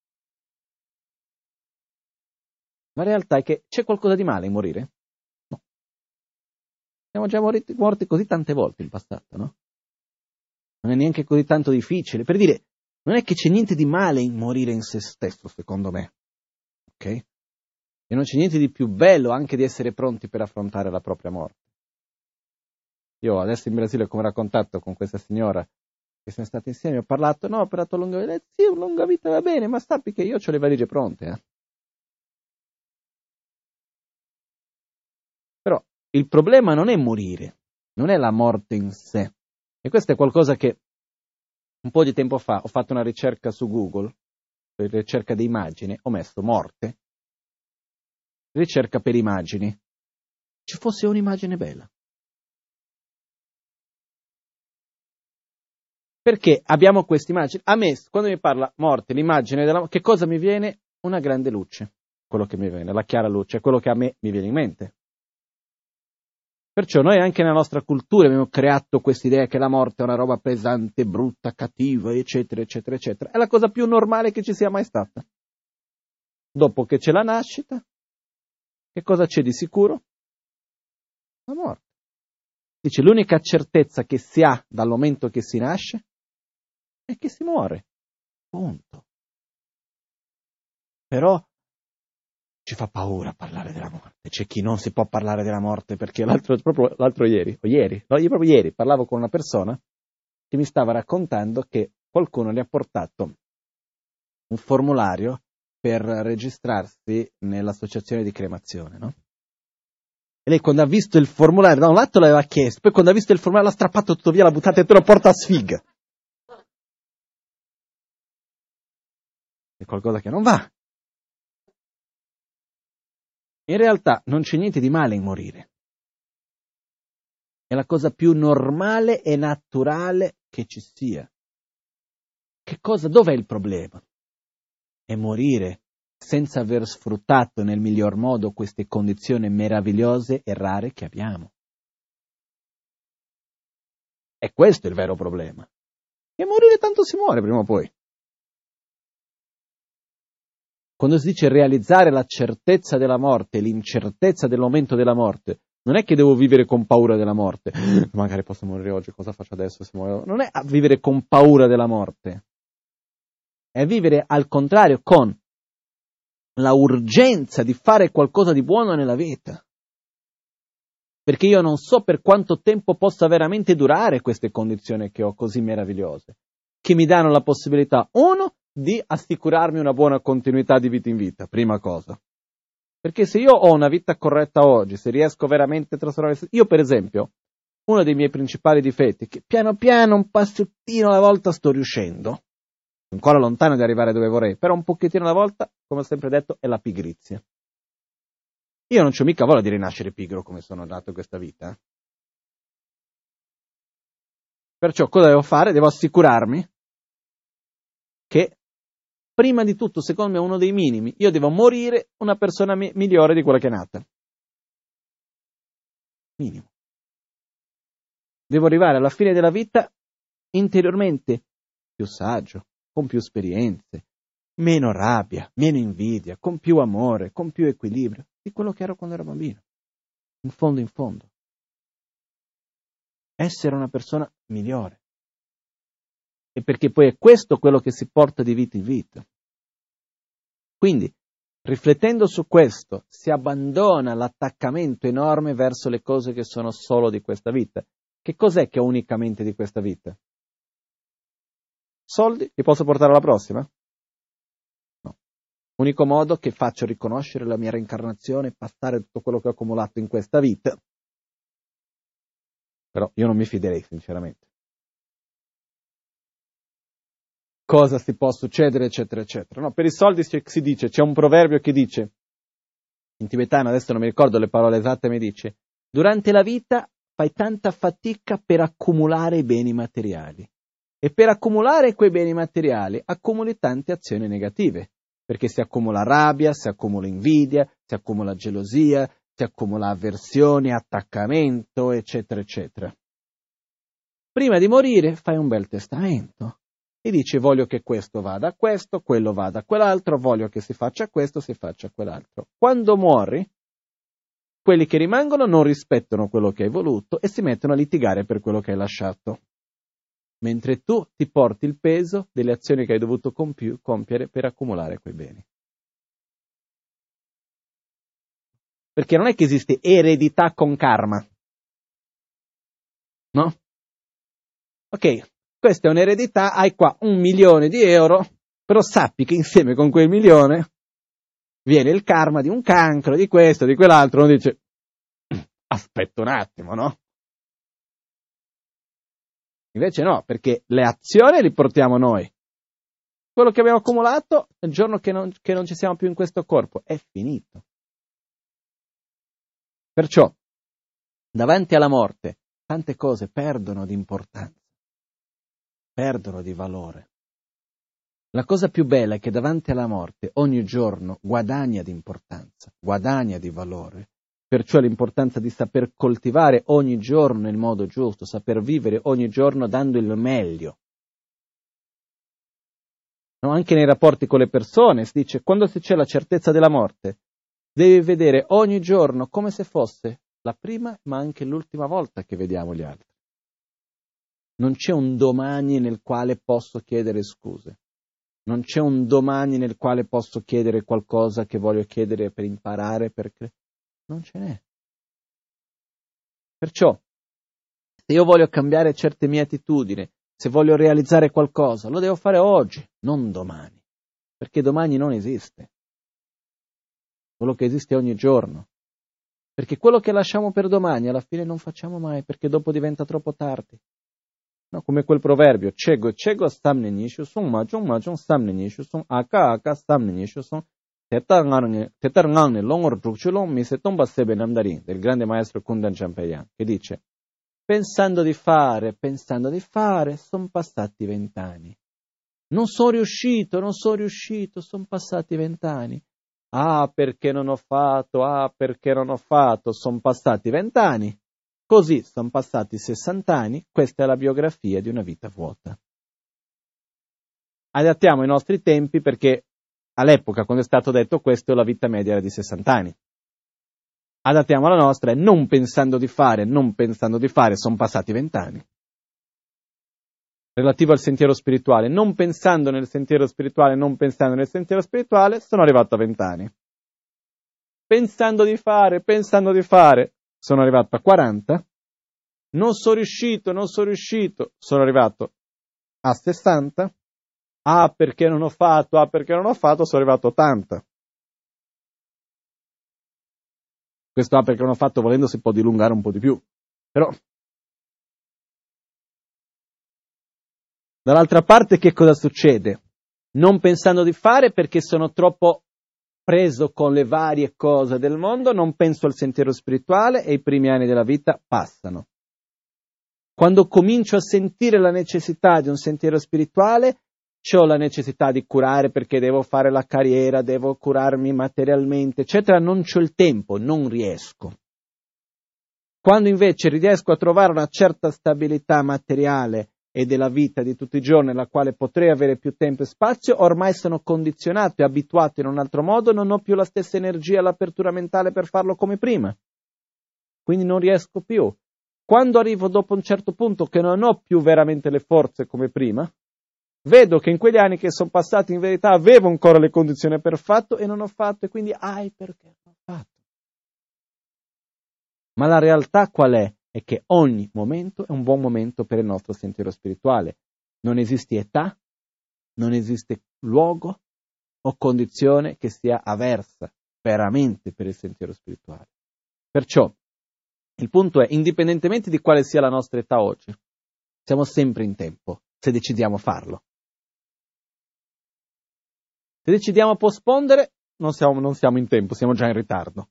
La realtà è che c'è qualcosa di male in morire? No. Siamo già morti, morti così tante volte in passato, no? Non è neanche così tanto difficile. Per dire, non è che c'è niente di male in morire in se stesso, secondo me. Ok? E non c'è niente di più bello anche di essere pronti per affrontare la propria morte. Io adesso in Brasile ho come raccontato con questa signora che siamo stati insieme, ho parlato, no, ho operato lunga vita, sì, lunga vita va bene, ma sappi che io ho le valigie pronte, eh. Però il problema non è morire, non è la morte in sé. E questo è qualcosa che Un po' di tempo fa ho fatto una ricerca su Google, per ricerca di immagini, ho messo morte, ricerca per immagini. Ci fosse un'immagine bella. Perché abbiamo questa immagine? A me, quando mi parla morte, l'immagine della morte, che cosa mi viene? Una grande luce. Quello che mi viene, la chiara luce, è quello che a me mi viene in mente. Perciò noi anche nella nostra cultura abbiamo creato quest'idea che la morte è una roba pesante, brutta, cattiva, eccetera, eccetera, eccetera. È la cosa più normale che ci sia mai stata. Dopo che c'è la nascita, che cosa c'è di sicuro? La morte. Dice, l'unica certezza che si ha dal momento che si nasce è che si muore. Punto. Però ci fa paura parlare della morte. C'è chi non si può parlare della morte perché l'altro, proprio l'altro ieri, o ieri, no, io proprio ieri parlavo con una persona che mi stava raccontando che qualcuno le ha portato un formulario per registrarsi nell'associazione di cremazione, no? E lei quando ha visto il formulario, da un lato l'aveva chiesto, poi quando ha visto il formulario l'ha strappato tutto via, l'ha buttato e te lo porta a sfiga. È qualcosa che non va. In realtà non c'è niente di male in morire. È la cosa più normale e naturale che ci sia. Che cosa, dov'è il problema? È morire senza aver sfruttato nel miglior modo queste condizioni meravigliose e rare che abbiamo. E questo è il vero problema. E morire tanto si muore prima o poi. Quando si dice realizzare la certezza della morte, l'incertezza del momento della morte, non è che devo vivere con paura della morte. Magari posso morire oggi, cosa faccio adesso se muoio? Non è vivere con paura della morte. È vivere al contrario con la urgenza di fare qualcosa di buono nella vita. Perché io non so per quanto tempo possa veramente durare queste condizioni che ho così meravigliose, che mi danno la possibilità, uno, di assicurarmi una buona continuità di vita in vita, prima cosa. Perché se io ho una vita corretta oggi, se riesco veramente a trasformare... Io, per esempio, uno dei miei principali difetti, che piano piano, un passettino alla volta sto riuscendo, ancora lontano di arrivare dove vorrei, però un pochettino alla volta, come ho sempre detto, è la pigrizia. Io non c'ho mica voglia di rinascere pigro come sono nato in questa vita. Eh? Perciò cosa devo fare? Devo assicurarmi che, prima di tutto, secondo me, uno dei minimi, io devo morire una persona mi- migliore di quella che è nata. Minimo. Devo arrivare alla fine della vita interiormente più saggio, con più esperienze, meno rabbia, meno invidia, con più amore, con più equilibrio di quello che ero quando ero bambino. In fondo, in fondo. Essere una persona migliore. E perché poi è questo quello che si porta di vita in vita. Quindi, riflettendo su questo, si abbandona l'attaccamento enorme verso le cose che sono solo di questa vita. Che cos'è che è unicamente di questa vita? Soldi? Li posso portare alla prossima? No. Unico modo che faccio riconoscere la mia reincarnazione, passare tutto quello che ho accumulato in questa vita. Però io non mi fiderei, sinceramente. Cosa si può succedere, eccetera, eccetera. No, per i soldi si, si dice, c'è un proverbio che dice, in tibetano, adesso non mi ricordo le parole esatte, mi dice, durante la vita fai tanta fatica per accumulare i beni materiali. E per accumulare quei beni materiali accumuli tante azioni negative, perché si accumula rabbia, si accumula invidia, si accumula gelosia, si accumula avversione, attaccamento, eccetera, eccetera. Prima di morire fai un bel testamento e dici voglio che questo vada a questo, quello vada a quell'altro, voglio che si faccia questo, si faccia quell'altro. Quando muori, quelli che rimangono non rispettano quello che hai voluto e si mettono a litigare per quello che hai lasciato. Mentre tu ti porti il peso delle azioni che hai dovuto compi- compiere per accumulare quei beni. Perché non è che esiste eredità con karma. No? Ok, questa è un'eredità, hai qua un milione di euro, però sappi che insieme con quel milione viene il karma di un cancro, di questo, di quell'altro, uno dice, aspetta un attimo, no? Invece no, perché le azioni le portiamo noi. Quello che abbiamo accumulato, il giorno che non, che non ci siamo più in questo corpo, è finito. Perciò, davanti alla morte, tante cose perdono di importanza, perdono di valore. La cosa più bella è che davanti alla morte ogni giorno guadagna di importanza, guadagna di valore. Perciò l'importanza di saper coltivare ogni giorno nel modo giusto, saper vivere ogni giorno dando il meglio. No, anche nei rapporti con le persone si dice, quando c'è la certezza della morte, devi vedere ogni giorno come se fosse la prima ma anche l'ultima volta che vediamo gli altri. Non c'è un domani nel quale posso chiedere scuse. Non c'è un domani nel quale posso chiedere qualcosa che voglio chiedere per imparare, perché non ce n'è. Perciò, se io voglio cambiare certe mie attitudini, se voglio realizzare qualcosa, lo devo fare oggi, non domani, perché domani non esiste. Quello che esiste ogni giorno. Perché quello che lasciamo per domani alla fine non facciamo mai, perché dopo diventa troppo tardi. No, come quel proverbio, cego cego stamne nishu sung majung majung stamne nishu sung aka aka stamne nishu sung tetar ngangne longor drukchulong mi se tomba sebe namdarin, del grande maestro Kundan Champayan, che dice, pensando di fare, pensando di fare, sono passati vent'anni. Non sono riuscito, non sono riuscito, sono passati vent'anni. Ah, perché non ho fatto, ah, perché non ho fatto, sono passati vent'anni. Così sono passati sessant'anni, questa è la biografia di una vita vuota. Adattiamo i nostri tempi perché all'epoca, quando è stato detto questo, la vita media era di sessant'anni. Adattiamo la nostra e non pensando di fare, non pensando di fare, sono passati vent'anni. Relativo al sentiero spirituale, non pensando nel sentiero spirituale, non pensando nel sentiero spirituale, sono arrivato a vent'anni. Pensando di fare, pensando di fare, sono arrivato a quaranta, non sono riuscito, non sono riuscito, sono arrivato a sessanta, ah perché non ho fatto, ah perché non ho fatto, sono arrivato a ottanta. Questo ah perché non ho fatto volendo si può dilungare un po' di più, però dall'altra parte che cosa succede? Non pensando di fare perché sono troppo preso con le varie cose del mondo, non penso al sentiero spirituale e i primi anni della vita passano. Quando comincio a sentire la necessità di un sentiero spirituale, ho la necessità di curare perché devo fare la carriera, devo curarmi materialmente, eccetera, non c'ho il tempo, non riesco. Quando invece riesco a trovare una certa stabilità materiale e della vita di tutti i giorni nella quale potrei avere più tempo e spazio, ormai sono condizionato e abituato in un altro modo, non ho più la stessa energia e l'apertura mentale per farlo come prima. Quindi non riesco più. Quando arrivo dopo un certo punto che non ho più veramente le forze come prima, vedo che in quegli anni che sono passati in verità avevo ancora le condizioni per fatto e non ho fatto, e quindi ai perché non ho fatto. Ma la realtà qual è? È che ogni momento è un buon momento per il nostro sentiero spirituale. Non esiste età, non esiste luogo o condizione che sia avversa veramente per il sentiero spirituale. Perciò il punto è, indipendentemente di quale sia la nostra età oggi, siamo sempre in tempo, se decidiamo farlo. Se decidiamo pospondere, non siamo, non siamo in tempo, siamo già in ritardo.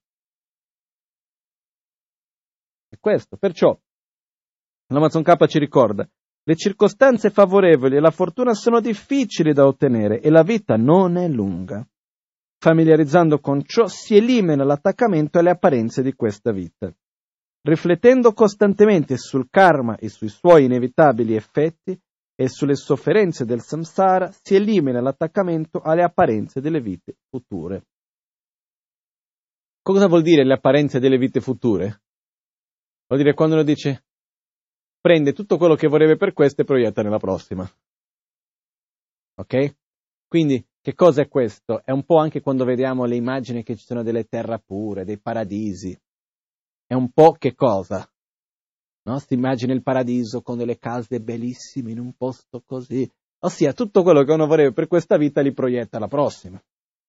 È questo, perciò l'Amazon K ci ricorda, le circostanze favorevoli e la fortuna sono difficili da ottenere e la vita non è lunga. Familiarizzando con ciò si elimina l'attaccamento alle apparenze di questa vita. Riflettendo costantemente sul karma e sui suoi inevitabili effetti e sulle sofferenze del samsara, si elimina l'attaccamento alle apparenze delle vite future. Cosa vuol dire le apparenze delle vite future? Vuol dire quando uno dice, prende tutto quello che vorrebbe per questo e proietta nella prossima. Ok? Quindi, che cosa è questo? È un po' anche quando vediamo le immagini che ci sono delle terre pure, dei paradisi. È un po' che cosa? No? Si immagina il paradiso con delle case bellissime in un posto così. Ossia, tutto quello che uno vorrebbe per questa vita li proietta alla prossima.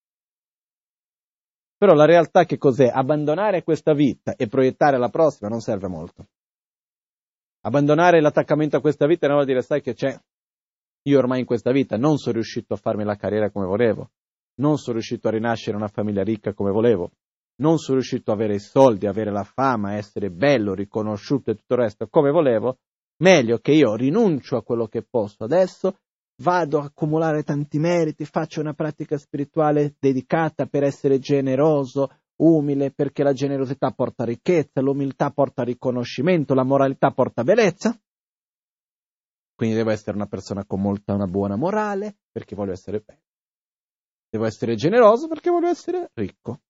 Però la realtà che cos'è? Abbandonare questa vita e proiettare la prossima non serve molto. Abbandonare l'attaccamento a questa vita non vuol dire, sai che c'è, io ormai in questa vita non sono riuscito a farmi la carriera come volevo, non sono riuscito a rinascere in una famiglia ricca come volevo, non sono riuscito ad avere i soldi, avere la fama, essere bello, riconosciuto e tutto il resto come volevo, meglio che io rinuncio a quello che posso adesso, vado a accumulare tanti meriti, faccio una pratica spirituale dedicata per essere generoso, umile, perché la generosità porta ricchezza, l'umiltà porta riconoscimento, la moralità porta bellezza. Quindi devo essere una persona con molta, una buona morale, perché voglio essere bello. Devo essere generoso perché voglio essere ricco.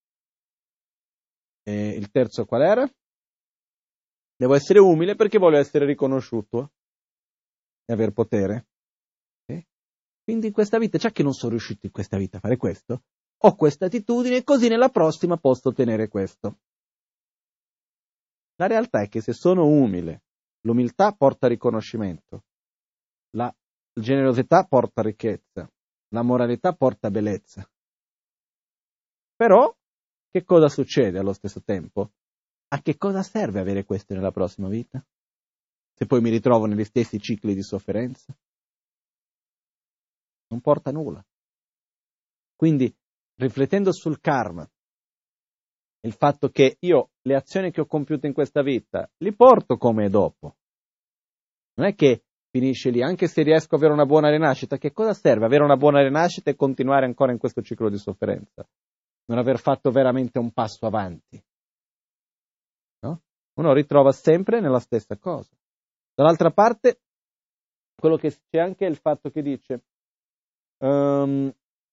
E il terzo qual era? Devo essere umile perché voglio essere riconosciuto e aver potere. Okay? Quindi in questa vita, già che non sono riuscito in questa vita a fare questo, ho questa attitudine, così nella prossima posso ottenere questo. La realtà è che se sono umile, l'umiltà porta riconoscimento, la generosità porta ricchezza, la moralità porta bellezza. Però, che cosa succede allo stesso tempo? A che cosa serve avere questo nella prossima vita? Se poi mi ritrovo negli stessi cicli di sofferenza? Non porta a nulla. Quindi, riflettendo sul karma, il fatto che io le azioni che ho compiuto in questa vita li porto come dopo. Non è che finisce lì, anche se riesco ad avere una buona rinascita, che cosa serve avere una buona rinascita e continuare ancora in questo ciclo di sofferenza? Non aver fatto veramente un passo avanti. No? Uno ritrova sempre nella stessa cosa. Dall'altra parte, quello che c'è anche è il fatto che dice um,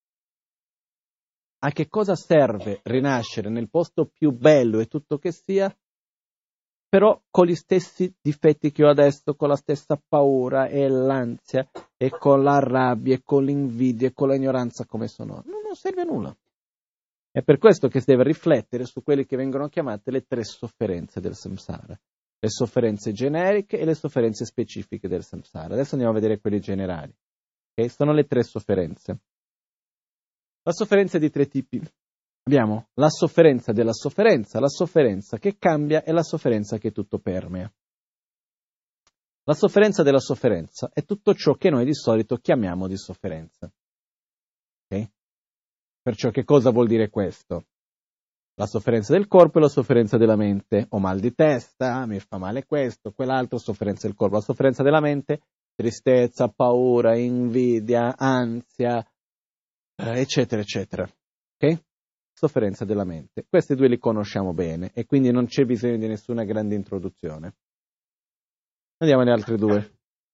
a che cosa serve rinascere nel posto più bello e tutto che sia, però con gli stessi difetti che ho adesso, con la stessa paura e l'ansia e con la rabbia e con l'invidia e con l'ignoranza come sono. No, non serve a nulla. È per questo che si deve riflettere su quelle che vengono chiamate le tre sofferenze del samsara. Le sofferenze generiche e le sofferenze specifiche del samsara. Adesso andiamo a vedere quelle generali. Okay? Sono le tre sofferenze. La sofferenza è di tre tipi. Abbiamo la sofferenza della sofferenza, la sofferenza che cambia e la sofferenza che tutto permea. La sofferenza della sofferenza è tutto ciò che noi di solito chiamiamo di sofferenza. Okay? Perciò che cosa vuol dire questo? La sofferenza del corpo e la sofferenza della mente. Ho mal di testa, mi fa male questo, quell'altro, sofferenza del corpo. La sofferenza della mente, tristezza, paura, invidia, ansia, eccetera, eccetera. Ok? Sofferenza della mente. Questi due li conosciamo bene e quindi non c'è bisogno di nessuna grande introduzione. Andiamo alle altre due.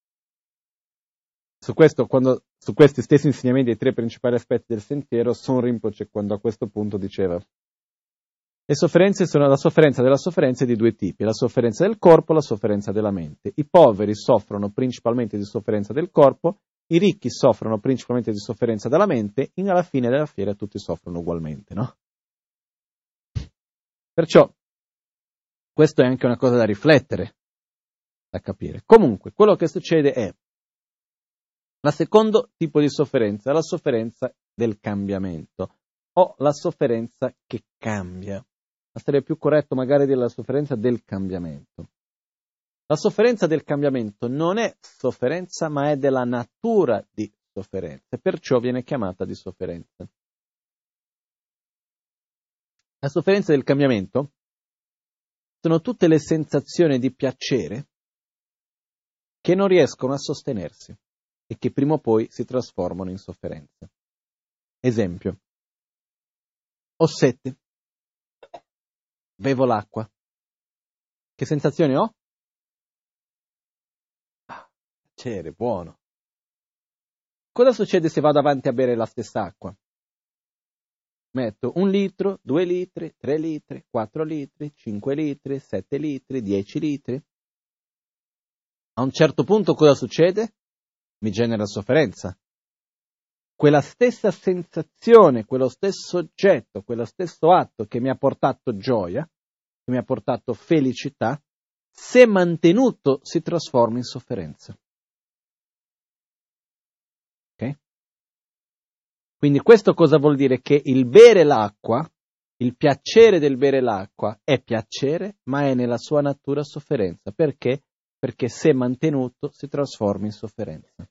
Su, questo, quando, su questi stessi insegnamenti dei tre principali aspetti del sentiero, Son Rinpoche, quando a questo punto diceva: le sofferenze sono la sofferenza della sofferenza di due tipi, la sofferenza del corpo e la sofferenza della mente. I poveri soffrono principalmente di sofferenza del corpo, i ricchi soffrono principalmente di sofferenza della mente, e alla fine della fiera tutti soffrono ugualmente, no? Perciò, questo è anche una cosa da riflettere, da capire. Comunque, quello che succede è la secondo tipo di sofferenza, la sofferenza del cambiamento, o la sofferenza che cambia. Ma sarebbe più corretto magari dire la sofferenza del cambiamento. La sofferenza del cambiamento non è sofferenza, ma è della natura di sofferenza, perciò viene chiamata di sofferenza. La sofferenza del cambiamento sono tutte le sensazioni di piacere che non riescono a sostenersi e che prima o poi si trasformano in sofferenza. Esempio: ho sete, bevo l'acqua. Che sensazioni ho? Ah, piacere, buono. Cosa succede se vado avanti a bere la stessa acqua? Metto un litro, due litri, tre litri, quattro litri, cinque litri, sette litri, dieci litri. A un certo punto cosa succede? Mi genera sofferenza. Quella stessa sensazione, quello stesso oggetto, quello stesso atto che mi ha portato gioia, che mi ha portato felicità, se mantenuto si trasforma in sofferenza. Ok? Quindi questo cosa vuol dire? Che il bere l'acqua, il piacere del bere l'acqua è piacere, ma è nella sua natura sofferenza. Perché? perché se mantenuto si trasforma in sofferenza.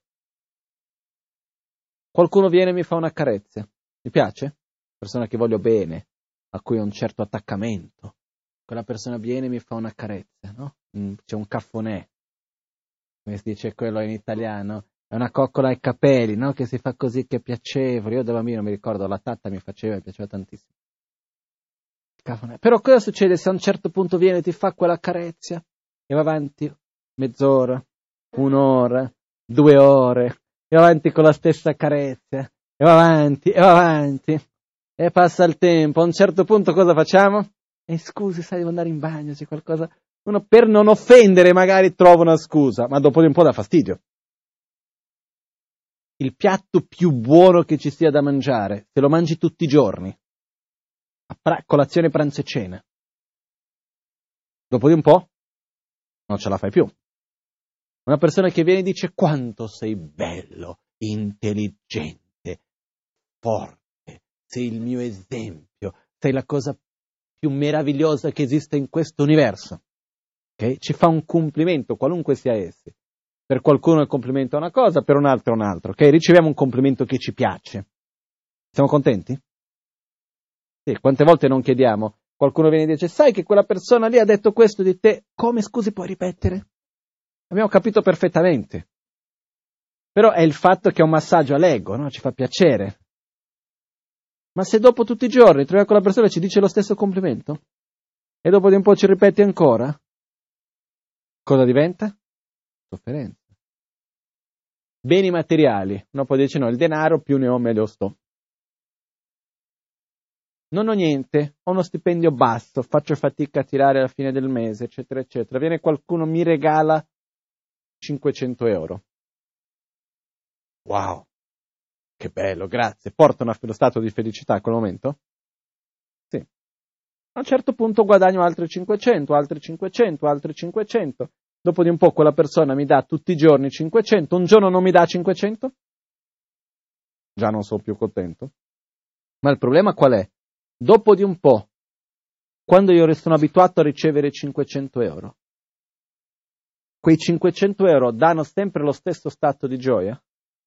Qualcuno viene e mi fa una carezza, mi piace? Persona che voglio bene, a cui ho un certo attaccamento. Quella persona viene e mi fa una carezza, no? C'è un caffonè, come si dice quello in italiano, è una coccola ai capelli, no? Che si fa così, che è piacevole. Io da bambino mi ricordo, la tatta mi faceva, mi piaceva tantissimo. Caffonè. Però cosa succede se a un certo punto viene e ti fa quella carezza e va avanti mezz'ora, un'ora, due ore, e va avanti con la stessa carezza, e va avanti, e va avanti, e passa il tempo. A un certo punto cosa facciamo? E scusi, sai, devo andare in bagno, c'è qualcosa. Uno per non offendere magari trova una scusa, ma dopo di un po' dà fastidio. Il piatto più buono che ci sia da mangiare, se lo mangi tutti i giorni, a pra- colazione, pranzo e cena, dopo di un po' non ce la fai più. Una persona che viene e dice quanto sei bello, intelligente, forte, sei il mio esempio, sei la cosa più meravigliosa che esiste in questo universo. Okay? Ci fa un complimento, qualunque sia essi. Per qualcuno il complimento è una cosa, per un altro è un'altra. Okay? Riceviamo un complimento che ci piace. Siamo contenti? Sì, quante volte non chiediamo, qualcuno viene e dice, sai che quella persona lì ha detto questo di te, come scusi puoi ripetere? Abbiamo capito perfettamente. Però è il fatto che è un massaggio all'ego, no? Ci fa piacere. Ma se dopo tutti i giorni troviamo quella persona e ci dice lo stesso complimento, e dopo di un po' ci ripeti ancora, cosa diventa? Sofferenza. Beni materiali. Uno poi dice no, il denaro più ne ho meglio sto. Non ho niente, ho uno stipendio basso, faccio fatica a tirare alla fine del mese, eccetera, eccetera. Viene qualcuno, mi regala cinquecento euro. Wow, che bello, grazie. Porta uno stato di felicità a quel momento? Sì. A un certo punto guadagno altri cinquecento, altri cinquecento, altri cinquecento. Dopo di un po' quella persona mi dà tutti i giorni cinquecento, un giorno non mi dà cinquecento? Già non sono più contento. Ma il problema qual è? Dopo di un po', quando io sono abituato a ricevere cinquecento euro, quei cinquecento euro danno sempre lo stesso stato di gioia?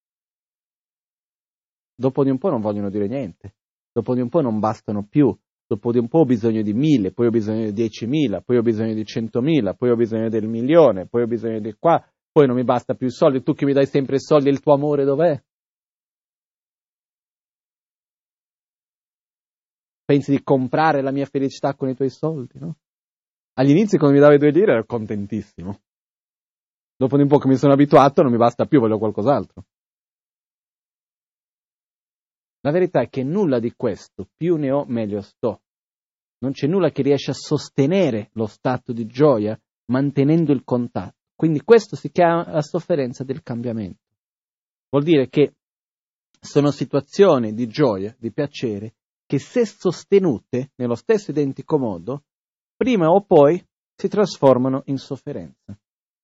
Dopo di un po' non vogliono dire niente, dopo di un po' non bastano più, dopo di un po' ho bisogno di mille, poi ho bisogno di diecimila, poi ho bisogno di centomila, poi ho bisogno del milione, poi ho bisogno di qua, poi non mi basta più i soldi, tu che mi dai sempre i soldi, il tuo amore dov'è? Pensi di comprare la mia felicità con i tuoi soldi, no? Agli inizi quando mi davi due lire ero contentissimo. Dopo di un po' che mi sono abituato non mi basta più, voglio qualcos'altro. La verità è che nulla di questo, più ne ho meglio sto. Non c'è nulla che riesce a sostenere lo stato di gioia mantenendo il contatto. Quindi questo si chiama la sofferenza del cambiamento. Vuol dire che sono situazioni di gioia, di piacere, che se sostenute nello stesso identico modo, prima o poi si trasformano in sofferenza.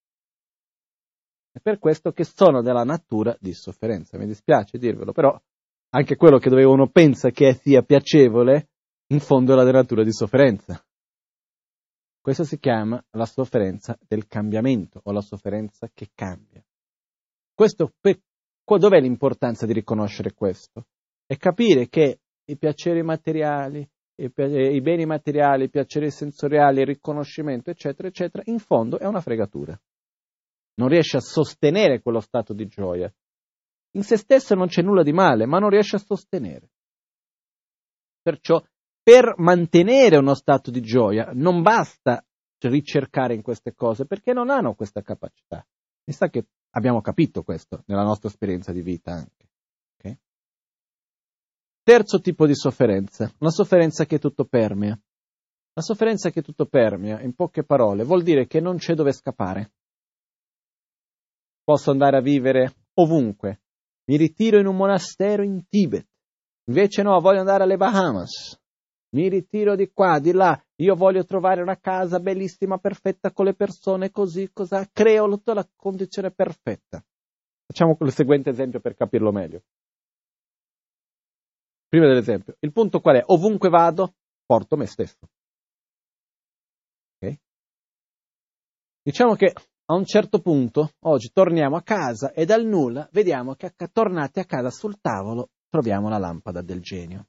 È per questo che sono della natura di sofferenza. Mi dispiace dirvelo, però anche quello che dove uno pensa che sia piacevole, in fondo è la natura di sofferenza. Questo si chiama la sofferenza del cambiamento o la sofferenza che cambia. Questo, per, dov'è l'importanza di riconoscere questo? È capire che i piaceri materiali, i, i beni materiali, i piaceri sensoriali, il riconoscimento, eccetera, eccetera, in fondo è una fregatura. Non riesce a sostenere quello stato di gioia. In se stesso non c'è nulla di male, ma non riesce a sostenere. Perciò, per mantenere uno stato di gioia, non basta ricercare in queste cose, perché non hanno questa capacità. Mi sa che abbiamo capito questo nella nostra esperienza di vita anche. Okay? Terzo tipo di sofferenza, la sofferenza che tutto permea. La sofferenza che tutto permea, in poche parole, vuol dire che non c'è dove scappare. Posso andare a vivere ovunque. Mi ritiro in un monastero in Tibet. Invece no, voglio andare alle Bahamas. Mi ritiro di qua, di là. Io voglio trovare una casa bellissima, perfetta, con le persone così, cosa. Creo tutta la condizione perfetta. Facciamo il seguente esempio per capirlo meglio. Prima dell'esempio. Il punto qual è? Ovunque vado, porto me stesso. Okay? Diciamo che a a un certo punto, oggi torniamo a casa e dal nulla vediamo che tornati a casa sul tavolo troviamo la lampada del genio.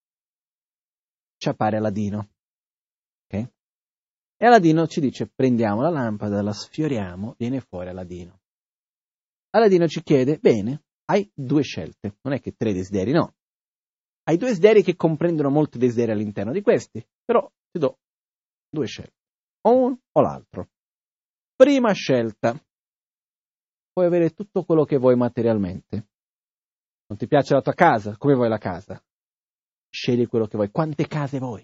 Ci appare Aladino. Ok? E Aladino ci dice, prendiamo la lampada, la sfioriamo, viene fuori Aladino. Aladino ci chiede, bene, hai due scelte, non è che tre desideri, no. Hai due desideri che comprendono molti desideri all'interno di questi, però ti do due scelte, o uno o l'altro. Prima scelta, puoi avere tutto quello che vuoi materialmente. Non ti piace la tua casa? Come vuoi la casa? Scegli quello che vuoi. Quante case vuoi?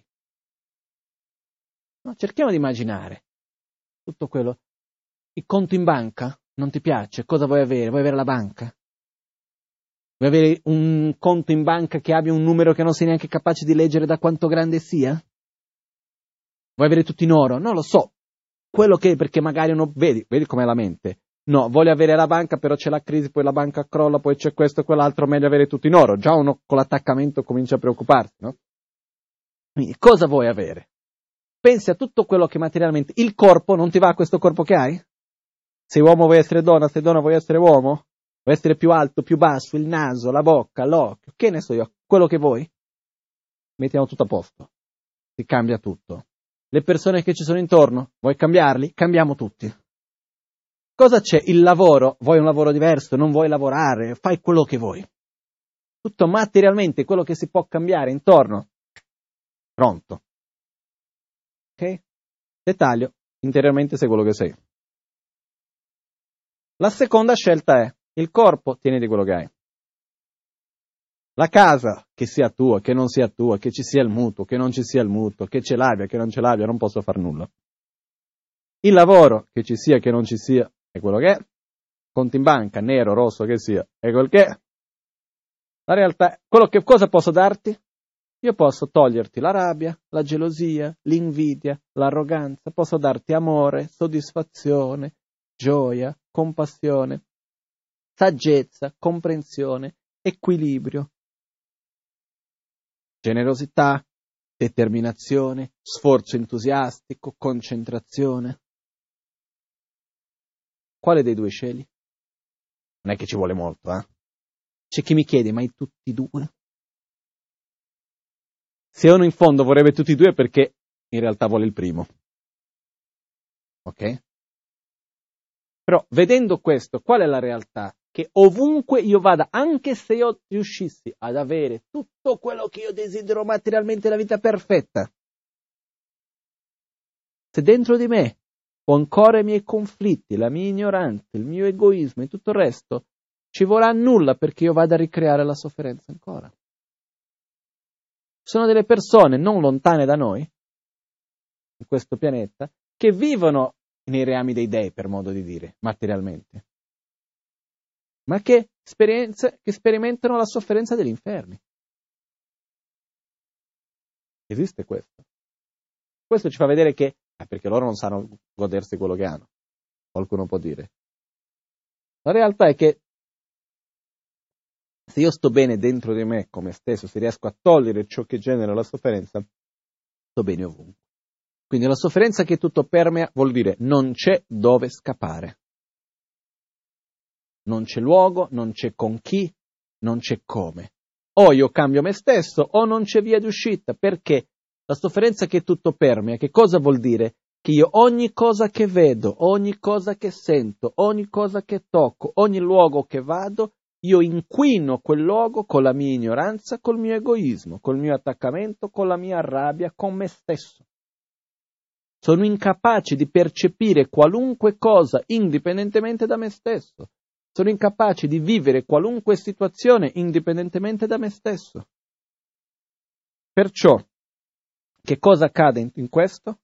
No, cerchiamo di immaginare tutto quello. Il conto in banca non ti piace? Cosa vuoi avere? Vuoi avere la banca? Vuoi avere un conto in banca che abbia un numero che non sei neanche capace di leggere da quanto grande sia? Vuoi avere tutto in oro? Non lo so. Quello che, perché magari uno, vedi, vedi com'è la mente. No, voglio avere la banca, però c'è la crisi, poi la banca crolla, poi c'è questo e quell'altro, meglio avere tutto in oro. Già uno con l'attaccamento comincia a preoccuparsi, no? Quindi, cosa vuoi avere? Pensi a tutto quello che materialmente... Il corpo, non ti va questo corpo che hai? Sei uomo vuoi essere donna, sei donna vuoi essere uomo? Vuoi essere più alto, più basso, il naso, la bocca, l'occhio, che ne so io, quello che vuoi? Mettiamo tutto a posto. Si cambia tutto. Le persone che ci sono intorno, vuoi cambiarli? Cambiamo tutti. Cosa c'è? Il lavoro, vuoi un lavoro diverso, non vuoi lavorare, fai quello che vuoi. Tutto materialmente, quello che si può cambiare intorno, pronto. Ok? Dettaglio, interiormente sei quello che sei. La seconda scelta è, il corpo, tieni di quello che hai. La casa, che sia tua, che non sia tua, che ci sia il mutuo, che non ci sia il mutuo, che ce l'abbia, che non ce l'abbia, non posso far nulla. Il lavoro, che ci sia, che non ci sia, è quello che è. Conto in banca, nero, rosso, che sia, è quel che è. La realtà, quello che cosa posso darti? Io posso toglierti la rabbia, la gelosia, l'invidia, l'arroganza, posso darti amore, soddisfazione, gioia, compassione, saggezza, comprensione, equilibrio, generosità, determinazione, sforzo entusiastico, concentrazione. Quale dei due scegli? Non è che ci vuole molto, eh? C'è chi mi chiede, ma hai tutti e due? Se uno in fondo vorrebbe tutti e due perché in realtà vuole il primo. Ok? Però vedendo questo, qual è la realtà? Che ovunque io vada, anche se io riuscissi ad avere tutto quello che io desidero materialmente, la vita perfetta, se dentro di me ho ancora i miei conflitti, la mia ignoranza, il mio egoismo e tutto il resto, ci vorrà nulla perché io vada a ricreare la sofferenza ancora. Sono delle persone non lontane da noi, in questo pianeta, che vivono nei reami dei dei, per modo di dire, materialmente, ma che, che sperimentano la sofferenza degli inferni. Esiste questo. Questo ci fa vedere che, eh, perché loro non sanno godersi quello che hanno, qualcuno può dire. La realtà è che se io sto bene dentro di me, come stesso, se riesco a togliere ciò che genera la sofferenza, sto bene ovunque. Quindi la sofferenza che tutto permea vuol dire non c'è dove scappare. Non c'è luogo, non c'è con chi, non c'è come. O io cambio me stesso o non c'è via di uscita, perché la sofferenza che tutto permea, che cosa vuol dire? Che io ogni cosa che vedo, ogni cosa che sento, ogni cosa che tocco, ogni luogo che vado, io inquino quel luogo con la mia ignoranza, col mio egoismo, col mio attaccamento, con la mia rabbia, con me stesso. Sono incapace di percepire qualunque cosa indipendentemente da me stesso. Sono incapace di vivere qualunque situazione indipendentemente da me stesso. Perciò, che cosa accade in, in questo?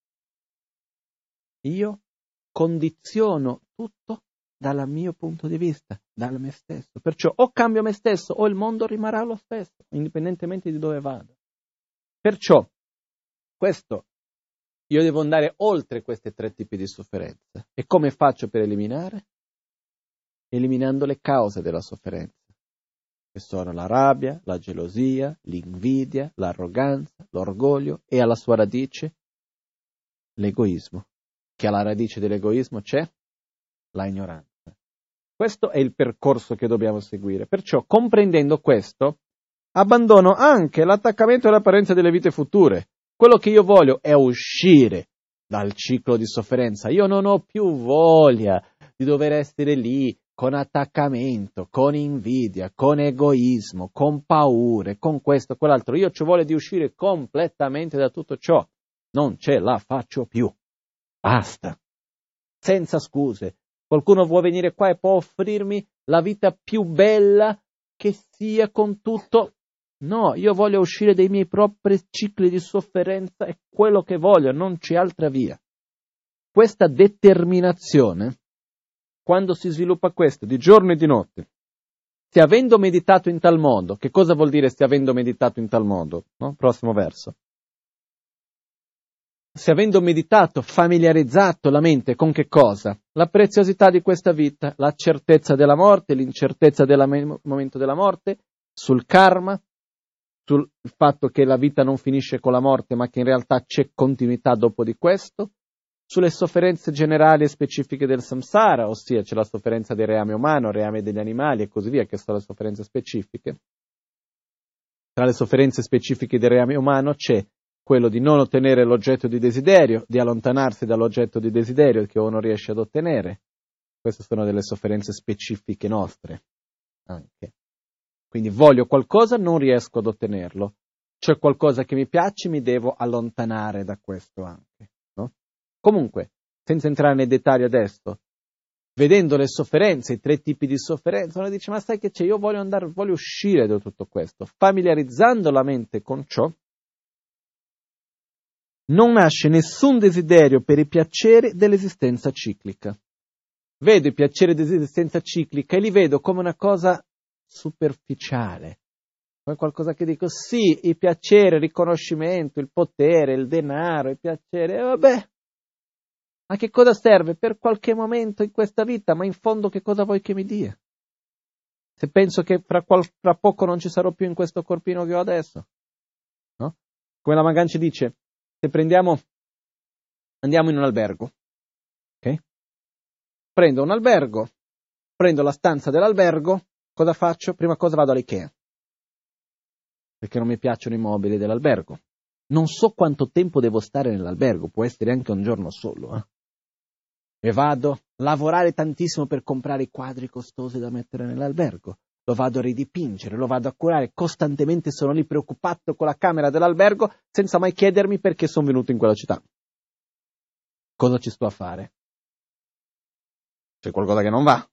Io condiziono tutto dal mio punto di vista, da me stesso. Perciò o cambio me stesso o il mondo rimarrà lo stesso, indipendentemente di dove vado. Perciò, questo, io devo andare oltre questi tre tipi di sofferenza. E come faccio per eliminare? Eliminando le cause della sofferenza, che sono la rabbia, la gelosia, l'invidia, l'arroganza, l'orgoglio e alla sua radice l'egoismo. Che alla radice dell'egoismo c'è la ignoranza. Questo è il percorso che dobbiamo seguire. Perciò, comprendendo questo, abbandono anche l'attaccamento all'apparenza delle vite future. Quello che io voglio è uscire dal ciclo di sofferenza. Io non ho più voglia di dover essere lì con attaccamento, con invidia, con egoismo, con paure, con questo, quell'altro. Io ci voglio di uscire completamente da tutto ciò. Non ce la faccio più. Basta. Senza scuse. Qualcuno vuole venire qua e può offrirmi la vita più bella che sia con tutto. No, io voglio uscire dai miei propri cicli di sofferenza, è quello che voglio, non c'è altra via. Questa determinazione, quando si sviluppa questo, di giorno e di notte, se avendo meditato in tal modo, che cosa vuol dire se avendo meditato in tal modo? No? Prossimo verso. Se avendo meditato, familiarizzato la mente con che cosa? La preziosità di questa vita, la certezza della morte, l'incertezza del momento della morte, sul karma, sul fatto che la vita non finisce con la morte, ma che in realtà c'è continuità dopo di questo, sulle sofferenze generali e specifiche del samsara, ossia c'è la sofferenza del reame umano, il reame degli animali e così via, che sono le sofferenze specifiche. Tra le sofferenze specifiche del reame umano c'è quello di non ottenere l'oggetto di desiderio, di allontanarsi dall'oggetto di desiderio che uno riesce ad ottenere. Queste sono delle sofferenze specifiche nostre, anche. Quindi voglio qualcosa, non riesco ad ottenerlo. C'è qualcosa che mi piace, mi devo allontanare da questo anche. No? Comunque, senza entrare nei dettagli adesso, vedendo le sofferenze, i tre tipi di sofferenza, uno dice, ma sai che c'è, io voglio andare, voglio uscire da tutto questo. Familiarizzando la mente con ciò, non nasce nessun desiderio per i piaceri dell'esistenza ciclica. Vedo i piaceri dell'esistenza ciclica e li vedo come una cosa superficiale, come qualcosa che dico, sì, il piacere, il riconoscimento, il potere, il denaro, il piacere, e vabbè, a che cosa serve? Per qualche momento in questa vita, ma in fondo che cosa vuoi che mi dia? Se penso che fra, qual- fra poco non ci sarò più in questo corpino che ho adesso, no? Come la Magan ci dice, se prendiamo, andiamo in un albergo, ok? Prendo un albergo, prendo la stanza dell'albergo, cosa faccio? Prima cosa vado all'Ikea, perché non mi piacciono i mobili dell'albergo. Non so quanto tempo devo stare nell'albergo, può essere anche un giorno solo, eh? E vado a lavorare tantissimo per comprare i quadri costosi da mettere nell'albergo. Lo vado a ridipingere, lo vado a curare, costantemente sono lì preoccupato con la camera dell'albergo senza mai chiedermi perché sono venuto in quella città. Cosa ci sto a fare? C'è qualcosa che non va.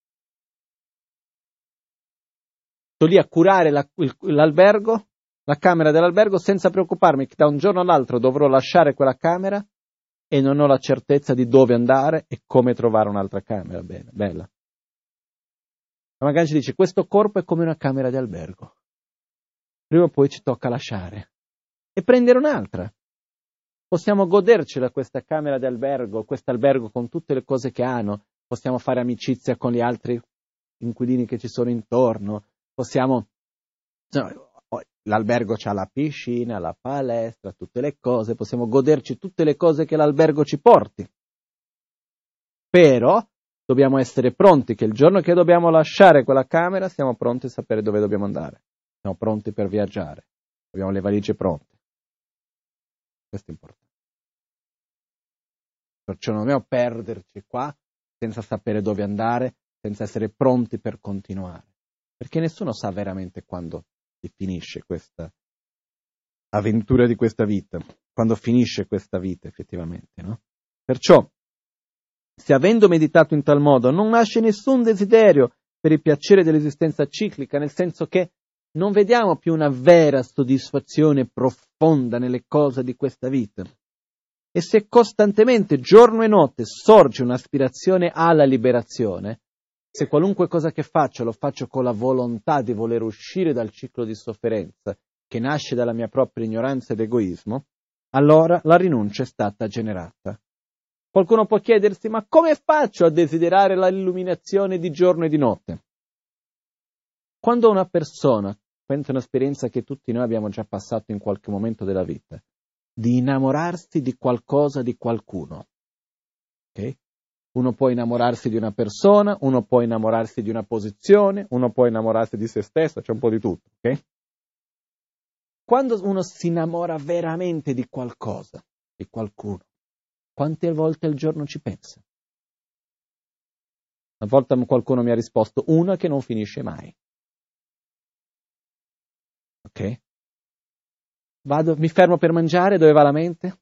Sto lì a curare la, l'albergo, la camera dell'albergo, senza preoccuparmi che da un giorno all'altro dovrò lasciare quella camera e non ho la certezza di dove andare e come trovare un'altra camera. Bene, bella. Ma magari ci dice, questo corpo è come una camera di albergo. Prima o poi ci tocca lasciare e prendere un'altra. Possiamo godercela questa camera di albergo, questo albergo con tutte le cose che hanno, possiamo fare amicizia con gli altri inquilini che ci sono intorno, possiamo... L'albergo c'ha la piscina, la palestra, tutte le cose, possiamo goderci tutte le cose che l'albergo ci porti. Però dobbiamo essere pronti che il giorno che dobbiamo lasciare quella camera siamo pronti a sapere dove dobbiamo andare. Siamo pronti per viaggiare. Abbiamo le valigie pronte. Questo è importante. Perciò non dobbiamo perderci qua senza sapere dove andare, senza essere pronti per continuare. Perché nessuno sa veramente quando si finisce questa avventura di questa vita, quando finisce questa vita effettivamente, no? Perciò, se avendo meditato in tal modo non nasce nessun desiderio per il piacere dell'esistenza ciclica, nel senso che non vediamo più una vera soddisfazione profonda nelle cose di questa vita, e se costantemente, giorno e notte, sorge un'aspirazione alla liberazione, se qualunque cosa che faccio lo faccio con la volontà di voler uscire dal ciclo di sofferenza che nasce dalla mia propria ignoranza ed egoismo, allora la rinuncia è stata generata. Qualcuno può chiedersi, ma come faccio a desiderare l'illuminazione di giorno e di notte? Quando una persona, questa è un'esperienza che tutti noi abbiamo già passato in qualche momento della vita, di innamorarsi di qualcosa, di qualcuno, ok? Uno può innamorarsi di una persona, uno può innamorarsi di una posizione, uno può innamorarsi di se stesso, c'è un po' di tutto, ok? Quando uno si innamora veramente di qualcosa, di qualcuno, quante volte al giorno ci pensa? Una volta qualcuno mi ha risposto, una che non finisce mai. Ok? Vado, mi fermo per mangiare, dove va la mente?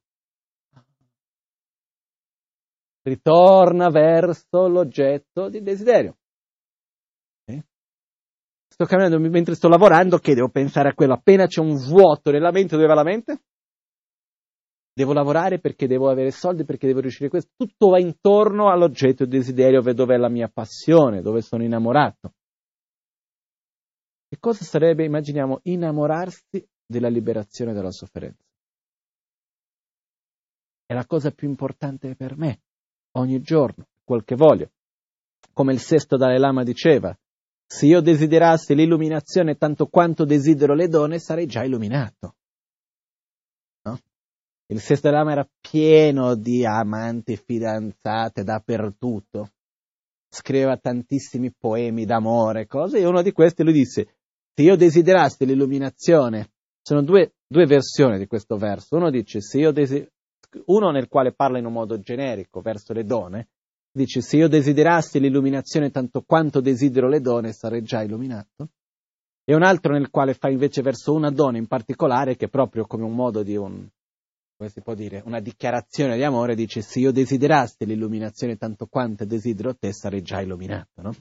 Ritorna verso l'oggetto di desiderio. Okay? Sto camminando mentre sto lavorando, che devo pensare a quello. Appena c'è un vuoto nella mente, dove va la mente? Devo lavorare perché devo avere soldi, perché devo riuscire a questo. Tutto va intorno all'oggetto di desiderio, dove è la mia passione, dove sono innamorato. Che cosa sarebbe, immaginiamo, innamorarsi della liberazione dalla sofferenza? È la cosa più importante per me, ogni giorno, quel che voglio. Come il sesto Dalai Lama diceva, se io desiderassi l'illuminazione tanto quanto desidero le donne, sarei già illuminato. No? Il sesto Dalai Lama era pieno di amanti, fidanzate dappertutto. Scriveva tantissimi poemi d'amore, cose, e uno di questi lui disse, se io desiderassi l'illuminazione, sono due, due versioni di questo verso, uno dice, se io desi- uno nel quale parla in un modo generico verso le donne, dice, se io desiderassi l'illuminazione tanto quanto desidero le donne, sarei già illuminato, e un altro nel quale fa invece verso una donna in particolare, che proprio come un modo di un, come si può dire, una dichiarazione di amore, dice, se io desiderassi l'illuminazione tanto quanto desidero te, sarei già illuminato, no?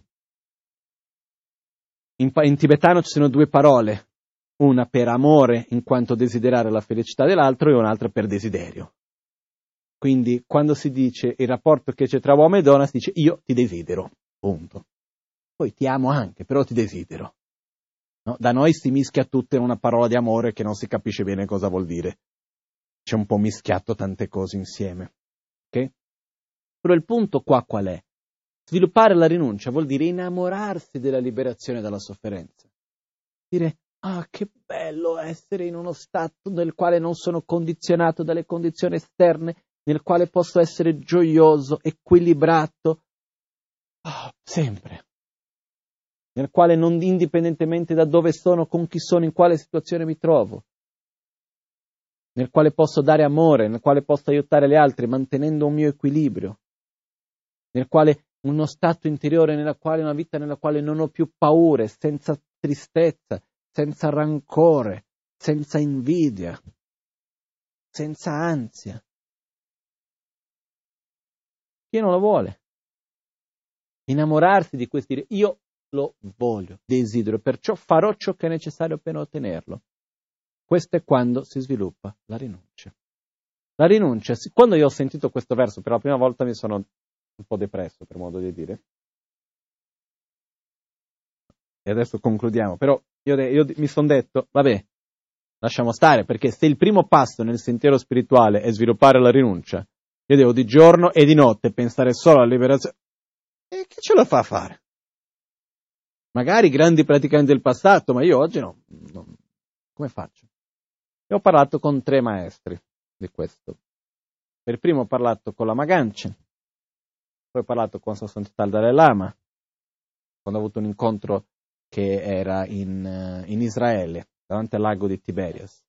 In, in tibetano ci sono due parole, una per amore in quanto desiderare la felicità dell'altro e un'altra per desiderio. Quindi quando si dice il rapporto che c'è tra uomo e donna, si dice io ti desidero, punto. Poi ti amo anche, però ti desidero. No? Da noi si mischia tutto in una parola di amore che non si capisce bene cosa vuol dire. C'è un po' mischiato tante cose insieme. Ok? Però il punto qua qual è? Sviluppare la rinuncia vuol dire innamorarsi della liberazione dalla sofferenza. Dire, ah, che bello essere in uno stato nel quale non sono condizionato dalle condizioni esterne, nel quale posso essere gioioso, equilibrato, oh, sempre. Nel quale non indipendentemente da dove sono, con chi sono, in quale situazione mi trovo. Nel quale posso dare amore, nel quale posso aiutare gli altri, mantenendo un mio equilibrio. Nel quale uno stato interiore, nella quale una vita nella quale non ho più paure, senza tristezza, senza rancore, senza invidia, senza ansia. Chi non lo vuole? Innamorarsi di questo, dire io lo voglio, desidero, perciò farò ciò che è necessario per ottenerlo. Questo è quando si sviluppa la rinuncia. La rinuncia, quando io ho sentito questo verso per la prima volta mi sono un po' depresso, per modo di dire. E adesso concludiamo, però io, io mi sono detto, vabbè, lasciamo stare, perché se il primo passo nel sentiero spirituale è sviluppare la rinuncia, io devo di giorno e di notte pensare solo alla liberazione. E che ce la fa a fare? Magari grandi praticanti del passato, ma io oggi no. no. Come faccio? E ho parlato con tre maestri di questo. Per primo ho parlato con la Magancia, poi ho parlato con Sant'Al Dalai Lama, quando ho avuto un incontro che era in, in Israele, davanti al lago di Tiberias.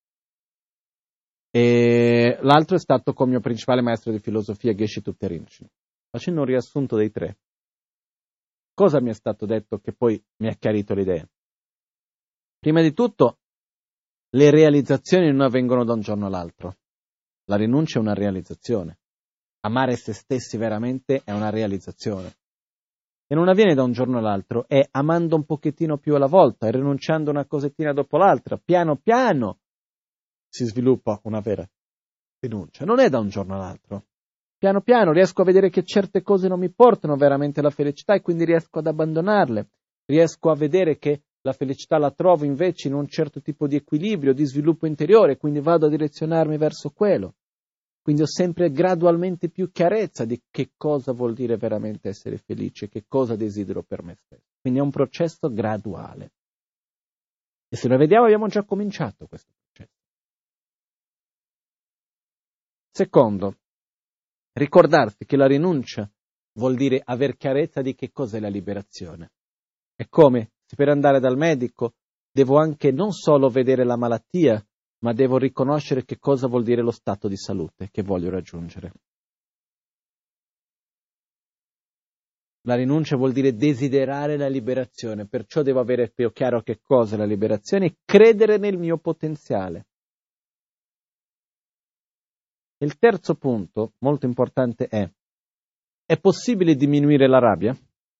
E l'altro è stato con il mio principale maestro di filosofia, Geshe Thupten Rinpoche. Facendo un riassunto dei tre, cosa mi è stato detto che poi mi ha chiarito l'idea? Prima di tutto, le realizzazioni non avvengono da un giorno all'altro. La rinuncia è una realizzazione. Amare se stessi veramente è una realizzazione. E non avviene da un giorno all'altro, è amando un pochettino più alla volta, e rinunciando una cosettina dopo l'altra, piano piano si sviluppa una vera rinuncia. Non è da un giorno all'altro. Piano piano riesco a vedere che certe cose non mi portano veramente alla felicità e quindi riesco ad abbandonarle. Riesco a vedere che la felicità la trovo invece in un certo tipo di equilibrio, di sviluppo interiore, quindi vado a direzionarmi verso quello. Quindi ho sempre gradualmente più chiarezza di che cosa vuol dire veramente essere felice, che cosa desidero per me stesso. Quindi è un processo graduale. E se lo vediamo abbiamo già cominciato questo processo. Secondo, ricordarsi che la rinuncia vuol dire aver chiarezza di che cos'è la liberazione. È come se per andare dal medico devo anche non solo vedere la malattia, ma devo riconoscere che cosa vuol dire lo stato di salute che voglio raggiungere. La rinuncia vuol dire desiderare la liberazione, perciò devo avere più chiaro che cosa è la liberazione e credere nel mio potenziale. Il terzo punto, molto importante, è: è possibile diminuire la rabbia?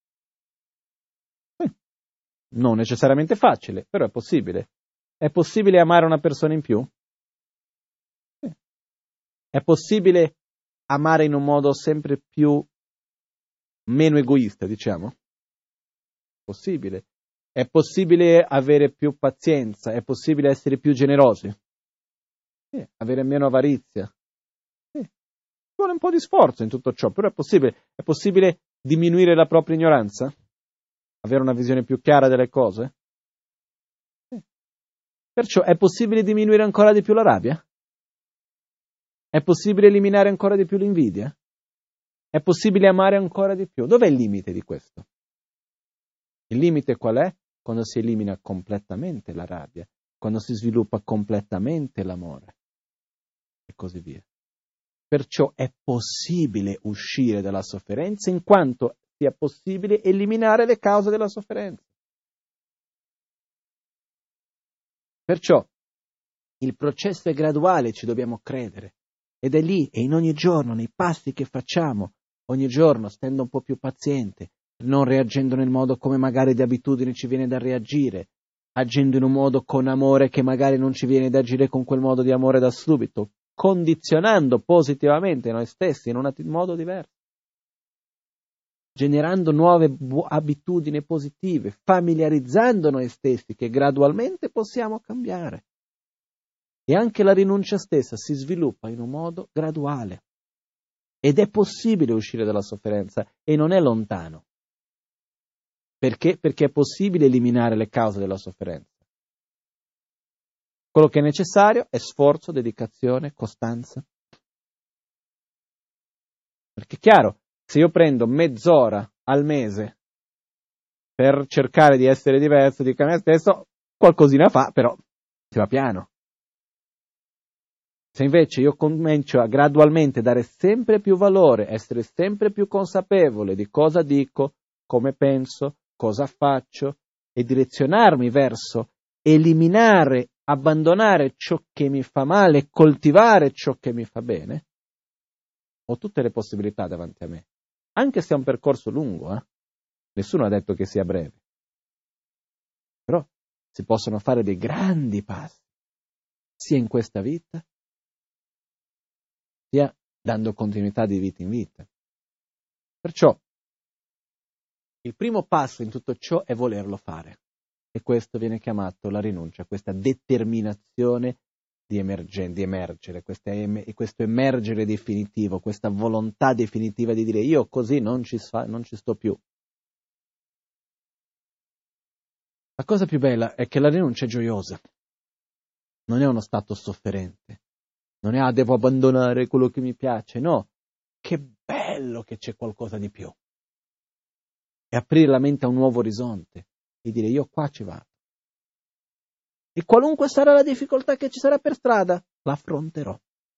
Eh, non necessariamente facile, però è possibile. È possibile amare una persona in più? Eh. È possibile amare in un modo sempre più meno egoista, diciamo? Possibile. È possibile avere più pazienza, è possibile essere più generosi, eh, avere meno avarizia. Eh, ci vuole un po' di sforzo in tutto ciò, però è possibile. È possibile diminuire la propria ignoranza? Avere una visione più chiara delle cose? Eh. Perciò è possibile diminuire ancora di più la rabbia? È possibile eliminare ancora di più l'invidia? È possibile amare ancora di più? Dov'è il limite di questo? Il limite qual è? Quando si elimina completamente la rabbia, quando si sviluppa completamente l'amore e così via. Perciò è possibile uscire dalla sofferenza in quanto sia possibile eliminare le cause della sofferenza. Perciò il processo è graduale, ci dobbiamo credere. Ed è lì, e in ogni giorno, nei passi che facciamo, ogni giorno stando un po' più paziente, non reagendo nel modo come magari di abitudine ci viene da reagire, agendo in un modo con amore che magari non ci viene da agire con quel modo di amore da subito, condizionando positivamente noi stessi in un modo diverso, generando nuove bu- abitudini positive, familiarizzando noi stessi che gradualmente possiamo cambiare. E anche la rinuncia stessa si sviluppa in un modo graduale. Ed è possibile uscire dalla sofferenza e non è lontano. Perché? Perché è possibile eliminare le cause della sofferenza. Quello che è necessario è sforzo, dedicazione, costanza. Perché è chiaro, se io prendo mezz'ora al mese per cercare di essere diverso, di me stesso, qualcosina fa, però si va piano. Se invece io comincio a gradualmente dare sempre più valore, essere sempre più consapevole di cosa dico, come penso, cosa faccio e direzionarmi verso eliminare, abbandonare ciò che mi fa male e coltivare ciò che mi fa bene, ho tutte le possibilità davanti a me. Anche se è un percorso lungo, eh? Nessuno ha detto che sia breve. Però si possono fare dei grandi passi, sia in questa vita, sia dando continuità di vita in vita. Perciò il primo passo in tutto ciò è volerlo fare. E questo viene chiamato la rinuncia, questa determinazione di, emergen- di emergere, questa em- questo emergere definitivo, questa volontà definitiva di dire io così non ci, fa- non ci sto più. La cosa più bella è che la rinuncia è gioiosa, non è uno stato sofferente, non è ah devo abbandonare quello che mi piace, no, che bello che c'è qualcosa di più. E aprire la mente a un nuovo orizzonte e dire io qua ci vado. E qualunque sarà la difficoltà che ci sarà per strada, la affronterò.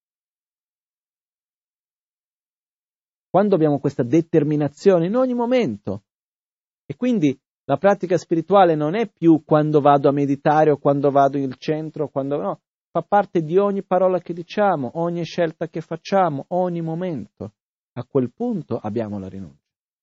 Quando abbiamo questa determinazione in ogni momento, e quindi la pratica spirituale non è più quando vado a meditare o quando vado in centro, quando no, fa parte di ogni parola che diciamo, ogni scelta che facciamo, ogni momento. A quel punto abbiamo la rinuncia.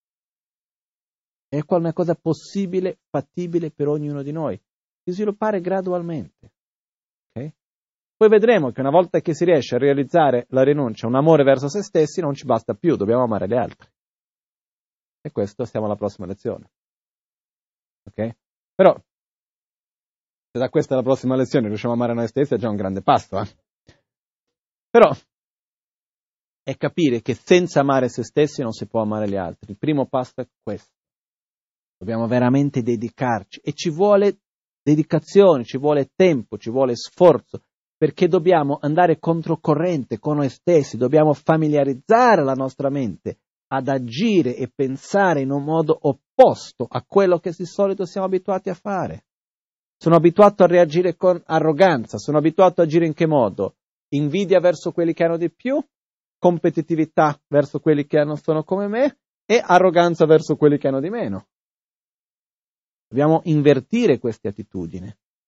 È una cosa possibile, fattibile per ognuno di noi, di sviluppare gradualmente. Okay? Poi vedremo che una volta che si riesce a realizzare la rinuncia, un amore verso se stessi, non ci basta più, dobbiamo amare gli altri. E questo siamo alla prossima lezione. Ok? Però, se da questa alla prossima lezione riusciamo a amare noi stessi, è già un grande passo. Eh? Però, è capire che senza amare se stessi non si può amare gli altri. Il primo passo è questo. Dobbiamo veramente dedicarci e ci vuole dedicazione, ci vuole tempo, ci vuole sforzo, perché dobbiamo andare controcorrente con noi stessi, dobbiamo familiarizzare la nostra mente ad agire e pensare in un modo opposto a quello che di solito siamo abituati a fare. Sono abituato a reagire con arroganza, sono abituato a agire in che modo? Invidia verso quelli che hanno di più, competitività verso quelli che non sono come me e arroganza verso quelli che hanno di meno. Dobbiamo invertire queste attitudini.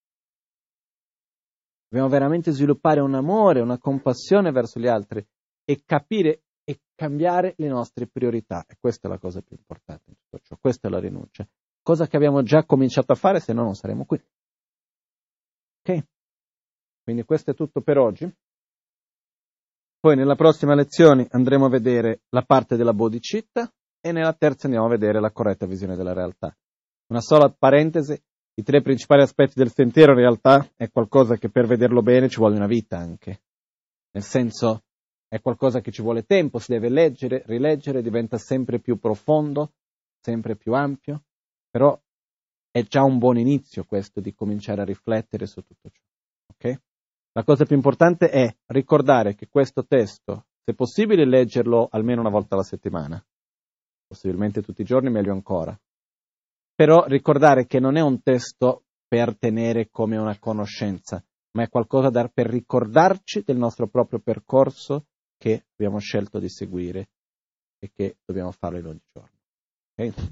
Dobbiamo veramente sviluppare un amore, una compassione verso gli altri e capire e cambiare le nostre priorità. E questa è la cosa più importante in tutto ciò. Questa è la rinuncia. Cosa che abbiamo già cominciato a fare, se no non saremo qui. Ok? Quindi questo è tutto per oggi. Poi nella prossima lezione andremo a vedere la parte della bodhicitta e nella terza andiamo a vedere la corretta visione della realtà. Una sola parentesi, i tre principali aspetti del sentiero in realtà è qualcosa che per vederlo bene ci vuole una vita anche. Nel senso, è qualcosa che ci vuole tempo, si deve leggere, rileggere, diventa sempre più profondo, sempre più ampio, però è già un buon inizio questo di cominciare a riflettere su tutto ciò. Ok? La cosa più importante è ricordare che questo testo, se possibile, leggerlo almeno una volta alla settimana, possibilmente tutti i giorni, meglio ancora. Però ricordare che non è un testo per tenere come una conoscenza, ma è qualcosa da, per ricordarci del nostro proprio percorso che abbiamo scelto di seguire e che dobbiamo farlo in ogni giorno. Okay?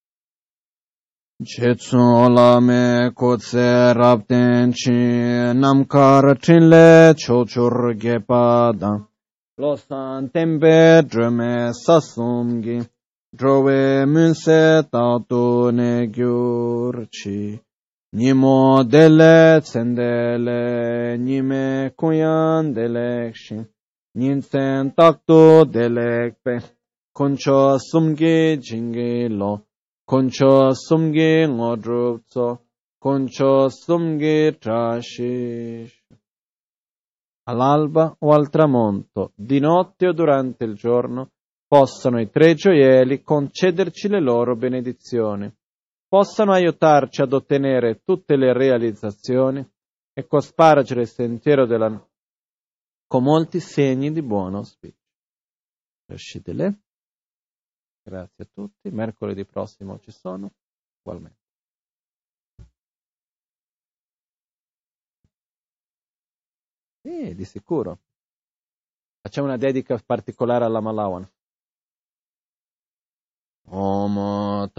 Chetsu lame kotse rapten chi namkar chinle chochur gepada losan tembe dreme sasumgi drove munse tatu ne gyurchi nimo dele tsendele nime kuyan delekshi ninsen taktu delekpe koncho sumgi jingi lo Concho sumgi ngodrupso, concho sumgi trashish. All'alba o al tramonto, di notte o durante il giorno, possano i tre gioielli concederci le loro benedizioni, possano aiutarci ad ottenere tutte le realizzazioni e cospargere il sentiero della con molti segni di buon auspicio. Lasciatele. Grazie a tutti. Mercoledì prossimo ci sono, ugualmente. Sì, di sicuro. Facciamo una dedica particolare alla Malawan. Om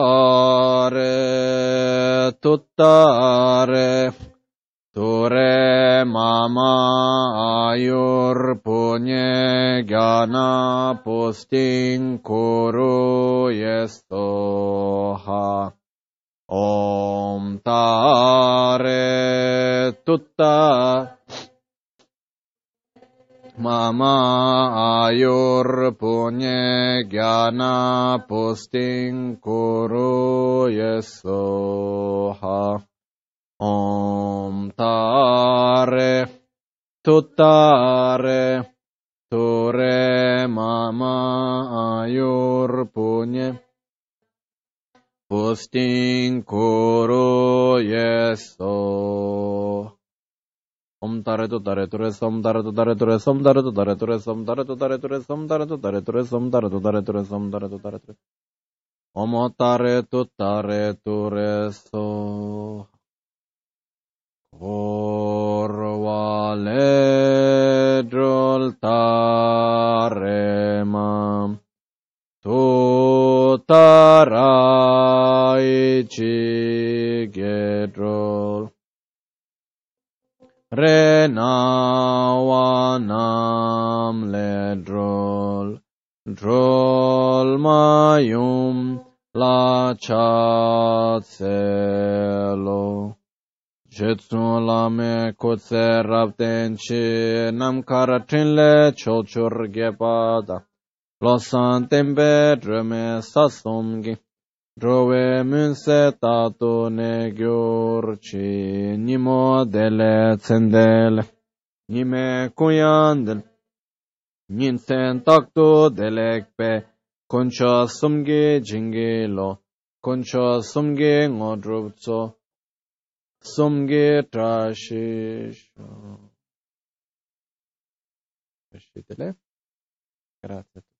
tare tuttare ture mama ayur punye gyana postin kuru yestoha. Om tare tutta mama ayur punye gyana postin kuru yesoha. Om tare tuttare ture mama ayur punye postin kuru yeso. Om tare tuttare ture som tare tuttare ture som tare tuttare ture som tare tuttare ture som tare tuttare ture som tare tuttare ture som tare tuttare ture. Om tare tuttare ture so. Orvale droltare mam tutarai chigedrol renawanam ledrol drol mayum la chatselo Jetsu lame kotse rapten chi namkara trinle chochur gepada losan tembe dreme sasumgi drove munse tatu ne gyurchi nimo dele tsendele nime kuyandel ninsen taktu delekpe koncho sumgi jingilo koncho sumgi ngodrupso Sumge trashisho. Grazie a te.